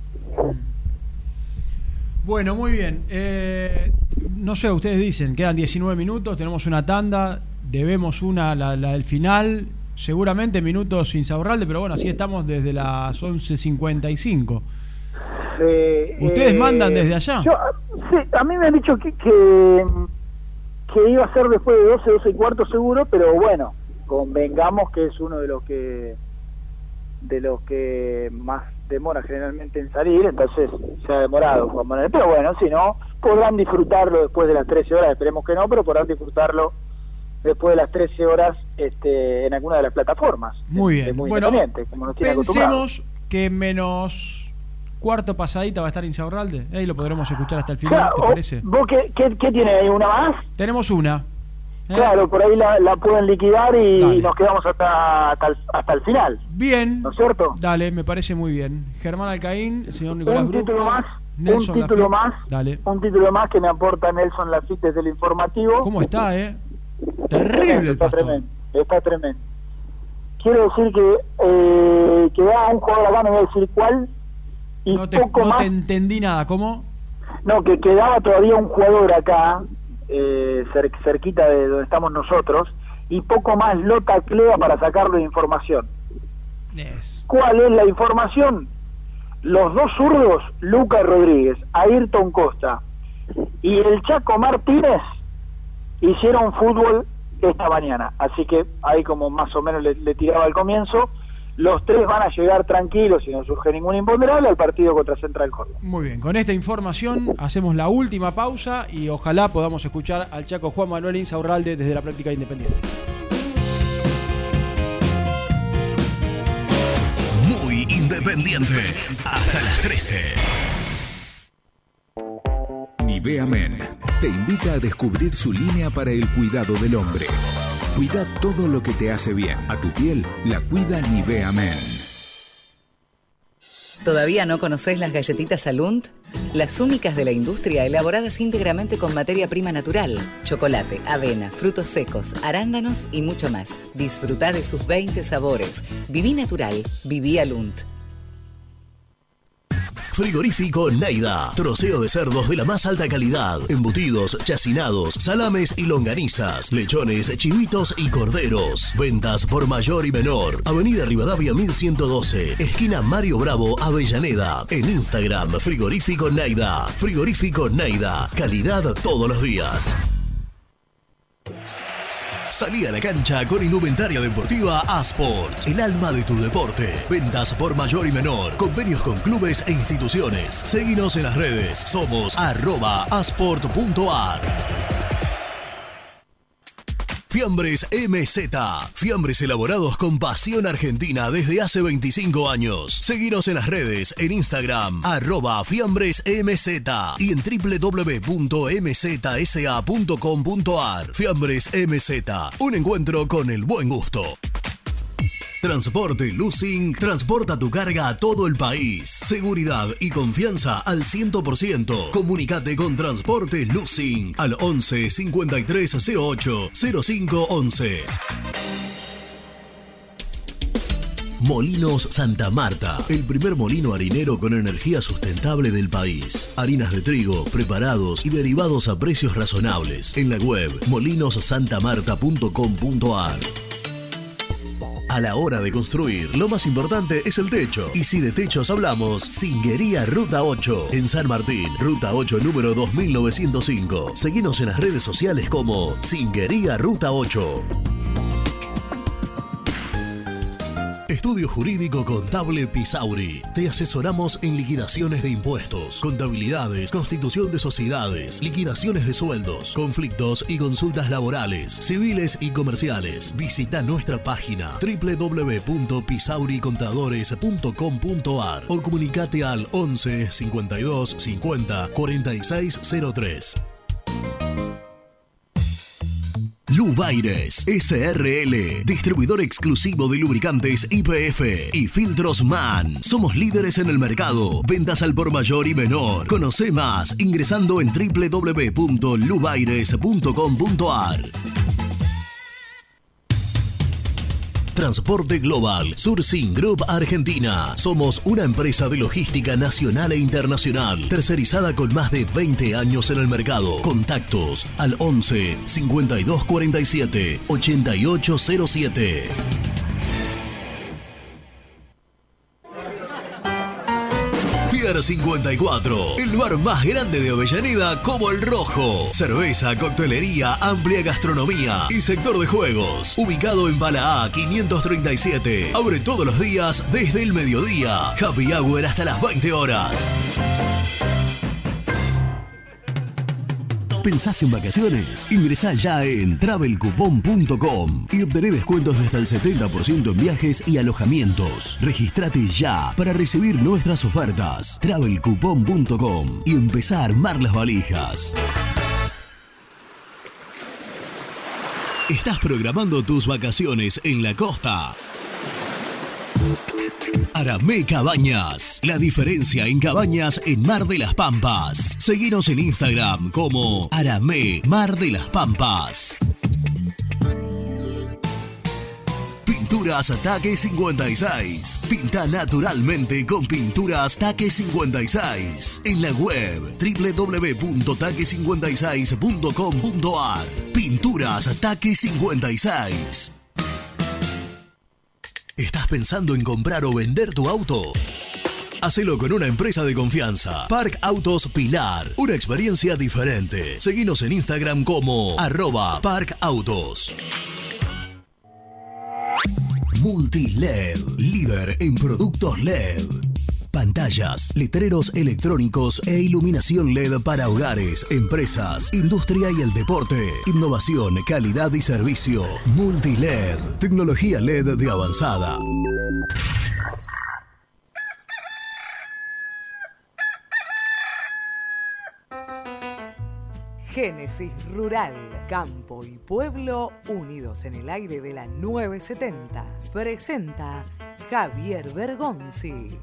Bueno, muy bien. Eh, no sé, ustedes dicen, quedan diecinueve minutos, tenemos una tanda, debemos una, la, la del final, seguramente minutos Insaurralde, pero bueno, así estamos desde las once cincuenta y cinco. Eh, ¿Ustedes eh, mandan desde allá? Yo, sí, a mí me han dicho que, que, que iba a ser después de doce, doce y cuarto seguro, pero bueno, convengamos que es uno de los que de los que más demora generalmente en salir, entonces se ha demorado Juan Manuel, pero bueno, si no, podrán disfrutarlo después de las trece horas, esperemos que no, pero podrán disfrutarlo después de las trece horas este, en alguna de las plataformas. Muy bien, muy bueno, como nos tiene acostumbrados. pensemos que menos cuarto pasadita va a estar Insaurralde, ahí lo podremos escuchar hasta el final, Claro, ¿te o- parece? ¿Vos qué, qué, qué tiene ahí? ¿Una más? Tenemos una. ¿eh? Claro, por ahí la, la pueden liquidar y Dale. nos quedamos hasta, hasta, el, hasta el final. Bien. ¿No es cierto? Dale, me parece muy bien. Germán Alcaín, el señor Nicolás Un Brusco, título más, Nelson un título Lafitte. más, Dale. un título más que me aporta Nelson Lafitte desde el informativo. ¿Cómo está, eh? Terrible el Está pastor. tremendo, está tremendo. Quiero decir que eh, quedaba un jugador acá, no voy a decir cuál, y No te, poco no más, te entendí nada, ¿cómo? no, que quedaba todavía un jugador acá, eh, cer- cerquita de donde estamos nosotros, y poco más lo taclea para sacarlo de información. ¿Cuál es la información? Los dos zurdos, Lucas Rodríguez, Ayrton Costa y el Chaco Martínez hicieron fútbol esta mañana, así que ahí como más o menos le, le tiraba al comienzo, los tres van a llegar tranquilos y no surge ningún imponderable al partido contra Central Córdoba. Muy bien, con esta información hacemos la última pausa y ojalá podamos escuchar al Chaco Juan Manuel Insaurralde desde la práctica independiente. Muy independiente. Hasta las trece. Nivea Men te invita a descubrir su línea para el cuidado del hombre. Cuida todo lo que te hace bien. A tu piel la cuida Nivea Men. ¿Todavía no conocés las galletitas Alunt? Las únicas de la industria elaboradas íntegramente con materia prima natural. Chocolate, avena, frutos secos, arándanos y mucho más. Disfrutá de sus veinte sabores. Viví natural, viví Alunt. Frigorífico Neida. Troceo de cerdos de la más alta calidad. Embutidos, chacinados, salames y longanizas. Lechones, chivitos y corderos. Ventas por mayor y menor. Avenida Rivadavia mil ciento doce. Esquina Mario Bravo, Avellaneda. En Instagram, Frigorífico Neida. Frigorífico Neida. Calidad todos los días. Salí a la cancha con indumentaria deportiva Asport, el alma de tu deporte. Ventas por mayor y menor, convenios con clubes e instituciones. Seguinos en las redes, somos arroba asport.ar. Fiambres M Z, fiambres elaborados con pasión argentina desde hace veinticinco años. Seguinos en las redes, en Instagram, arroba fiambresmz y en doble u doble u doble u punto m z s a punto com punto a r. Fiambres M Z, un encuentro con el buen gusto. Transporte Lucing transporta tu carga a todo el país. Seguridad y confianza al cien por ciento. Comunicate con Transporte Lucing al once cincuenta y tres cero ocho cero cinco once. Molinos Santa Marta, el primer molino harinero con energía sustentable del país. Harinas de trigo, preparados y derivados a precios razonables. En la web molinos santa marta punto com punto a r. A la hora de construir, lo más importante es el techo. Y si de techos hablamos, Zinguería Ruta ocho. En San Martín, Ruta ocho número dos mil novecientos cinco. Seguinos en las redes sociales como Zinguería Ruta ocho. Estudio Jurídico Contable Pisauri. Te asesoramos en liquidaciones de impuestos, contabilidades, constitución de sociedades, liquidaciones de sueldos, conflictos y consultas laborales, civiles y comerciales. Visita nuestra página doble u doble u doble u punto pisauri contadores punto com punto a r o comunicate al once cincuenta y dos cincuenta cuarenta y seis cero tres. Lubaires S R L, distribuidor exclusivo de lubricantes Y P F y filtros MAN. Somos líderes en el mercado. Ventas al por mayor y menor. Conoce más ingresando en doble u doble u doble u punto lubaires punto com punto a r. Transporte Global, Surcing Group Argentina. Somos una empresa de logística nacional e internacional, tercerizada con más de veinte años en el mercado. Contactos al once cincuenta y dos cuarenta y siete ochenta y ocho cero siete. Pier cincuenta y cuatro, el bar más grande de Avellaneda como El Rojo. Cerveza, coctelería, amplia gastronomía y sector de juegos. Ubicado en Bala A quinientos treinta y siete. Abre todos los días desde el mediodía. Happy Hour hasta las veinte horas. ¿Pensás en vacaciones? Ingresá ya en travel coupon punto com y obtené descuentos de hasta el setenta por ciento en viajes y alojamientos. Registrate ya para recibir nuestras ofertas. travel coupon punto com y empezá a armar las valijas. ¿Estás programando tus vacaciones en la costa? Aramé Cabañas, la diferencia en cabañas en Mar de las Pampas. Seguinos en Instagram como Aramé Mar de las Pampas. Pinturas Taque cincuenta y seis. Pinta naturalmente con Pinturas Taque cincuenta y seis. En la web doble u doble u doble u punto taque cincuenta y seis punto com punto a r. Pinturas Taque cincuenta y seis. ¿Estás pensando en comprar o vender tu auto? Hacelo con una empresa de confianza. Park Autos Pilar. Una experiencia diferente. Seguinos en Instagram como arroba Park Autos. Multiled, líder en productos L E D. Pantallas, letreros electrónicos e iluminación L E D para hogares, empresas, industria y el deporte. Innovación, calidad y servicio. Multiled, tecnología L E D de avanzada. Génesis Rural, campo y pueblo unidos en el aire de la nueve setenta. Presenta Javier Bergonzi.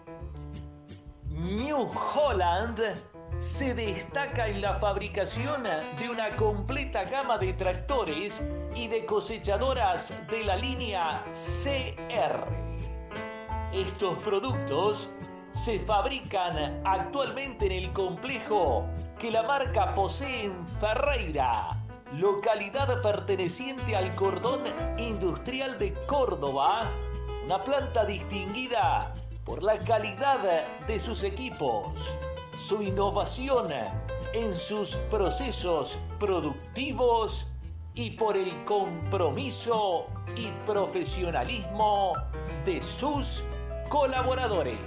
New Holland se destaca en la fabricación de una completa gama de tractores y de cosechadoras de la línea C R. Estos productos se fabrican actualmente en el complejo que la marca posee en Ferreira, localidad perteneciente al cordón industrial de Córdoba, una planta distinguida por la calidad de sus equipos, su innovación en sus procesos productivos y por el compromiso y profesionalismo de sus colaboradores.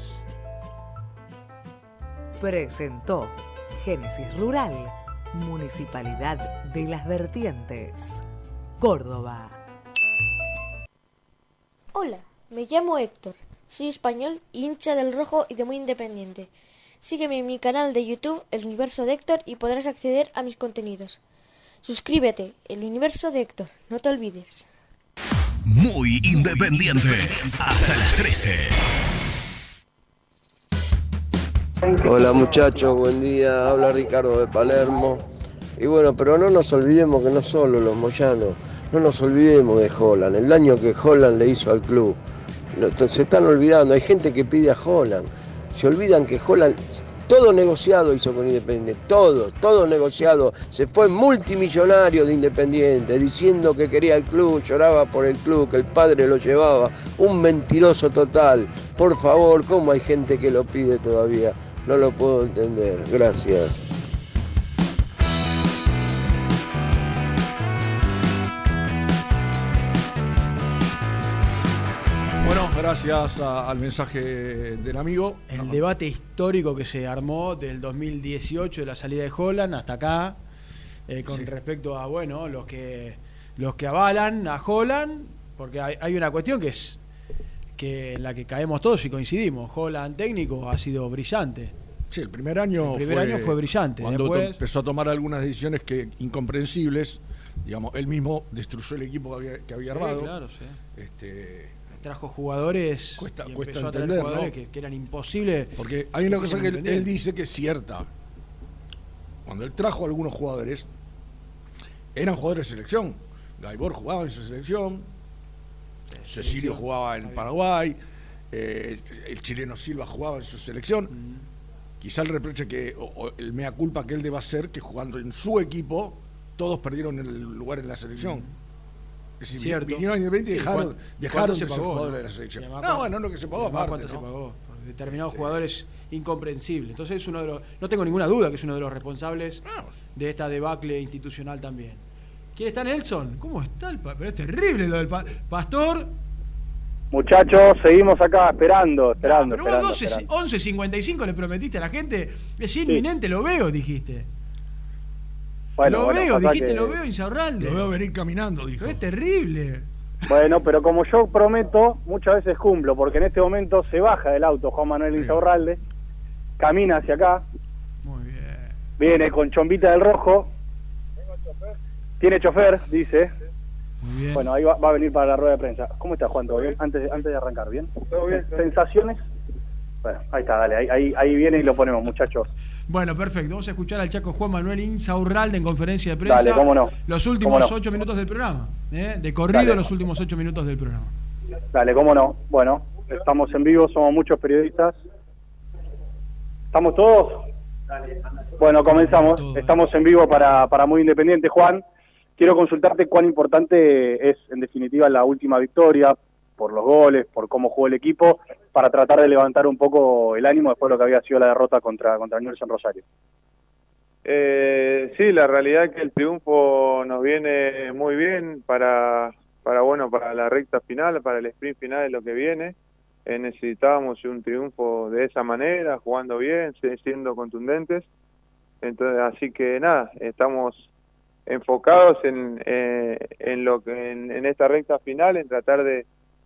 Presentó Génesis Rural, Municipalidad de Las Vertientes, Córdoba. Hola, me llamo Héctor, soy español, hincha del Rojo y de muy independiente. Sígueme en mi canal de YouTube, El Universo de Héctor, y podrás acceder a mis contenidos. Suscríbete, El Universo de Héctor, no te olvides. Muy independiente, hasta las trece. Hola muchachos, buen día, habla Ricardo de Palermo. Y bueno, pero no nos olvidemos que no solo los moyanos, no nos olvidemos de Holland, el daño que Holland le hizo al club. Se están olvidando, hay gente que pide a Holland, se olvidan que Holland, todo negociado hizo con Independiente, todo, todo negociado, se fue multimillonario de Independiente, diciendo que quería el club, lloraba por el club, que el padre lo llevaba, un mentiroso total. Por favor, ¿cómo hay gente que lo pide todavía? No lo puedo entender, gracias. Bueno, gracias a, al mensaje del amigo. El no. debate histórico que se armó del dos mil dieciocho de la salida de Holland hasta acá, eh, con Sí. respecto a, bueno, los que los que avalan a Holland, porque hay, hay una cuestión que es que en la que caemos todos y coincidimos. Holland técnico ha sido brillante. Sí, el primer año, El primer fue, año fue brillante. Cuando Después, to- empezó a tomar algunas decisiones que incomprensibles, digamos, él mismo destruyó el equipo que había, que había sí, armado. claro, sí. Este, trajo jugadores Cuesta- y cuesta empezó a traer entender, jugadores ¿no? que, que eran imposibles. Porque hay una que cosa fuesen que él, él independientes. dice que es cierta. Cuando él trajo a algunos jugadores, eran jugadores de selección. Gaibor jugaba en su selección, Cecilio jugaba en Paraguay, eh, el chileno Silva jugaba en su selección. Mm. Quizá el reproche que, o, o el mea culpa que él deba hacer, que jugando en su equipo, todos perdieron el lugar en la selección. Es decir, Cierto. vinieron a Independiente y Sí, dejaron, ¿cuánto- dejaron cuánto de se ser pagó, jugadores no? de la selección. Y además, No, ¿cuánto- bueno, no lo que se pagó y además, aparte, ¿cuánto ¿no? se pagó? Por determinados jugadores incomprensibles. Entonces es uno de los, no tengo ninguna duda que es uno de los responsables de esta debacle institucional también. ¿Quién está, Nelson? ¿Cómo está el pa- Pero es terrible lo del pa- Pastor. Muchachos, seguimos acá esperando, esperando, Pero vos esperando, doce, esperando. once cincuenta y cinco le prometiste a la gente. Es inminente, lo veo, dijiste. Bueno, lo bueno, veo, pasa dijiste, que- lo veo Insaurralde. Lo veo venir caminando, dijo. Pero es terrible. Bueno, pero como yo prometo, muchas veces cumplo, porque en este momento se baja del auto Juan Manuel Insaurralde, camina hacia acá, Muy bien. viene con chombita del rojo, tiene chofer, dice. Muy bien. Bueno, ahí va, va a venir para la rueda de prensa. ¿Cómo estás, Juan? ¿Todo bien? Antes, de- antes de arrancar, ¿bien? ¿Todo bien? ¿Sensaciones? Bueno, ahí está, dale, ahí, ahí, ahí viene y lo ponemos, muchachos. Bueno, perfecto. Vamos a escuchar al Chaco Juan Manuel Insaurralde en conferencia de prensa. Dale, cómo no. Los últimos Cómo no. ocho minutos del programa. ¿eh? De corrido, Dale. los últimos ocho minutos del programa. Dale, cómo no. Bueno, estamos en vivo, somos muchos periodistas. ¿Estamos todos? Bueno, comenzamos. Estamos en vivo para, para Muy Independiente, Juan. Quiero consultarte cuán importante es, en definitiva, la última victoria, por los goles, por cómo jugó el equipo, para tratar de levantar un poco el ánimo después de lo que había sido la derrota contra, contra Newell's en Rosario. Eh, sí, la realidad es que el triunfo nos viene muy bien para, para bueno, para la recta final, para el sprint final de lo que viene. Eh, necesitábamos un triunfo de esa manera, jugando bien, siendo contundentes. Entonces, así que nada, estamos enfocados en, eh, en lo que en, en esta recta final, en tratar de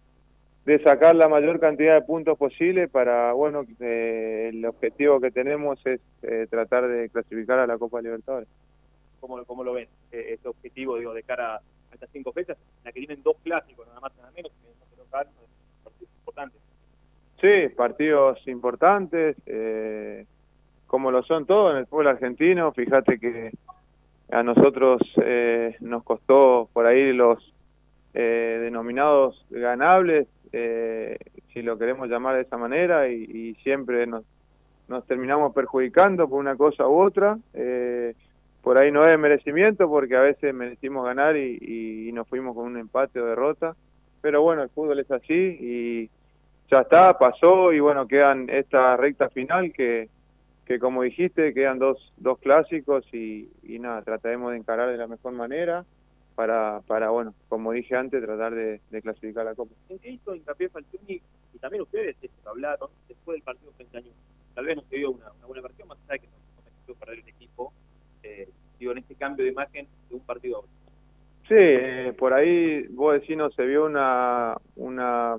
de sacar la mayor cantidad de puntos posible para, bueno, eh, el objetivo que tenemos es eh, tratar de clasificar a la Copa Libertadores. ¿Cómo, cómo lo ven eh, este objetivo, digo, de cara a estas cinco fechas, en la que tienen dos clásicos, nada más nada menos, que son de local, partidos importantes? Sí, partidos importantes, eh, como lo son todos en el fútbol argentino. Fíjate que a nosotros eh, nos costó por ahí los eh, denominados ganables, eh, si lo queremos llamar de esa manera, y, y siempre nos, nos terminamos perjudicando por una cosa u otra. Eh, por ahí no es merecimiento, porque a veces merecimos ganar y, y, y nos fuimos con un empate o derrota, pero bueno, el fútbol es así y ya está, pasó, y bueno, quedan esta recta final que, que como dijiste, quedan dos, dos clásicos y, y nada, trataremos de encarar de la mejor manera para, para bueno, como dije antes, tratar de, de clasificar la Copa. ¿En qué hizo hincapié Falcioni y también ustedes esto hablaron después del partido frente a Newell's? Tal vez no se dio una, una buena versión, más allá de que no, no mereció perder el equipo, eh, digo, en este cambio de imagen de un partido a otro. Sí, eh, por ahí vos decís no se vio una, una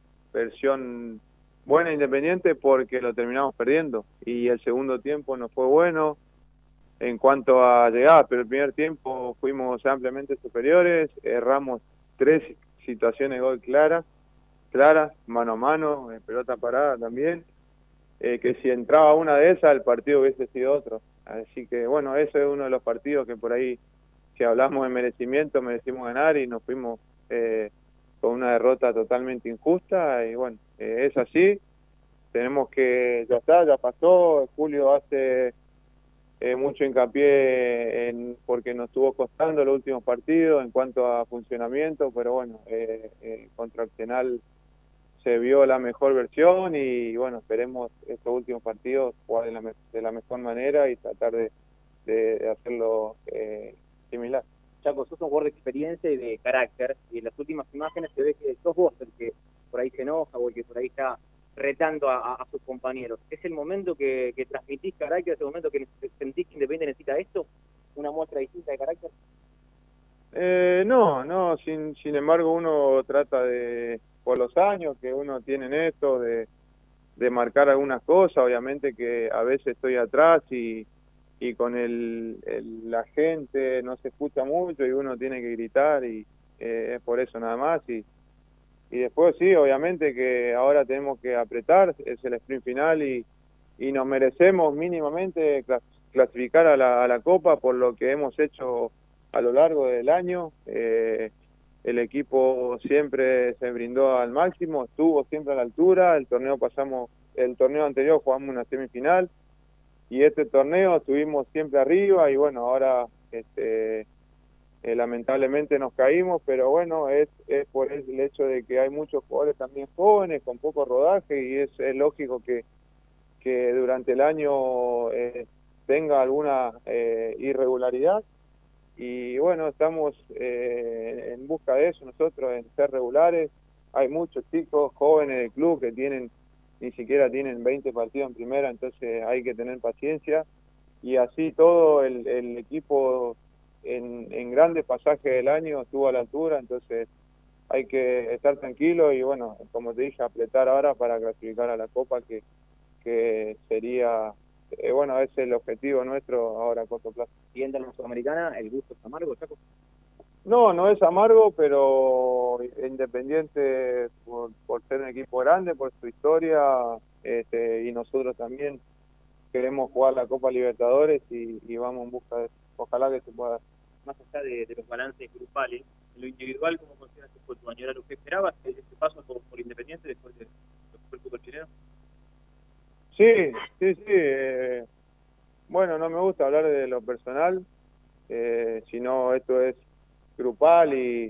versión buena Independiente porque lo terminamos perdiendo y el segundo tiempo no fue bueno en cuanto a llegada, pero el primer tiempo fuimos ampliamente superiores, erramos tres situaciones de gol claras, claras, mano a mano, en pelota parada también, eh, que si entraba una de esas el partido hubiese sido otro. Así que bueno, ese es uno de los partidos que por ahí, si hablamos de merecimiento, merecimos ganar y nos fuimos eh, con una derrota totalmente injusta y bueno, eh, es así, tenemos que, ya está, ya pasó, Julio hace eh, mucho hincapié en porque nos estuvo costando los últimos partidos en cuanto a funcionamiento, pero bueno, eh, eh, contra Arsenal se vio la mejor versión y bueno, esperemos estos últimos partidos jugar de la, me de la mejor manera y tratar de, de, de hacerlo eh, similar. Chaco, sos un jugador de experiencia y de carácter, y en las últimas imágenes se ve que sos vos el que por ahí se enoja o el que por ahí está retando a, a sus compañeros. ¿Es el momento que, que transmitís carácter, es el momento que sentís que Independiente necesita esto? ¿Una muestra distinta de carácter? Eh, no, no, sin, sin embargo uno trata de, por los años que uno tiene en esto, de, de marcar algunas cosas, obviamente que a veces estoy atrás y, y con el, el, la gente no se escucha mucho y uno tiene que gritar y eh, es por eso nada más. Y, y después sí, obviamente que ahora tenemos que apretar, es el sprint final y, y nos merecemos mínimamente clasificar a la, a la Copa por lo que hemos hecho a lo largo del año. Eh, el equipo siempre se brindó al máximo, estuvo siempre a la altura. El torneo pasamos, el torneo anterior jugamos una semifinal y este torneo estuvimos siempre arriba y bueno, ahora este, eh, lamentablemente nos caímos, pero bueno, es, es por el hecho de que hay muchos jugadores también jóvenes con poco rodaje y es, es lógico que, que durante el año eh, tenga alguna eh, irregularidad. Y bueno, estamos eh, en busca de eso nosotros, en ser regulares. Hay muchos chicos jóvenes del club que tienen ni siquiera tienen veinte partidos en primera, entonces hay que tener paciencia. Y así todo el, el equipo en, en grandes pasajes del año estuvo a la altura, entonces hay que estar tranquilo y bueno, como te dije, apretar ahora para clasificar a la Copa, que, que sería... Eh, bueno, ese es el objetivo nuestro ahora a corto plazo. ¿Y en la Sudamericana el gusto es amargo, Chaco? No, no es amargo, pero Independiente, por, por ser un equipo grande, por su historia, este, y nosotros también queremos jugar la Copa Libertadores y, y vamos en busca de eso. Ojalá que se pueda. Más allá de, de los balances grupales, en lo individual, ¿cómo consideras que fue tu año? ¿Era lo que esperabas, este paso por, por Independiente después de lo que fue el fútbol chileno? Sí, sí, sí. Eh, bueno, no me gusta hablar de lo personal, eh, sino esto es grupal y,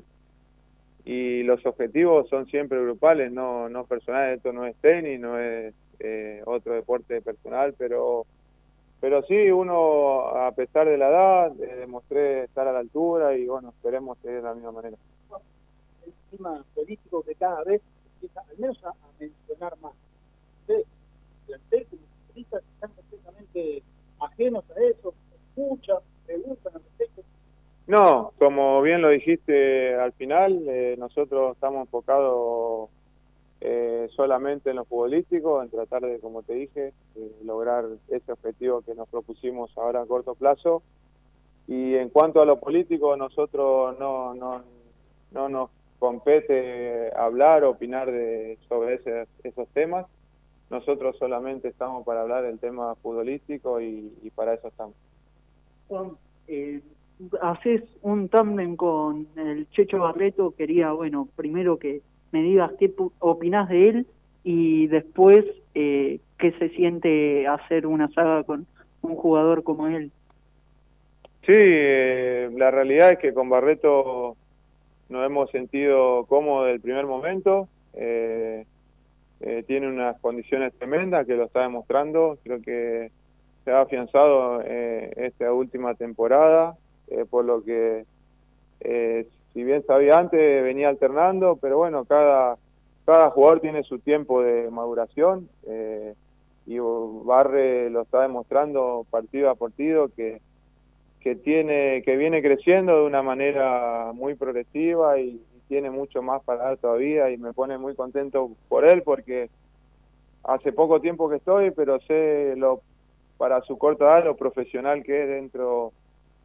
y los objetivos son siempre grupales, no, no personales. Esto no es tenis, no es eh, otro deporte personal, pero pero sí, uno a pesar de la edad, eh, demostré estar a la altura y bueno, esperemos que de la misma manera. El clima político que cada vez empieza al menos a, a mencionar más. Ustedes, plantel, como futbolistas, están completamente ajenos a eso, escuchan, preguntan al respecto. No, como bien lo dijiste al final, eh, nosotros estamos enfocados eh, solamente en lo futbolístico, en tratar de, como te dije, eh, lograr ese objetivo que nos propusimos ahora a corto plazo. Y en cuanto a lo político, nosotros no, no, no nos compete hablar, opinar de, sobre ese, esos temas. Nosotros solamente estamos para hablar del tema futbolístico y, y para eso estamos. Juan, eh, haces un tándem con el Checho Barreto, quería, bueno, primero que me digas qué opinás de él y después eh, qué se siente hacer una saga con un jugador como él. Sí, eh, la realidad es que con Barreto nos hemos sentido cómodos desde el primer momento. Eh, eh, tiene unas condiciones tremendas que lo está demostrando. Creo que se ha afianzado eh, esta última temporada, eh, por lo que eh, si bien sabía antes, venía alternando, pero bueno, cada cada jugador tiene su tiempo de maduración, eh, y Barre lo está demostrando partido a partido que que tiene que viene creciendo de una manera muy progresiva y, y tiene mucho más para dar todavía, y me pone muy contento por él porque hace poco tiempo que estoy, pero sé lo para su corta edad lo profesional que es dentro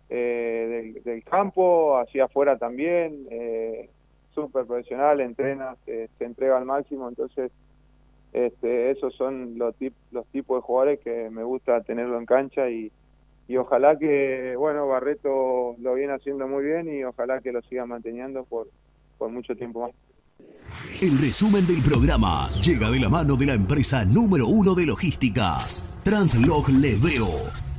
eh, del, del campo, hacia afuera también, eh, súper profesional, entrena, se, se entrega al máximo, entonces este, esos son los, tip, los tipos de jugadores que me gusta tenerlo en cancha y Y ojalá que, bueno, Barreto lo viene haciendo muy bien y ojalá que lo siga manteniendo por, por mucho tiempo más. El resumen del programa llega de la mano de la empresa número uno de logística, Translog Leveo.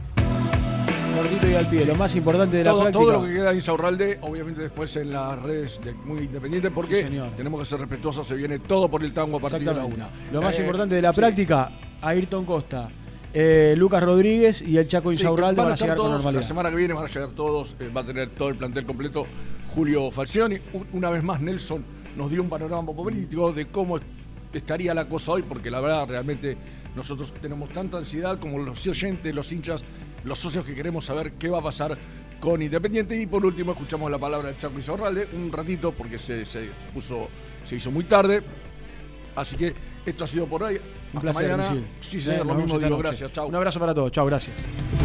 Cortito y al pie, lo más importante de la todo, práctica. todo lo que queda en Insaurralde, obviamente después en las redes de Muy Independiente, porque sí, tenemos que ser respetuosos, se viene todo por el tango a partir de la una. Lo más eh, importante de la sí. práctica, Ayrton Costa, eh, Lucas Rodríguez y el Chaco Insaurralde sí, van, van a llegar todos, con normalidad. La semana que viene van a llegar todos, eh, va a tener todo el plantel completo Julio Falcioni. Una vez más Nelson nos dio un panorama político de cómo estaría la cosa hoy, porque la verdad realmente nosotros tenemos tanta ansiedad como los oyentes, los hinchas, los socios que queremos saber qué va a pasar con Independiente. Y por último escuchamos la palabra de Chaco Insaurralde un ratito porque se, se puso, se hizo muy tarde. Así que esto ha sido por hoy. Un Hasta placer, mañana. Misil. Sí, señor, Eh, lo nos mismo vemos esta digo. noche. Gracias, chao. Un abrazo para todos. Chao, gracias.